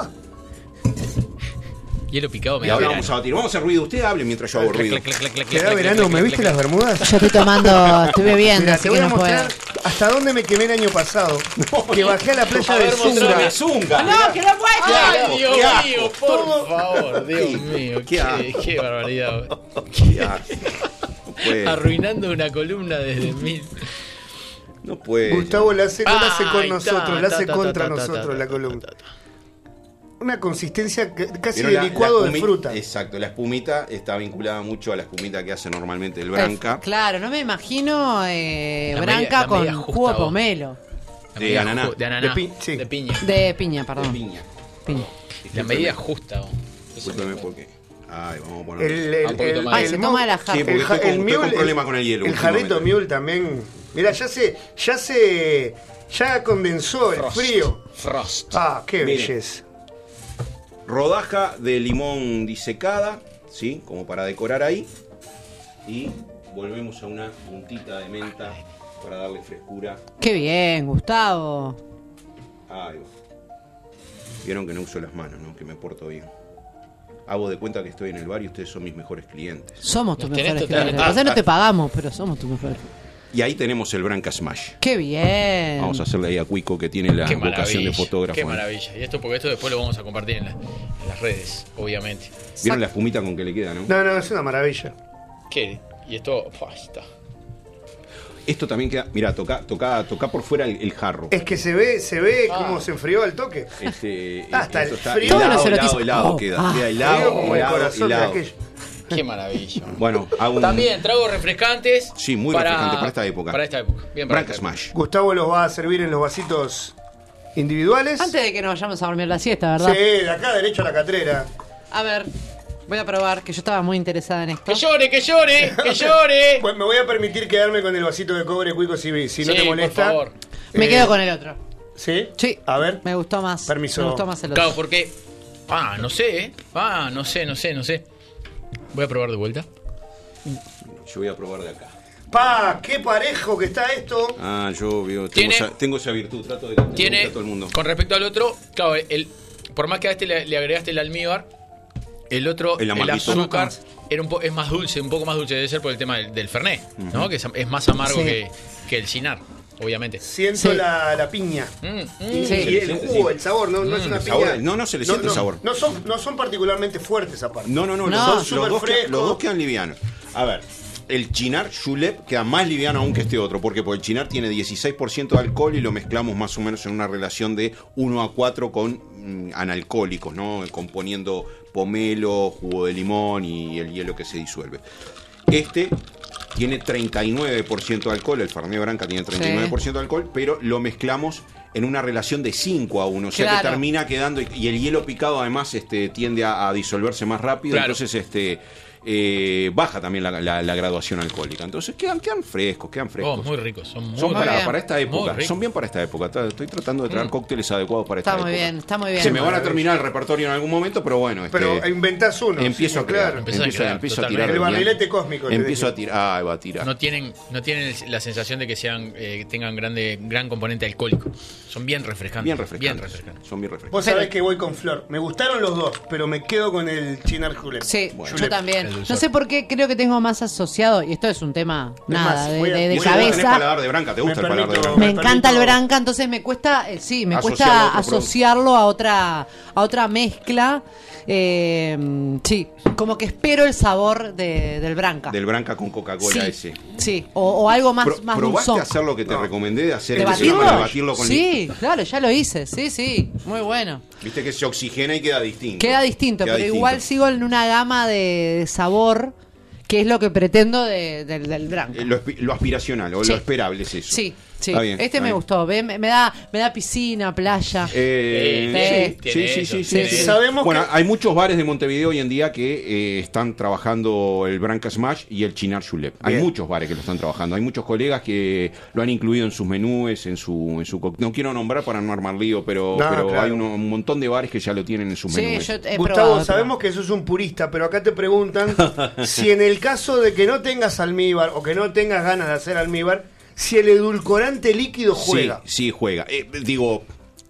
Hielo picado me Y da ahora verano. vamos a batir. Vamos a hacer ruido. Usted hable mientras yo hago Clac, ruido. clac, clac, clac, ¿Te da clac, verano? clac, ¿Me clac, viste clac. las bermudas? Yo estoy tomando, estoy bebiendo, Mira, así te voy que a no puedo. mostrar hasta dónde me quemé el año pasado. Que bajé a la playa A de ver, mostrame. Zunga. Zunga. ¡No, que no muestre! Ay, Dios Qué asco. mío, por favor, Dios mío, Qué qué, asco. qué barbaridad. Qué asco. No puede. Arruinando una columna desde mil. No puede. Gustavo la hace, no la hace con Ay, nosotros, ta, la hace ta, ta, contra ta, ta, nosotros ta, la ta, columna. ta, ta. Una consistencia que- casi Pero de la- licuado la de espumi- fruta. Exacto, la espumita está vinculada mucho a la espumita que hace normalmente el branca. Claro, no me imagino eh, La branca media- la con media justa, jugo de vos. pomelo. La De medida ananá. ju- De ananá. De pi- sí. De piña. De piña, perdón. De piña. Piña. La medida justa. vos. Eso Discúlpeme me- porque. Ay, vamos a poner. El, el, Un poquito el- más. Ay, el se mu- toma de la Sí, jarra. porque el, estoy ja- con, el estoy con mule- problema con el hielo. El jarrito últimamente. mule también. Mira, ya se, ya se, ya condensó el Frost. frío. Frost. Ah, qué Mire. belleza. Rodaja de limón disecada, ¿sí? Como para decorar ahí. Y volvemos a una puntita de menta para darle frescura. Qué bien, Gustavo. Ahí va. Vieron que no uso las manos, ¿no? Que me porto bien. Hago de cuenta que estoy en el bar y ustedes son mis mejores clientes. Somos tus Los tenés mejores total- clientes. O sea, no te pagamos, pero somos tus mejores. Y ahí tenemos el Branca Smash. Qué bien. Vamos a hacerle ahí a Cuico, que tiene la Qué vocación maravilla. de fotógrafo. Qué ¿eh? maravilla. Y esto porque esto después lo vamos a compartir en, la- en las redes, obviamente. ¿Vieron la espumita con que le queda, no? No, no, es una maravilla. ¿Qué? Y esto, pua, ahí está. Esto también queda. Mira, toca, toca, toca por fuera el, el jarro. Es que se ve, se ve Ah. cómo se enfrió al toque. Este, Hasta esto el está frío. Todos helado, los helado, erotizos. helado Oh, queda. ah. Queda Frío helado, como el helado, corazón de helado. aquello. Qué maravilla. Bueno, hago un También tragos refrescantes. Sí, muy refrescante para esta época. Para esta época. Bien, para Branca esta época. Smash. Gustavo los va a servir en los vasitos individuales. Antes de que nos vayamos a dormir la siesta, ¿verdad? Sí, de acá derecho a la catrera. A ver, voy a probar, que yo estaba muy interesada en esto. ¡Que llore, que llore, que llore! Bueno, me voy a permitir quedarme con el vasito de cobre, Cuico, si, si no Sí, te molesta. por favor. Me Eh, quedo con el otro. ¿Sí? Sí. A ver. Me gustó más. Permiso. Me gustó más el otro. Claro, porque. Ah, no sé, ¿eh? Ah, no sé, no sé, no sé. Voy a probar de vuelta. Yo voy a probar de acá. Pa, qué parejo que está esto. Ah, yo veo, tengo, esa, tengo esa virtud, trato de que tiene, a todo el mundo. Con respecto al otro, claro, el, por más que a este le, le agregaste el almíbar, el otro, el, el azúcar, era un po, es más dulce, un poco más dulce, debe ser por el tema del, del Fernet, uh-huh. ¿no? Que es, es más amargo sí. que, que el Cynar, obviamente. Siento sí. la, la piña. Mm, mm, y, sí. y el jugo, el sabor, no, no mm, es una piña. Sabor, no, no se le siente no, el sabor. No son, no son particularmente fuertes aparte. No, no, no, no. Los, son los, dos frescos. Que, los dos quedan livianos. A ver, el Cynar Julep queda más liviano aún que este otro. ¿Por qué? Porque el Cynar tiene dieciséis por ciento de alcohol y lo mezclamos más o menos en una relación de uno a cuatro con mm, analcohólicos, ¿no? Componiendo pomelo, jugo de limón y el hielo que se disuelve. Este tiene treinta y nueve por ciento de alcohol, el Fernet Branca tiene treinta y nueve por ciento de alcohol, pero lo mezclamos en una relación de cinco a uno, o sea claro. que termina quedando, y el hielo picado además este, tiende a, a disolverse más rápido, claro. entonces este eh, baja también la, la, la graduación alcohólica, entonces quedan, quedan frescos, quedan frescos. Oh, muy ricos, son muy son para, bien. para esta época, son bien para esta época, estoy tratando de traer mm. cócteles adecuados para esta está época. Está muy bien, está muy bien. Se me van a terminar el repertorio en algún momento, pero bueno. Este, pero inventás uno. Empiezo sí, a crear, claro. empiezo, empiezo, a, empiezo a tirar. El barrilete cósmico. Empiezo a tirar, ah, va a tirar. No tienen, no tienen la sensación de que sean, eh, tengan grande, gran componente alcohólico. Son bien refrescantes. Bien refrescantes. Bien refrescantes. Son bien refrescantes. Vos sabés que voy con Flor. Me gustaron los dos, pero me quedo con el Cynar Julep. Sí, bueno. yo también. No sé por qué creo que tengo más asociado, y esto es un tema, es nada, más, de, de, de a, cabeza. Tenés paladar de Branca, ¿te gusta me el paladar de Branca? Me encanta el Branca, entonces me cuesta, eh, sí, me asociarlo cuesta a asociarlo a otra, a otra mezcla. Eh, sí, como que espero el sabor de, del Branca. Del Branca con Coca-Cola sí, ese. Sí, o, o algo más, Pro, más ¿Probaste dulzón? hacer lo que te no. recomendé de hacer? ¿De el batirlo? de batirlo con sí, li- claro, ya lo hice. Sí, sí, muy bueno. Viste que se oxigena y queda distinto. Queda distinto, queda pero distinto. Igual sigo en una gama de, de sabor que es lo que pretendo de, de, del Branca. Lo, lo aspiracional o sí. lo esperable es eso. Sí. Sí, bien, este me bien. gustó, me, me da me da piscina, playa. Eh, sí, sí, sí, sí, sí, sí. Sabemos bueno, que... hay muchos bares de Montevideo hoy en día que eh, están trabajando el Branca Smash y el Cynar Julep. Hay bien. muchos bares que lo están trabajando. Hay muchos colegas que lo han incluido en sus menúes, en su en su no quiero nombrar para no armar lío, pero, no, pero claro. hay uno, un montón de bares que ya lo tienen en sus sí, menúes. Yo he Gustavo, probado, sabemos pero... que sos un purista, pero acá te preguntan si en el caso de que no tengas almíbar o que no tengas ganas de hacer almíbar, si el edulcorante líquido juega. Sí, sí juega. Eh, digo,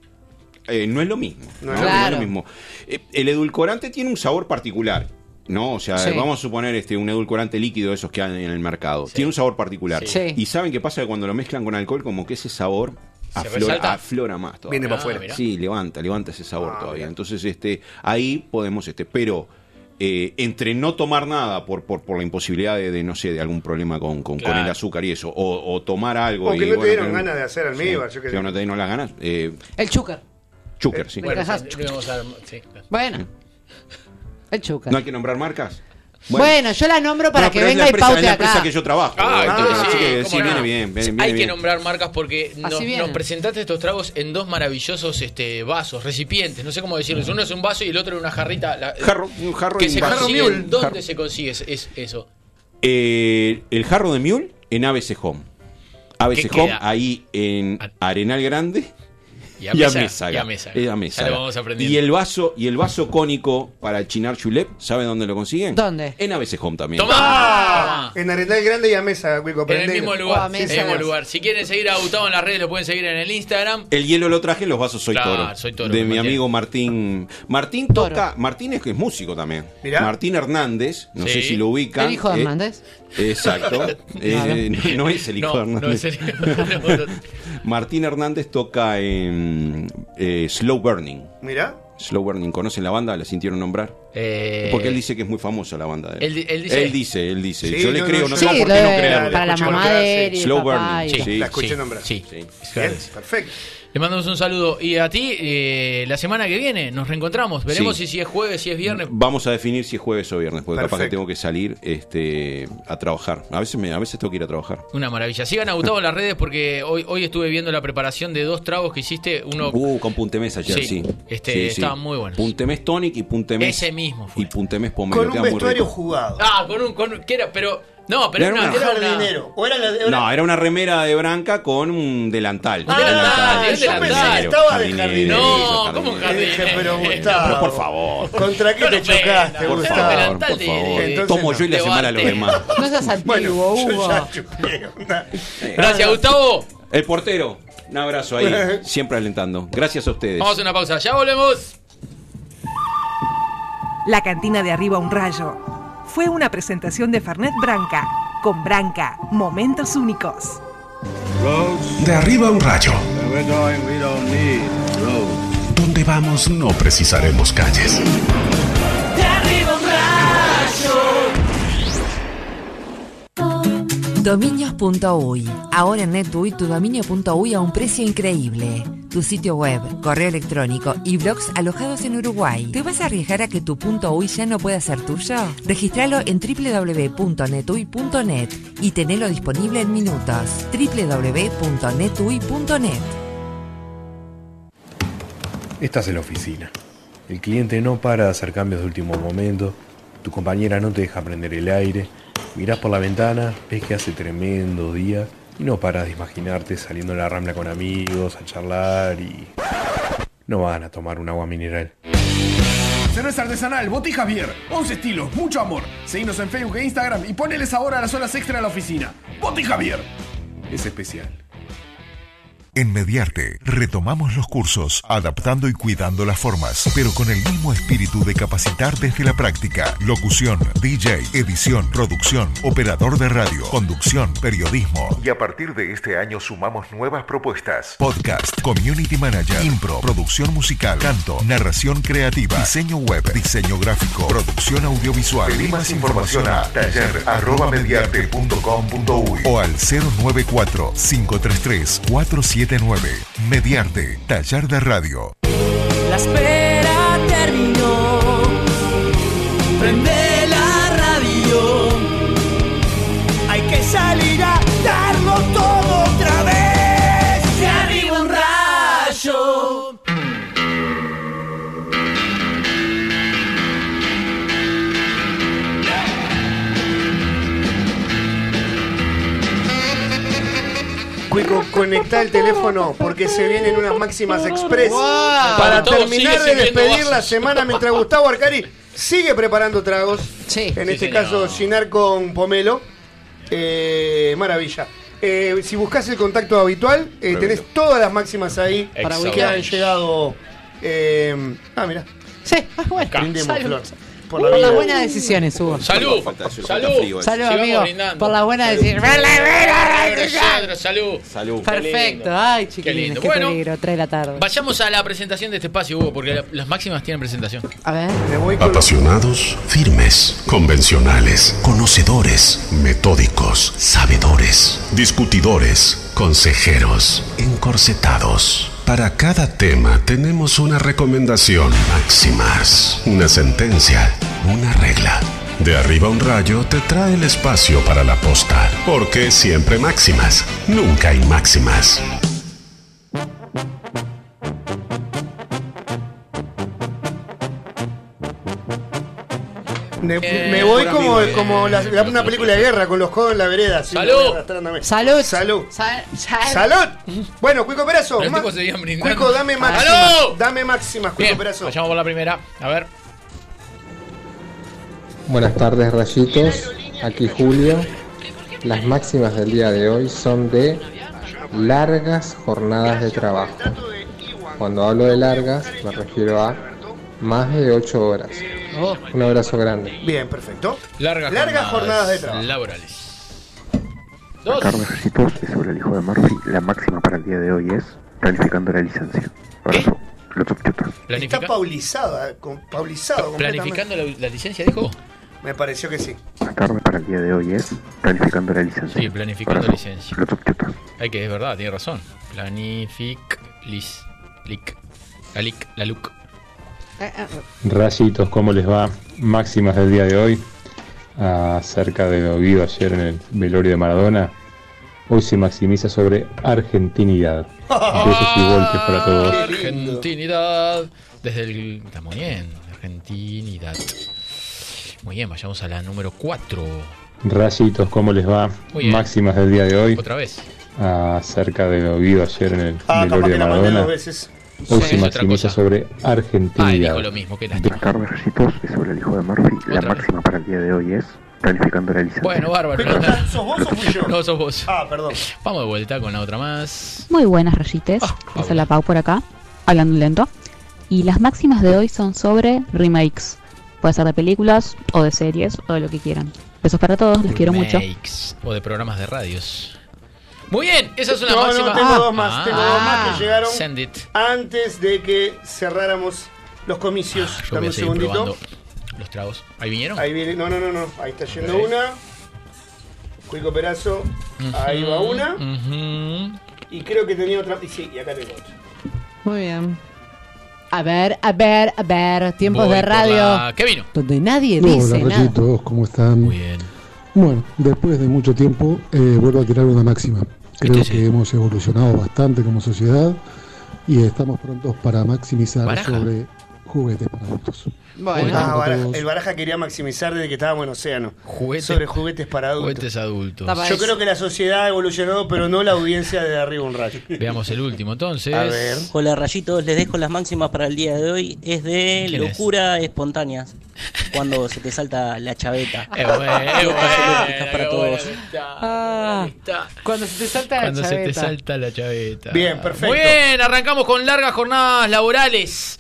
eh, no es lo mismo. No, ¿no? claro. No es lo mismo. Eh, el edulcorante tiene un sabor particular. ¿No? O sea, sí. vamos a suponer este un edulcorante líquido de esos que hay en el mercado. Sí. Tiene un sabor particular. Sí. Y ¿saben qué pasa? Que cuando lo mezclan con alcohol, como que ese sabor aflora, aflora más todavía. Viene para afuera. Ah, sí, levanta, levanta ese sabor ah, todavía. Mira. Entonces, este, ahí podemos, este, pero eh, entre no tomar nada por, por, por la imposibilidad de, de, no sé, de algún problema con, con, claro. con el azúcar y eso, o, o tomar algo. O que y, no bueno, te dieron pero, ganas de hacer almíbar. Sí, yo que que no te dieron las ganas. Eh, el chúcar. Chúcar, eh, sí. Bueno, bueno, sí, bueno. El chúcar. ¿No hay que nombrar marcas? Bueno, bueno, yo la nombro para pero, que venga y paute acá. Es la empresa que yo trabajo. Ah, entonces ah, sí, que, sí no? viene bien. Viene, viene Hay bien. que nombrar marcas porque nos, Así nos presentaste estos tragos en dos maravillosos este, vasos, recipientes. No sé cómo decirlo. Uno es un vaso y el otro es una jarrita. La, jarro, un jarro que y se un vaso. consigue, ¿dónde jarro. se consigue es, es eso? Eh, el jarro de Mule en A B C Home. A B C Home, queda? Ahí en Arenal Grande. Y a, y a Mésaga. Y a Mésaga. Y, a Mésaga. Ya lo vamos aprendiendo. Y el vaso, y el vaso cónico para el Cynar Julep, ¿sabe dónde lo consiguen? ¿Dónde? En A B C Home también. ¡Toma! ¡Ah! En Arenal Grande y a Mesa, Wico. En el mismo lugar. Oh, en el mismo lugar. Si quieren seguir a Gustavo en las redes, lo pueden seguir en el Instagram. El hielo lo traje, los vasos Soy claro, Toro. Soy Toro. De mi amigo Martín. Martín toca. Toro. Martín es que es músico también. ¿Mirá? Martín Hernández, no sí. sé si lo ubican. ¿El hijo de eh, Hernández? Exacto. eh, no, no es el hijo no, de Hernández. No es el hijo de Hernández. Martín Hernández toca en eh, Slow Burning. Mirá. Slow Burning, ¿conocen la banda? ¿La sintieron nombrar? Eh... Porque él dice que es muy famosa la banda de él. Él, él dice. Él dice, él dice. Sí, Yo le no, creo, no, no sí, sé por qué no creerlo. Para la mamá de él y Slow el papá Burning. y Sí, la escuché sí, nombrar. Sí, sí. sí. Bien, perfecto. Le mandamos un saludo. Y a ti, eh, la semana que viene nos reencontramos. Veremos sí. si, si es jueves, si es viernes. Vamos a definir si es jueves o viernes, porque perfecto. capaz que tengo que salir este, a trabajar. A veces, me, a veces tengo que ir a trabajar. Una maravilla. Sigan a Gustavo en las redes porque hoy, hoy estuve viendo la preparación de dos tragos que hiciste. Uno Uh, con Puntemés ayer, sí. sí. Este, sí, estaban sí. muy buenos. Puntemés Tonic y Puntemés. Ese mismo fue. Y Puntemés Pomelo. Con un vestuario jugado. Ah, con un. Con, ¿qué era? Pero. No, pero era, era una, una, era jardinero. O era la, era... No, era una remera de branca con un delantal. Ah, delantal, yo delantal. pensé que estaba de jardinero. No, ¿cómo jardinero? Dije, pero Gustavo. Pero por favor. ¿Contra qué te chocaste, Por Gustavo? favor, por favor. Entonces, Tomo yo y le hace mal a los demás. No seas antiguo, bueno, Hugo. yo ya chupé, onda. Gracias, Gustavo. El portero. Un abrazo ahí, siempre alentando. Gracias a ustedes. Vamos a una pausa, ya volvemos. La cantina de Arriba un Rayo fue una presentación de Fernet Branca. Con Branca, momentos únicos. De arriba un rayo. Donde vamos no precisaremos calles. De arriba un rayo. Dominios punto uy. Ahora en NetUI tu dominio punto uy a un precio increíble. Tu sitio web, correo electrónico y blogs alojados en Uruguay. ¿Te vas a arriesgar a que tu .uy ya no pueda ser tuyo? Registralo en doble u doble u doble u punto netui punto net y tenelo disponible en minutos. doble u doble u doble u punto netui punto net. Estás en la oficina. El cliente no para de hacer cambios de último momento. Tu compañera no te deja prender el aire. Mirás por la ventana, ves que hace tremendo día y no paras de imaginarte saliendo a la rambla con amigos, a charlar y... no van a tomar un agua mineral. Cerveza artesanal, Botija Javier. once estilos, mucho amor. Seguinos en Facebook e Instagram y ponele sabor a las horas extra de la oficina. Botija Javier. Es especial. En Mediarte retomamos los cursos, adaptando y cuidando las formas, pero con el mismo espíritu de capacitar desde la práctica. Locución, D J, edición, producción, operador de radio, conducción, periodismo. Y a partir de este año sumamos nuevas propuestas. Podcast, community manager, impro, producción musical, canto, narración creativa, diseño web, diseño gráfico, producción audiovisual. Pedí más información a taller arroba mediarte punto com punto uy o al cero nueve cuatro, cinco tres tres, cuatro siete nueve. Mediarte, taller de radio. La espera terminó. Prende la radio. Hay que salir a darlo todo otra vez. De arriba un rayo. Cuico, conectá el teléfono porque se vienen unas máximas express Wow. para Todo terminar sigue de despedir sirviendo la vasos. semana mientras Gustavo Arcari sigue preparando tragos. Sí. En Sí, este señor. caso, Ginar con pomelo. Eh, maravilla. Eh, si buscas el contacto habitual, eh, tenés todas las máximas ahí para Excelente. que han llegado. Eh, ah, mira. Sí, ah, bueno. Brindemos, Salud. Flor. Por, la las vida. buenas decisiones, Hugo. Salud, Falta- falta salud, frío, Salud, Sigamos amigo. brindando. Por las buenas decisiones. Salud. Salud. Salud. Perfecto. Ay, Qué chiquilines, lindo. qué Bueno. peligro. Tres de la tarde. Vayamos a la presentación de este espacio, Hugo, porque la- las máximas tienen presentación. A ver. Me voy con- Apasionados, firmes, convencionales, conocedores, metódicos, sabedores, discutidores, consejeros, encorsetados. Para cada tema tenemos una recomendación, máximas, una sentencia, una regla. De arriba un rayo te trae el espacio para la posta, porque siempre máximas, nunca hay máximas. Me, Eh, me voy por como, amigo, como la- la- una película de guerra con los codos en la vereda. así, Salud. me voy arrastrándome. Salud. Salud. Sal- sal- ¡Salud! Bueno, Cuico Perazo. Pero los ma- tipos seguían brindando. Cuico, dame máximas. ¡Salud! Dame máximas, Cuico Bien, Perazo. vayamos por la primera. A ver. Buenas tardes, rayitos. Aquí Julio. Las máximas del día de hoy son de largas jornadas de trabajo. Cuando hablo de largas, me refiero a más de ocho horas. Oh. Un abrazo grande. Bien, perfecto. Largas, Largas jornadas de trabajo. laborales. Buenas tardes, rayitos. Es sobre el hijo de Murphy. La máxima para el día de hoy es planificando la licencia. Abrazo. Los subchutos. Está Planifica- paulizada, con, paulizado planificando la, la licencia, dijo. Me pareció que sí. La tarde para el día de hoy es planificando la licencia. Sí, planificando Abrazo. licencia. Los subchutos. Hay que, es verdad, tiene razón. Planific, lis, lic, la lic, la luc. Eh, eh, Rayitos, ¿cómo les va? Máximas del día de hoy. Acerca de lo vivido ayer en el velorio de Maradona. Hoy se maximiza sobre argentinidad. Besos y voltios para todos. Argentinidad. Desde el. Está muy bien. Argentinidad. Muy bien, vayamos a la número cuatro. Rayitos, ¿cómo les va? Máximas del día de hoy. Otra vez. Acerca de lo vivido ayer en el Ah, velorio capaz de que la mandé Maradona. dos veces. Hoy Sí, se es otra maximiza cosa. sobre Argentina. Ah, dijo lo mismo, qué lástima. Buenas tardes, rayitos. Y sobre el hijo de Murphy, la máxima para el día de hoy es planificando la licencia. Bueno, bárbaro. Pero, ¿sos vos o fui yo? No, sos vos. Ah, perdón. Vamos de vuelta con la otra más. Muy buenas, rayites. Ah, Es la Pau por acá, hablando lento. Y las máximas de hoy son sobre remakes. Puede ser de películas o de series o de lo que quieran. Besos para todos, les quiero mucho. Remakes o de programas de radios. Muy bien, esa es una No, máxima. no, tengo Ah, dos más, ah, tengo dos más que llegaron Send it. antes de que cerráramos los comicios. Yo voy Dame a un seguir segundito. probando los tragos. ¿Ahí vinieron? Ahí viene, no, no, no, no, ahí está yendo Ok. una. Cuico Perazo, ahí va una. Ujú. Y creo que tenía otra. Y sí, y acá tengo otra. Muy bien. A ver, a ver, a ver. Tiempos Voy de por radio. la- ¿Qué vino? Donde nadie Hola, dice nada. rayitos, ¿cómo están? Muy bien. Bueno, después de mucho tiempo eh, vuelvo a tirar una máxima. Creo Este sí. que hemos evolucionado bastante como sociedad y estamos prontos para maximizar Baraja. sobre juguetes para adultos. Bueno, Bueno, ah, Baraja- todos. el Baraja quería maximizar desde que estábamos en Océano. Juguetes- sobre juguetes para adultos. Juguetes adultos. Yo creo que la sociedad ha evolucionado, pero no la audiencia de arriba un rayo. Veamos el último entonces. A ver. Hola rayitos, les dejo las máximas para el día de hoy. Es de ¿Quién es? locura espontánea. Cuando se te salta la chaveta. Eh, bueno, eh, Besos bueno, lógicas para todos. Ah, cuando se te salta la Cuando se te chaveta. salta la chaveta. Bien, perfecto. Muy bien, arrancamos con largas jornadas laborales.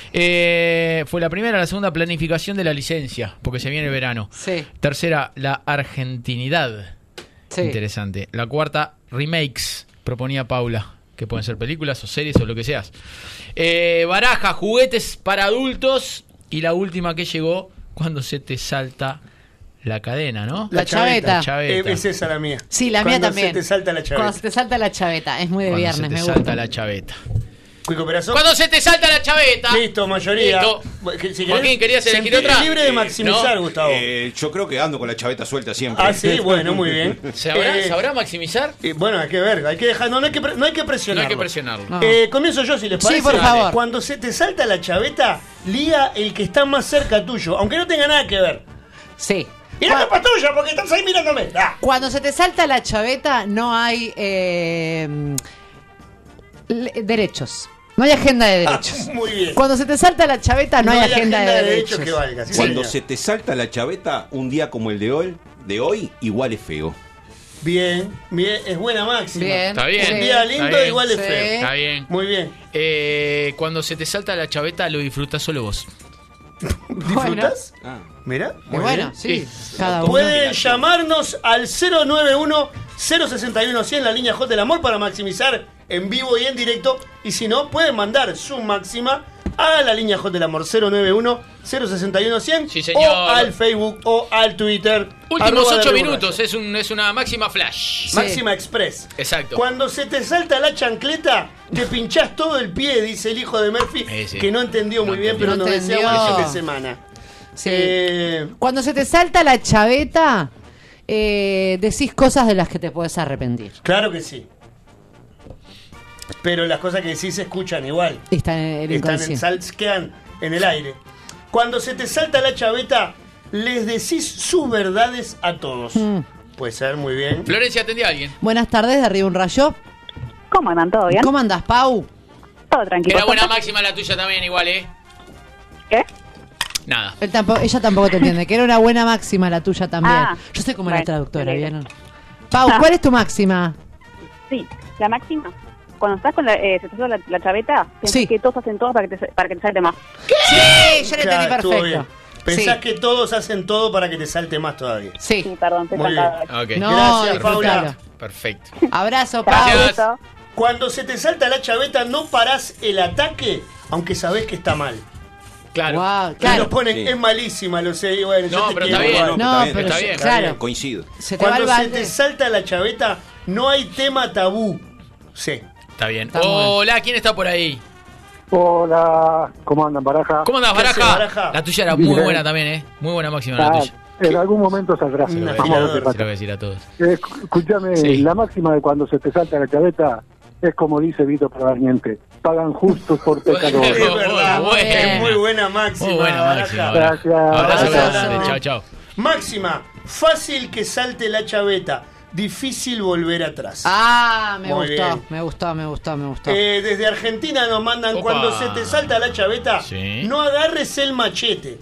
Eh, fue la primera, la segunda planificación de la licencia, porque se viene el verano. Sí. Tercera, la argentinidad. Sí. Interesante. La cuarta, remakes, proponía Paula, que pueden ser películas o series o lo que seas. Eh, baraja, juguetes para adultos. Y la última que llegó, cuando se te salta la cadena, ¿no? La chaveta. La chaveta. Eh, es esa la mía. Sí, la mía Cuando también. se te salta la chaveta. Cuando se te salta la chaveta. Es muy de Cuando viernes, se te me salta gusta. la chaveta. Cuico Perazo. Cuando se te salta la chaveta. Listo, mayoría. Listo. Si querés, Joaquín, ¿querías elegir sentí otra? libre de Eh, maximizar, no. Gustavo. Eh, yo creo que ando con la chaveta suelta siempre. Ah, sí, bueno, muy bien. ¿Sabrá, Eh, ¿Sabrá maximizar? eh, bueno, hay que ver, hay que dejar, no, no hay que, pre- no hay que presionarlo. No hay que presionarlo. No. Eh, comienzo yo, si les Sí, parece. por favor. Cuando se te salta la chaveta, liga el que está más cerca tuyo, aunque no tenga nada que ver. Sí. Y no es culpa tuya, porque estás ahí mirándome. Ah. Cuando se te salta la chaveta, no hay eh, le- derechos. No hay agenda de derechos. Muy bien. Cuando se te salta la chaveta, no, hay, agenda, de derechos. que valga. sí, Cuando señor. se te salta la chaveta, un día como el de hoy, de hoy igual es feo. Bien, bien, es buena máxima. Bien. Está bien. Un día Está lindo bien. igual es Sí. feo. Está bien. Muy bien. Eh, cuando se te salta la chaveta, lo disfrutas solo vos. ¿Disfrutas? Ah. Mira, Y muy bueno, bien. sí, cada uno. Pueden llamarnos al cero nueve uno, cero seis uno, cien, la línea J del Amor, para maximizar en vivo y en directo. Y si no, pueden mandar su máxima a la línea J del Amor, cero nueve uno, cero seis uno, cien, Sí, señor. o al Facebook o al Twitter. Últimos arroba ocho de minutos, es, un, es una máxima flash. Sí. Máxima Express. Exacto. Cuando se te salta la chancleta, te pinchás todo el pie, dice el hijo de Murphy, Eh, sí. que no entendió muy No bien, entendió. pero No nos desea entendió. buen fin de semana. Sí. Eh, Cuando se te salta la chaveta, eh, decís cosas de las que te puedes arrepentir. claro que sí. Pero las cosas que decís se escuchan igual. Está en el Están en inconsciente. sal- quedan en el aire. Cuando se te salta la chaveta, les decís sus verdades a todos. Mm. Puede ser, muy bien. Florencia, ¿atendía a alguien? Buenas tardes, de Arriba un Rayo. ¿Cómo andan? ¿Todo bien? ¿Cómo andás, Pau? Todo tranquilo. Era buena máxima la tuya también, igual, ¿eh? ¿Qué? Nada. Él tampoco, ella tampoco te entiende, que era una buena máxima la tuya también. Ah, Yo soy como la bueno, traductora, me ¿vieron? Pau, ¿cuál es tu máxima? Sí, la máxima. Cuando estás con la, eh, se te sale la, la chaveta, pensás Sí. que todos hacen todo para que te, para que te salte más. Sí, yo le Claro, entendí estuvo bien. perfecto. Pensás Sí. que todos hacen todo para que te salte más todavía. Sí. Sí, perdón, te Muy bien. Ok. No, Gracias, disfrutalo. Paula. Perfecto. Abrazo, Pau. Gracias. Cuando se te salta la chaveta, no parás el ataque, aunque sabés que está mal. Claro. Guau, Y claro. nos ponen, Sí. es malísima, lo sé. y bueno, yo No, te pero quiero, está bien. bueno. No, está bien, pero está yo- bien. claro. Coincido. Se te va Cuando el se balde. te salta la chaveta, no hay tema tabú. Sí. Está bien. Está bueno. Hola, ¿quién está por ahí? Hola, ¿cómo andan, Baraja? ¿Cómo andás, ¿Qué haces, Baraja? Baraja? La tuya era muy Bien. buena también, ¿eh? Muy buena máxima la Ah, tuya. en algún momento saldrá. Se lo voy a Vamos a ver decir, qué se lo voy a pasa. decir a todos. Eh, escu- escúchame, Sí. la máxima de cuando se te salta la chaveta es como dice Vito Proveniente, pagan justos por pecadores. Es verdad, Muy buena. es muy buena máxima. Muy buena Baraja. máxima. Gracias. Abrazo Abrazo. grande. Chao, chao. Máxima, fácil que salte la chaveta, difícil volver atrás. Ah, me Muy gustó, bien. me gustó, me gustó, me gustó. Eh, desde Argentina nos mandan, Opa. cuando se te salta la chaveta, Sí. no agarres el machete.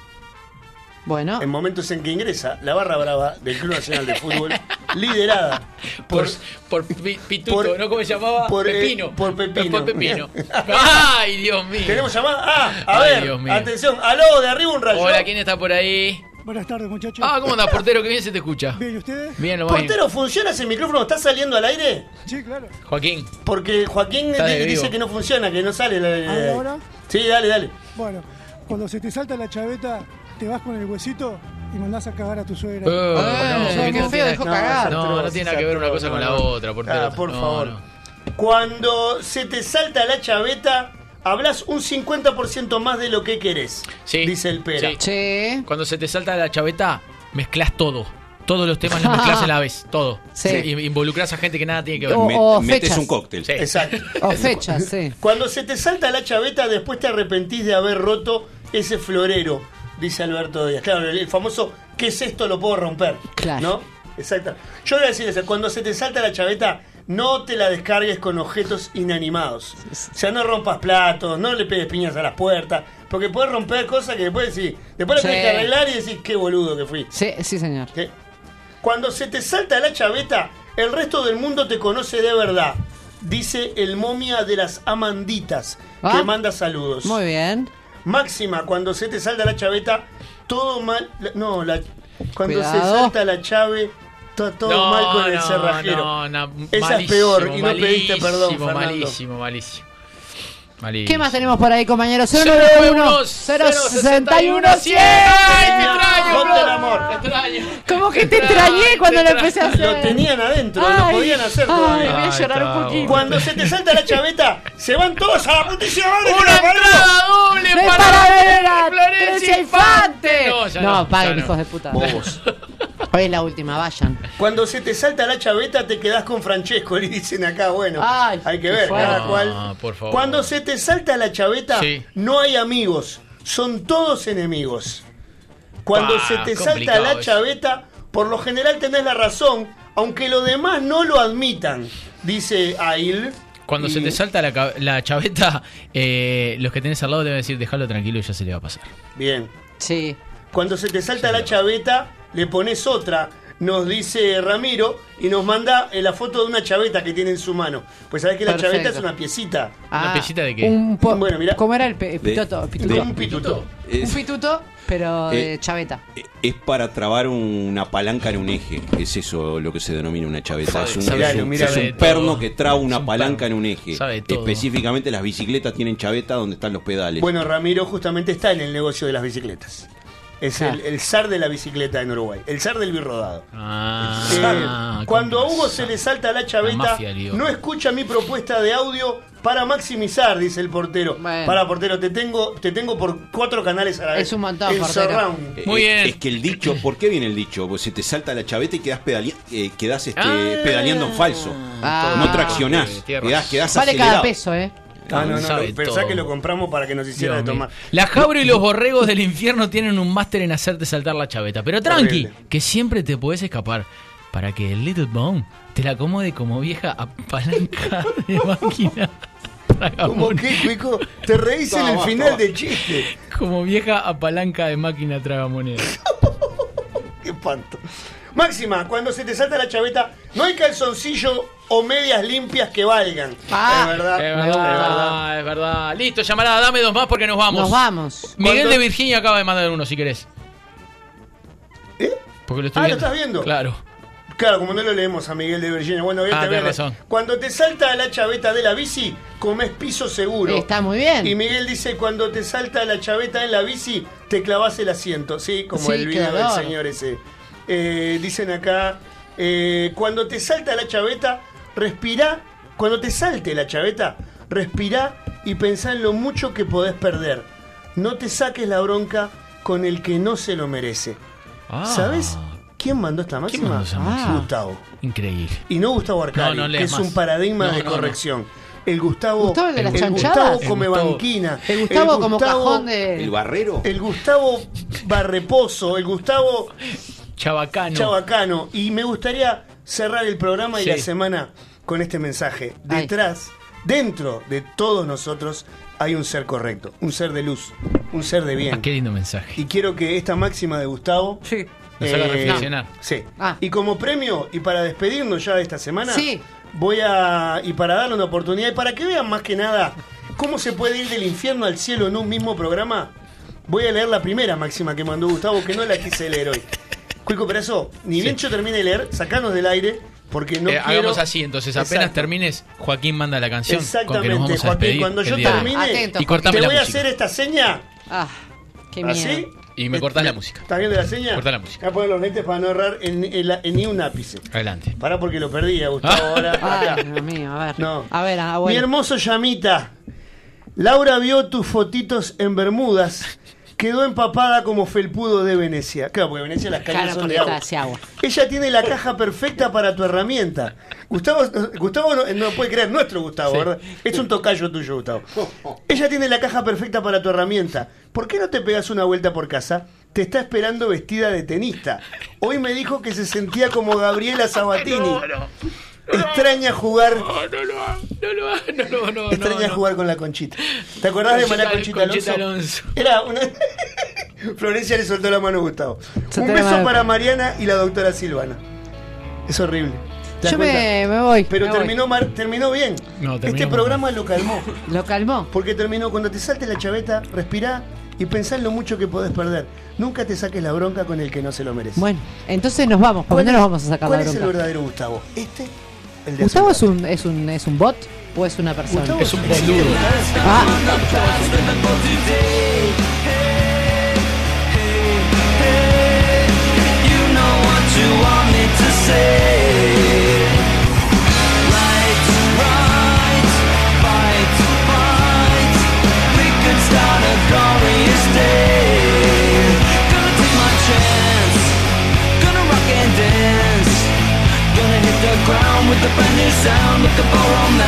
Bueno. En momentos en que ingresa la barra brava del Club Nacional de Fútbol, liderada por, Por pi- Pituto, por- ¿no? ¿Cómo se llamaba? por, eh, Pepino. por Pepino. Por Pepino. ¡Ay, Dios mío! ¿Tenemos llamada? Ah, a Ay, ver, Dios mío. atención, aló, de arriba un rayo. Hola, ¿quién está por ahí? Buenas tardes, muchachos. Ah, ¿cómo anda, portero? Qué bien se te escucha. Bien, ¿y ustedes? Bien, lo más bien. Portero, ¿funciona ese micrófono? ¿Está saliendo al aire? Sí, claro. Joaquín. Porque Joaquín Está de di- dice vivo. que no funciona, que no sale. la- ¿Ahora, ahora? Sí, dale, dale. Bueno, cuando se te salta la chaveta, te vas con el huesito y mandás a cagar a tu suegra. Oh, no, qué no feo, tiene- dejó no, cagar. No, no tiene nada que ver una cosa con la otra, portero. Ah, por No, favor. no. Cuando se te salta la chaveta, hablas un cincuenta por ciento más de lo que querés. Sí. Dice el Pera. Sí. Sí. Cuando se te salta la chaveta, mezclas todo. Todos los temas los mezclas a la vez, todo. Sí. Y involucras a gente que nada tiene que ver. O- Me- o metes fechas. un cóctel. Sí. Exacto. O fechas, sí. Cuando se te salta la chaveta, después te arrepentís de haber roto ese florero, dice Alberto Díaz. Claro, el famoso, ¿qué es esto? Lo puedo romper. Claro. ¿No? Exacto. Yo voy a decir eso, cuando se te salta la chaveta, no te la descargues con objetos inanimados. O sea, no rompas platos, no le pegues piñas a las puertas, porque puedes romper cosas que después decís, después Sí. la tenés que arreglar y decís, qué boludo que fui. Sí, sí, señor. ¿Sí? Cuando se te salta la chaveta, el resto del mundo te conoce de verdad. Dice el momia de las Amanditas, Ah. que manda saludos. Muy bien. Máxima, cuando se te salta la chaveta, todo mal. la- No, la, cuando se Cuidado. salta la chave, está todo No, mal con el no, cerrajero. no, no, Esa es malísimo, peor y no pediste malísimo, perdón, Fernando. Malísimo, malísimo. Malísimo. ¿Qué más tenemos por ahí, compañeros? cero cero nueve uno, cero cero sesenta y uno, cien. ¡Ay, te extraño, Con del bro! amor. Te extraño. Como que te extrañé cuando lo empecé a hacer. Lo tenían adentro, Ay, lo podían hacer ay, todavía. voy a llorar un Ay, poquito. Cuando se te salta la chaveta, se van todos a la putísima madre. que ¡Una la parió. entrada doble ¡Ven para, para ver a Florencia Florencia Infante! Infante! No, ya No, no, paguen, ya no. hijos de puta. Bobos. Hoy es la última, vayan. Cuando se te salta la chaveta, te quedás con Francesco, le dicen acá. Bueno, Ay, hay que qué ver, fuerte. cada cual. Ah, por favor. Cuando se te salta la chaveta, Sí. no hay amigos, son todos enemigos. Cuando Pa, se te salta complicado la eso. chaveta, por lo general tenés la razón, aunque los demás no lo admitan, dice Ail. Cuando Y- se te salta la, ca- la chaveta, eh, los que tenés al lado deben decir, déjalo tranquilo y ya se le va a pasar. Bien. Sí. Cuando se te salta la chaveta, le pones otra, nos dice Ramiro, y nos manda eh, la foto de una chaveta que tiene en su mano. Pues sabés que la Perfecto. chaveta es una piecita. ¿Una Ah, piecita de qué? Un po- Bueno, mirá. ¿Cómo era el pe- De- pituto? pituto. de- Un pituto. Un Es, pituto, pero de Eh, chaveta. es para trabar una palanca en un eje. Es eso lo que se denomina una chaveta. Sabe- Es un, sabe- es un- mira, es sabe un todo. perno que traba Es una un palanca perno. en un eje. Sabe todo. Específicamente las bicicletas tienen chaveta donde están los pedales. Bueno, Ramiro justamente está en el negocio de las bicicletas. Es el, el zar de la bicicleta en Uruguay. El zar del birrodado. Ah, Eh, cuando a con Hugo razón. se le salta la chaveta, La mafia, Leo. no escucha mi propuesta de audio para maximizar, dice el portero. Bueno. Para, portero, te tengo, te tengo por cuatro canales a la vez. Es un montón, En portero. surround. Eh, Muy eh, bien. Es que el dicho, ¿por qué viene el dicho? Pues se te salta la chaveta y quedás, pedalea- eh, quedás este, Ah. pedaleando en falso. Ah. No traccionás. Eh, tierra. Quedás, quedás Vale acelerado. cada peso, ¿eh? Ah, no, no, Sabe no, pensá todo. que lo compramos para que nos hiciera Dios de mío. tomar. La Jauro y los borregos del infierno tienen un máster en hacerte saltar la chaveta. Pero tranqui, Horrible. que siempre te podés escapar para que el Little Bone te la acomode como vieja a palanca de máquina. ¿Cómo tragamonedas. qué, Cuico? Te reís en No, el va, final va. del chiste. Como vieja a palanca de máquina tragamonedas. Qué espanto. Máxima, cuando se te salta la chaveta, no hay calzoncillo o medias limpias que valgan. Ah, es verdad, Es es verdad, verdad. es verdad. Listo, llamarada, dame dos más porque nos vamos. Nos vamos. Miguel ¿Cuándo? de Virginia acaba de mandar uno, si querés. ¿Eh? Porque lo estoy Ah, ¿lo viendo. estás viendo? Claro. Claro, como no lo leemos a Miguel de Virginia. Bueno, bien, Ah, te tenés veo. razón. Cuando te salta la chaveta de la bici, comes piso seguro. Está muy bien. Y Miguel dice, cuando te salta la chaveta en la bici, te clavas el asiento. Sí, como Sí, el video qué del dolor. señor ese. Eh, dicen acá, eh, cuando te salta la chaveta, respirá. Cuando te salte la chaveta, respirá y pensá en lo mucho que podés perder. No te saques la bronca con el que no se lo merece. Ah. ¿Sabes quién mandó esta máxima? ¿Quién mandó esa máxima? Ah. Gustavo. Increíble. Y no Gustavo Arcari, No, no que leas es más. un paradigma No, de no, corrección. El Gustavo, ¿Gustavo el de las el chanchadas? Gustavo El come Gustavo- banquina. El Gustavo como Gustavo- cajón de... ¿El barrero? El Gustavo va reposo, el Gustavo Chabacano. Chabacano. Y me gustaría cerrar el programa y Sí. la semana con este mensaje. Detrás, dentro de todos nosotros hay un ser correcto, un ser de luz, un ser de bien. Ah, qué lindo mensaje. Y quiero que esta máxima de Gustavo Nos haga reflexionar. Sí. Ah. Y como premio, y para despedirnos ya de esta semana, Sí. voy a. Y para darle una oportunidad, y para que vean más que nada cómo se puede ir del infierno al cielo en un mismo programa, voy a leer la primera máxima que mandó Gustavo, que no la quise leer hoy. Cuico, pero eso, ni bien yo termine de leer, sacanos del aire, porque no Eh, quiero. hagamos así, entonces apenas Exacto. termines, Joaquín manda la canción con que nos Exactamente, vamos a Joaquín, despedir. cuando yo el día de hoy. termine, Atento, y cortame te la voy a música. hacer esta seña. Ah, qué miedo. ¿Así? Y me cortás la música. ¿Estás viendo la seña? Cortá la música. Voy a poner los lentes para no errar en, en la- en ni un ápice. Adelante. Pará porque lo perdí, a Gustavo, ahora. Ay, acá. Dios mío, a ver. No. A ver, ah, Mi bueno. hermoso Llamita, Laura vio tus fotitos en Bermudas, quedó empapada como felpudo de Venecia. Claro, porque Venecia las calles Claro, son porque de agua. está hacia agua. Ella tiene la caja perfecta para tu herramienta. Gustavo, Gustavo no, no puede creer, nuestro Gustavo, Sí. ¿verdad? Es un tocayo tuyo, Gustavo. Ella tiene la caja perfecta para tu herramienta. ¿Por qué no te pegas una vuelta por casa? Te está esperando vestida de tenista. Hoy me dijo que se sentía como Gabriela Sabatini. Extraña jugar. No, no lo hagas, no lo hagas, no, no, no. Extraña no, jugar con la Conchita. ¿Te acordás de María Conchita, Conchita Alonso? Alonso. Era una. Florencia le soltó la mano a Gustavo. Soltó Un la beso mano. para Mariana y la doctora Silvana. Es horrible. ¿Te das Yo cuenta? me, me voy. Pero me voy. terminó, mar- terminó bien. No, terminó este muy programa lo calmó. Lo calmó. Porque terminó cuando te salte la chaveta, respirá y pensá en lo mucho que podés perder. Nunca te saques la bronca con el que no se lo merece. Bueno, entonces nos vamos, porque no nos vamos a sacar ¿Cuál la es el bronca. verdadero Gustavo? ¿Este? El de ¿Gustavo hace es un, es, un, es un bot o es una persona? Gustavo Es un boludo. Ah, You know what you want me to say. Right, right, fight, fight. We could start a glorious day. Gonna take my chance. Gonna rock and dance. Gonna hit the ground with a brand new sound. Looking for romance.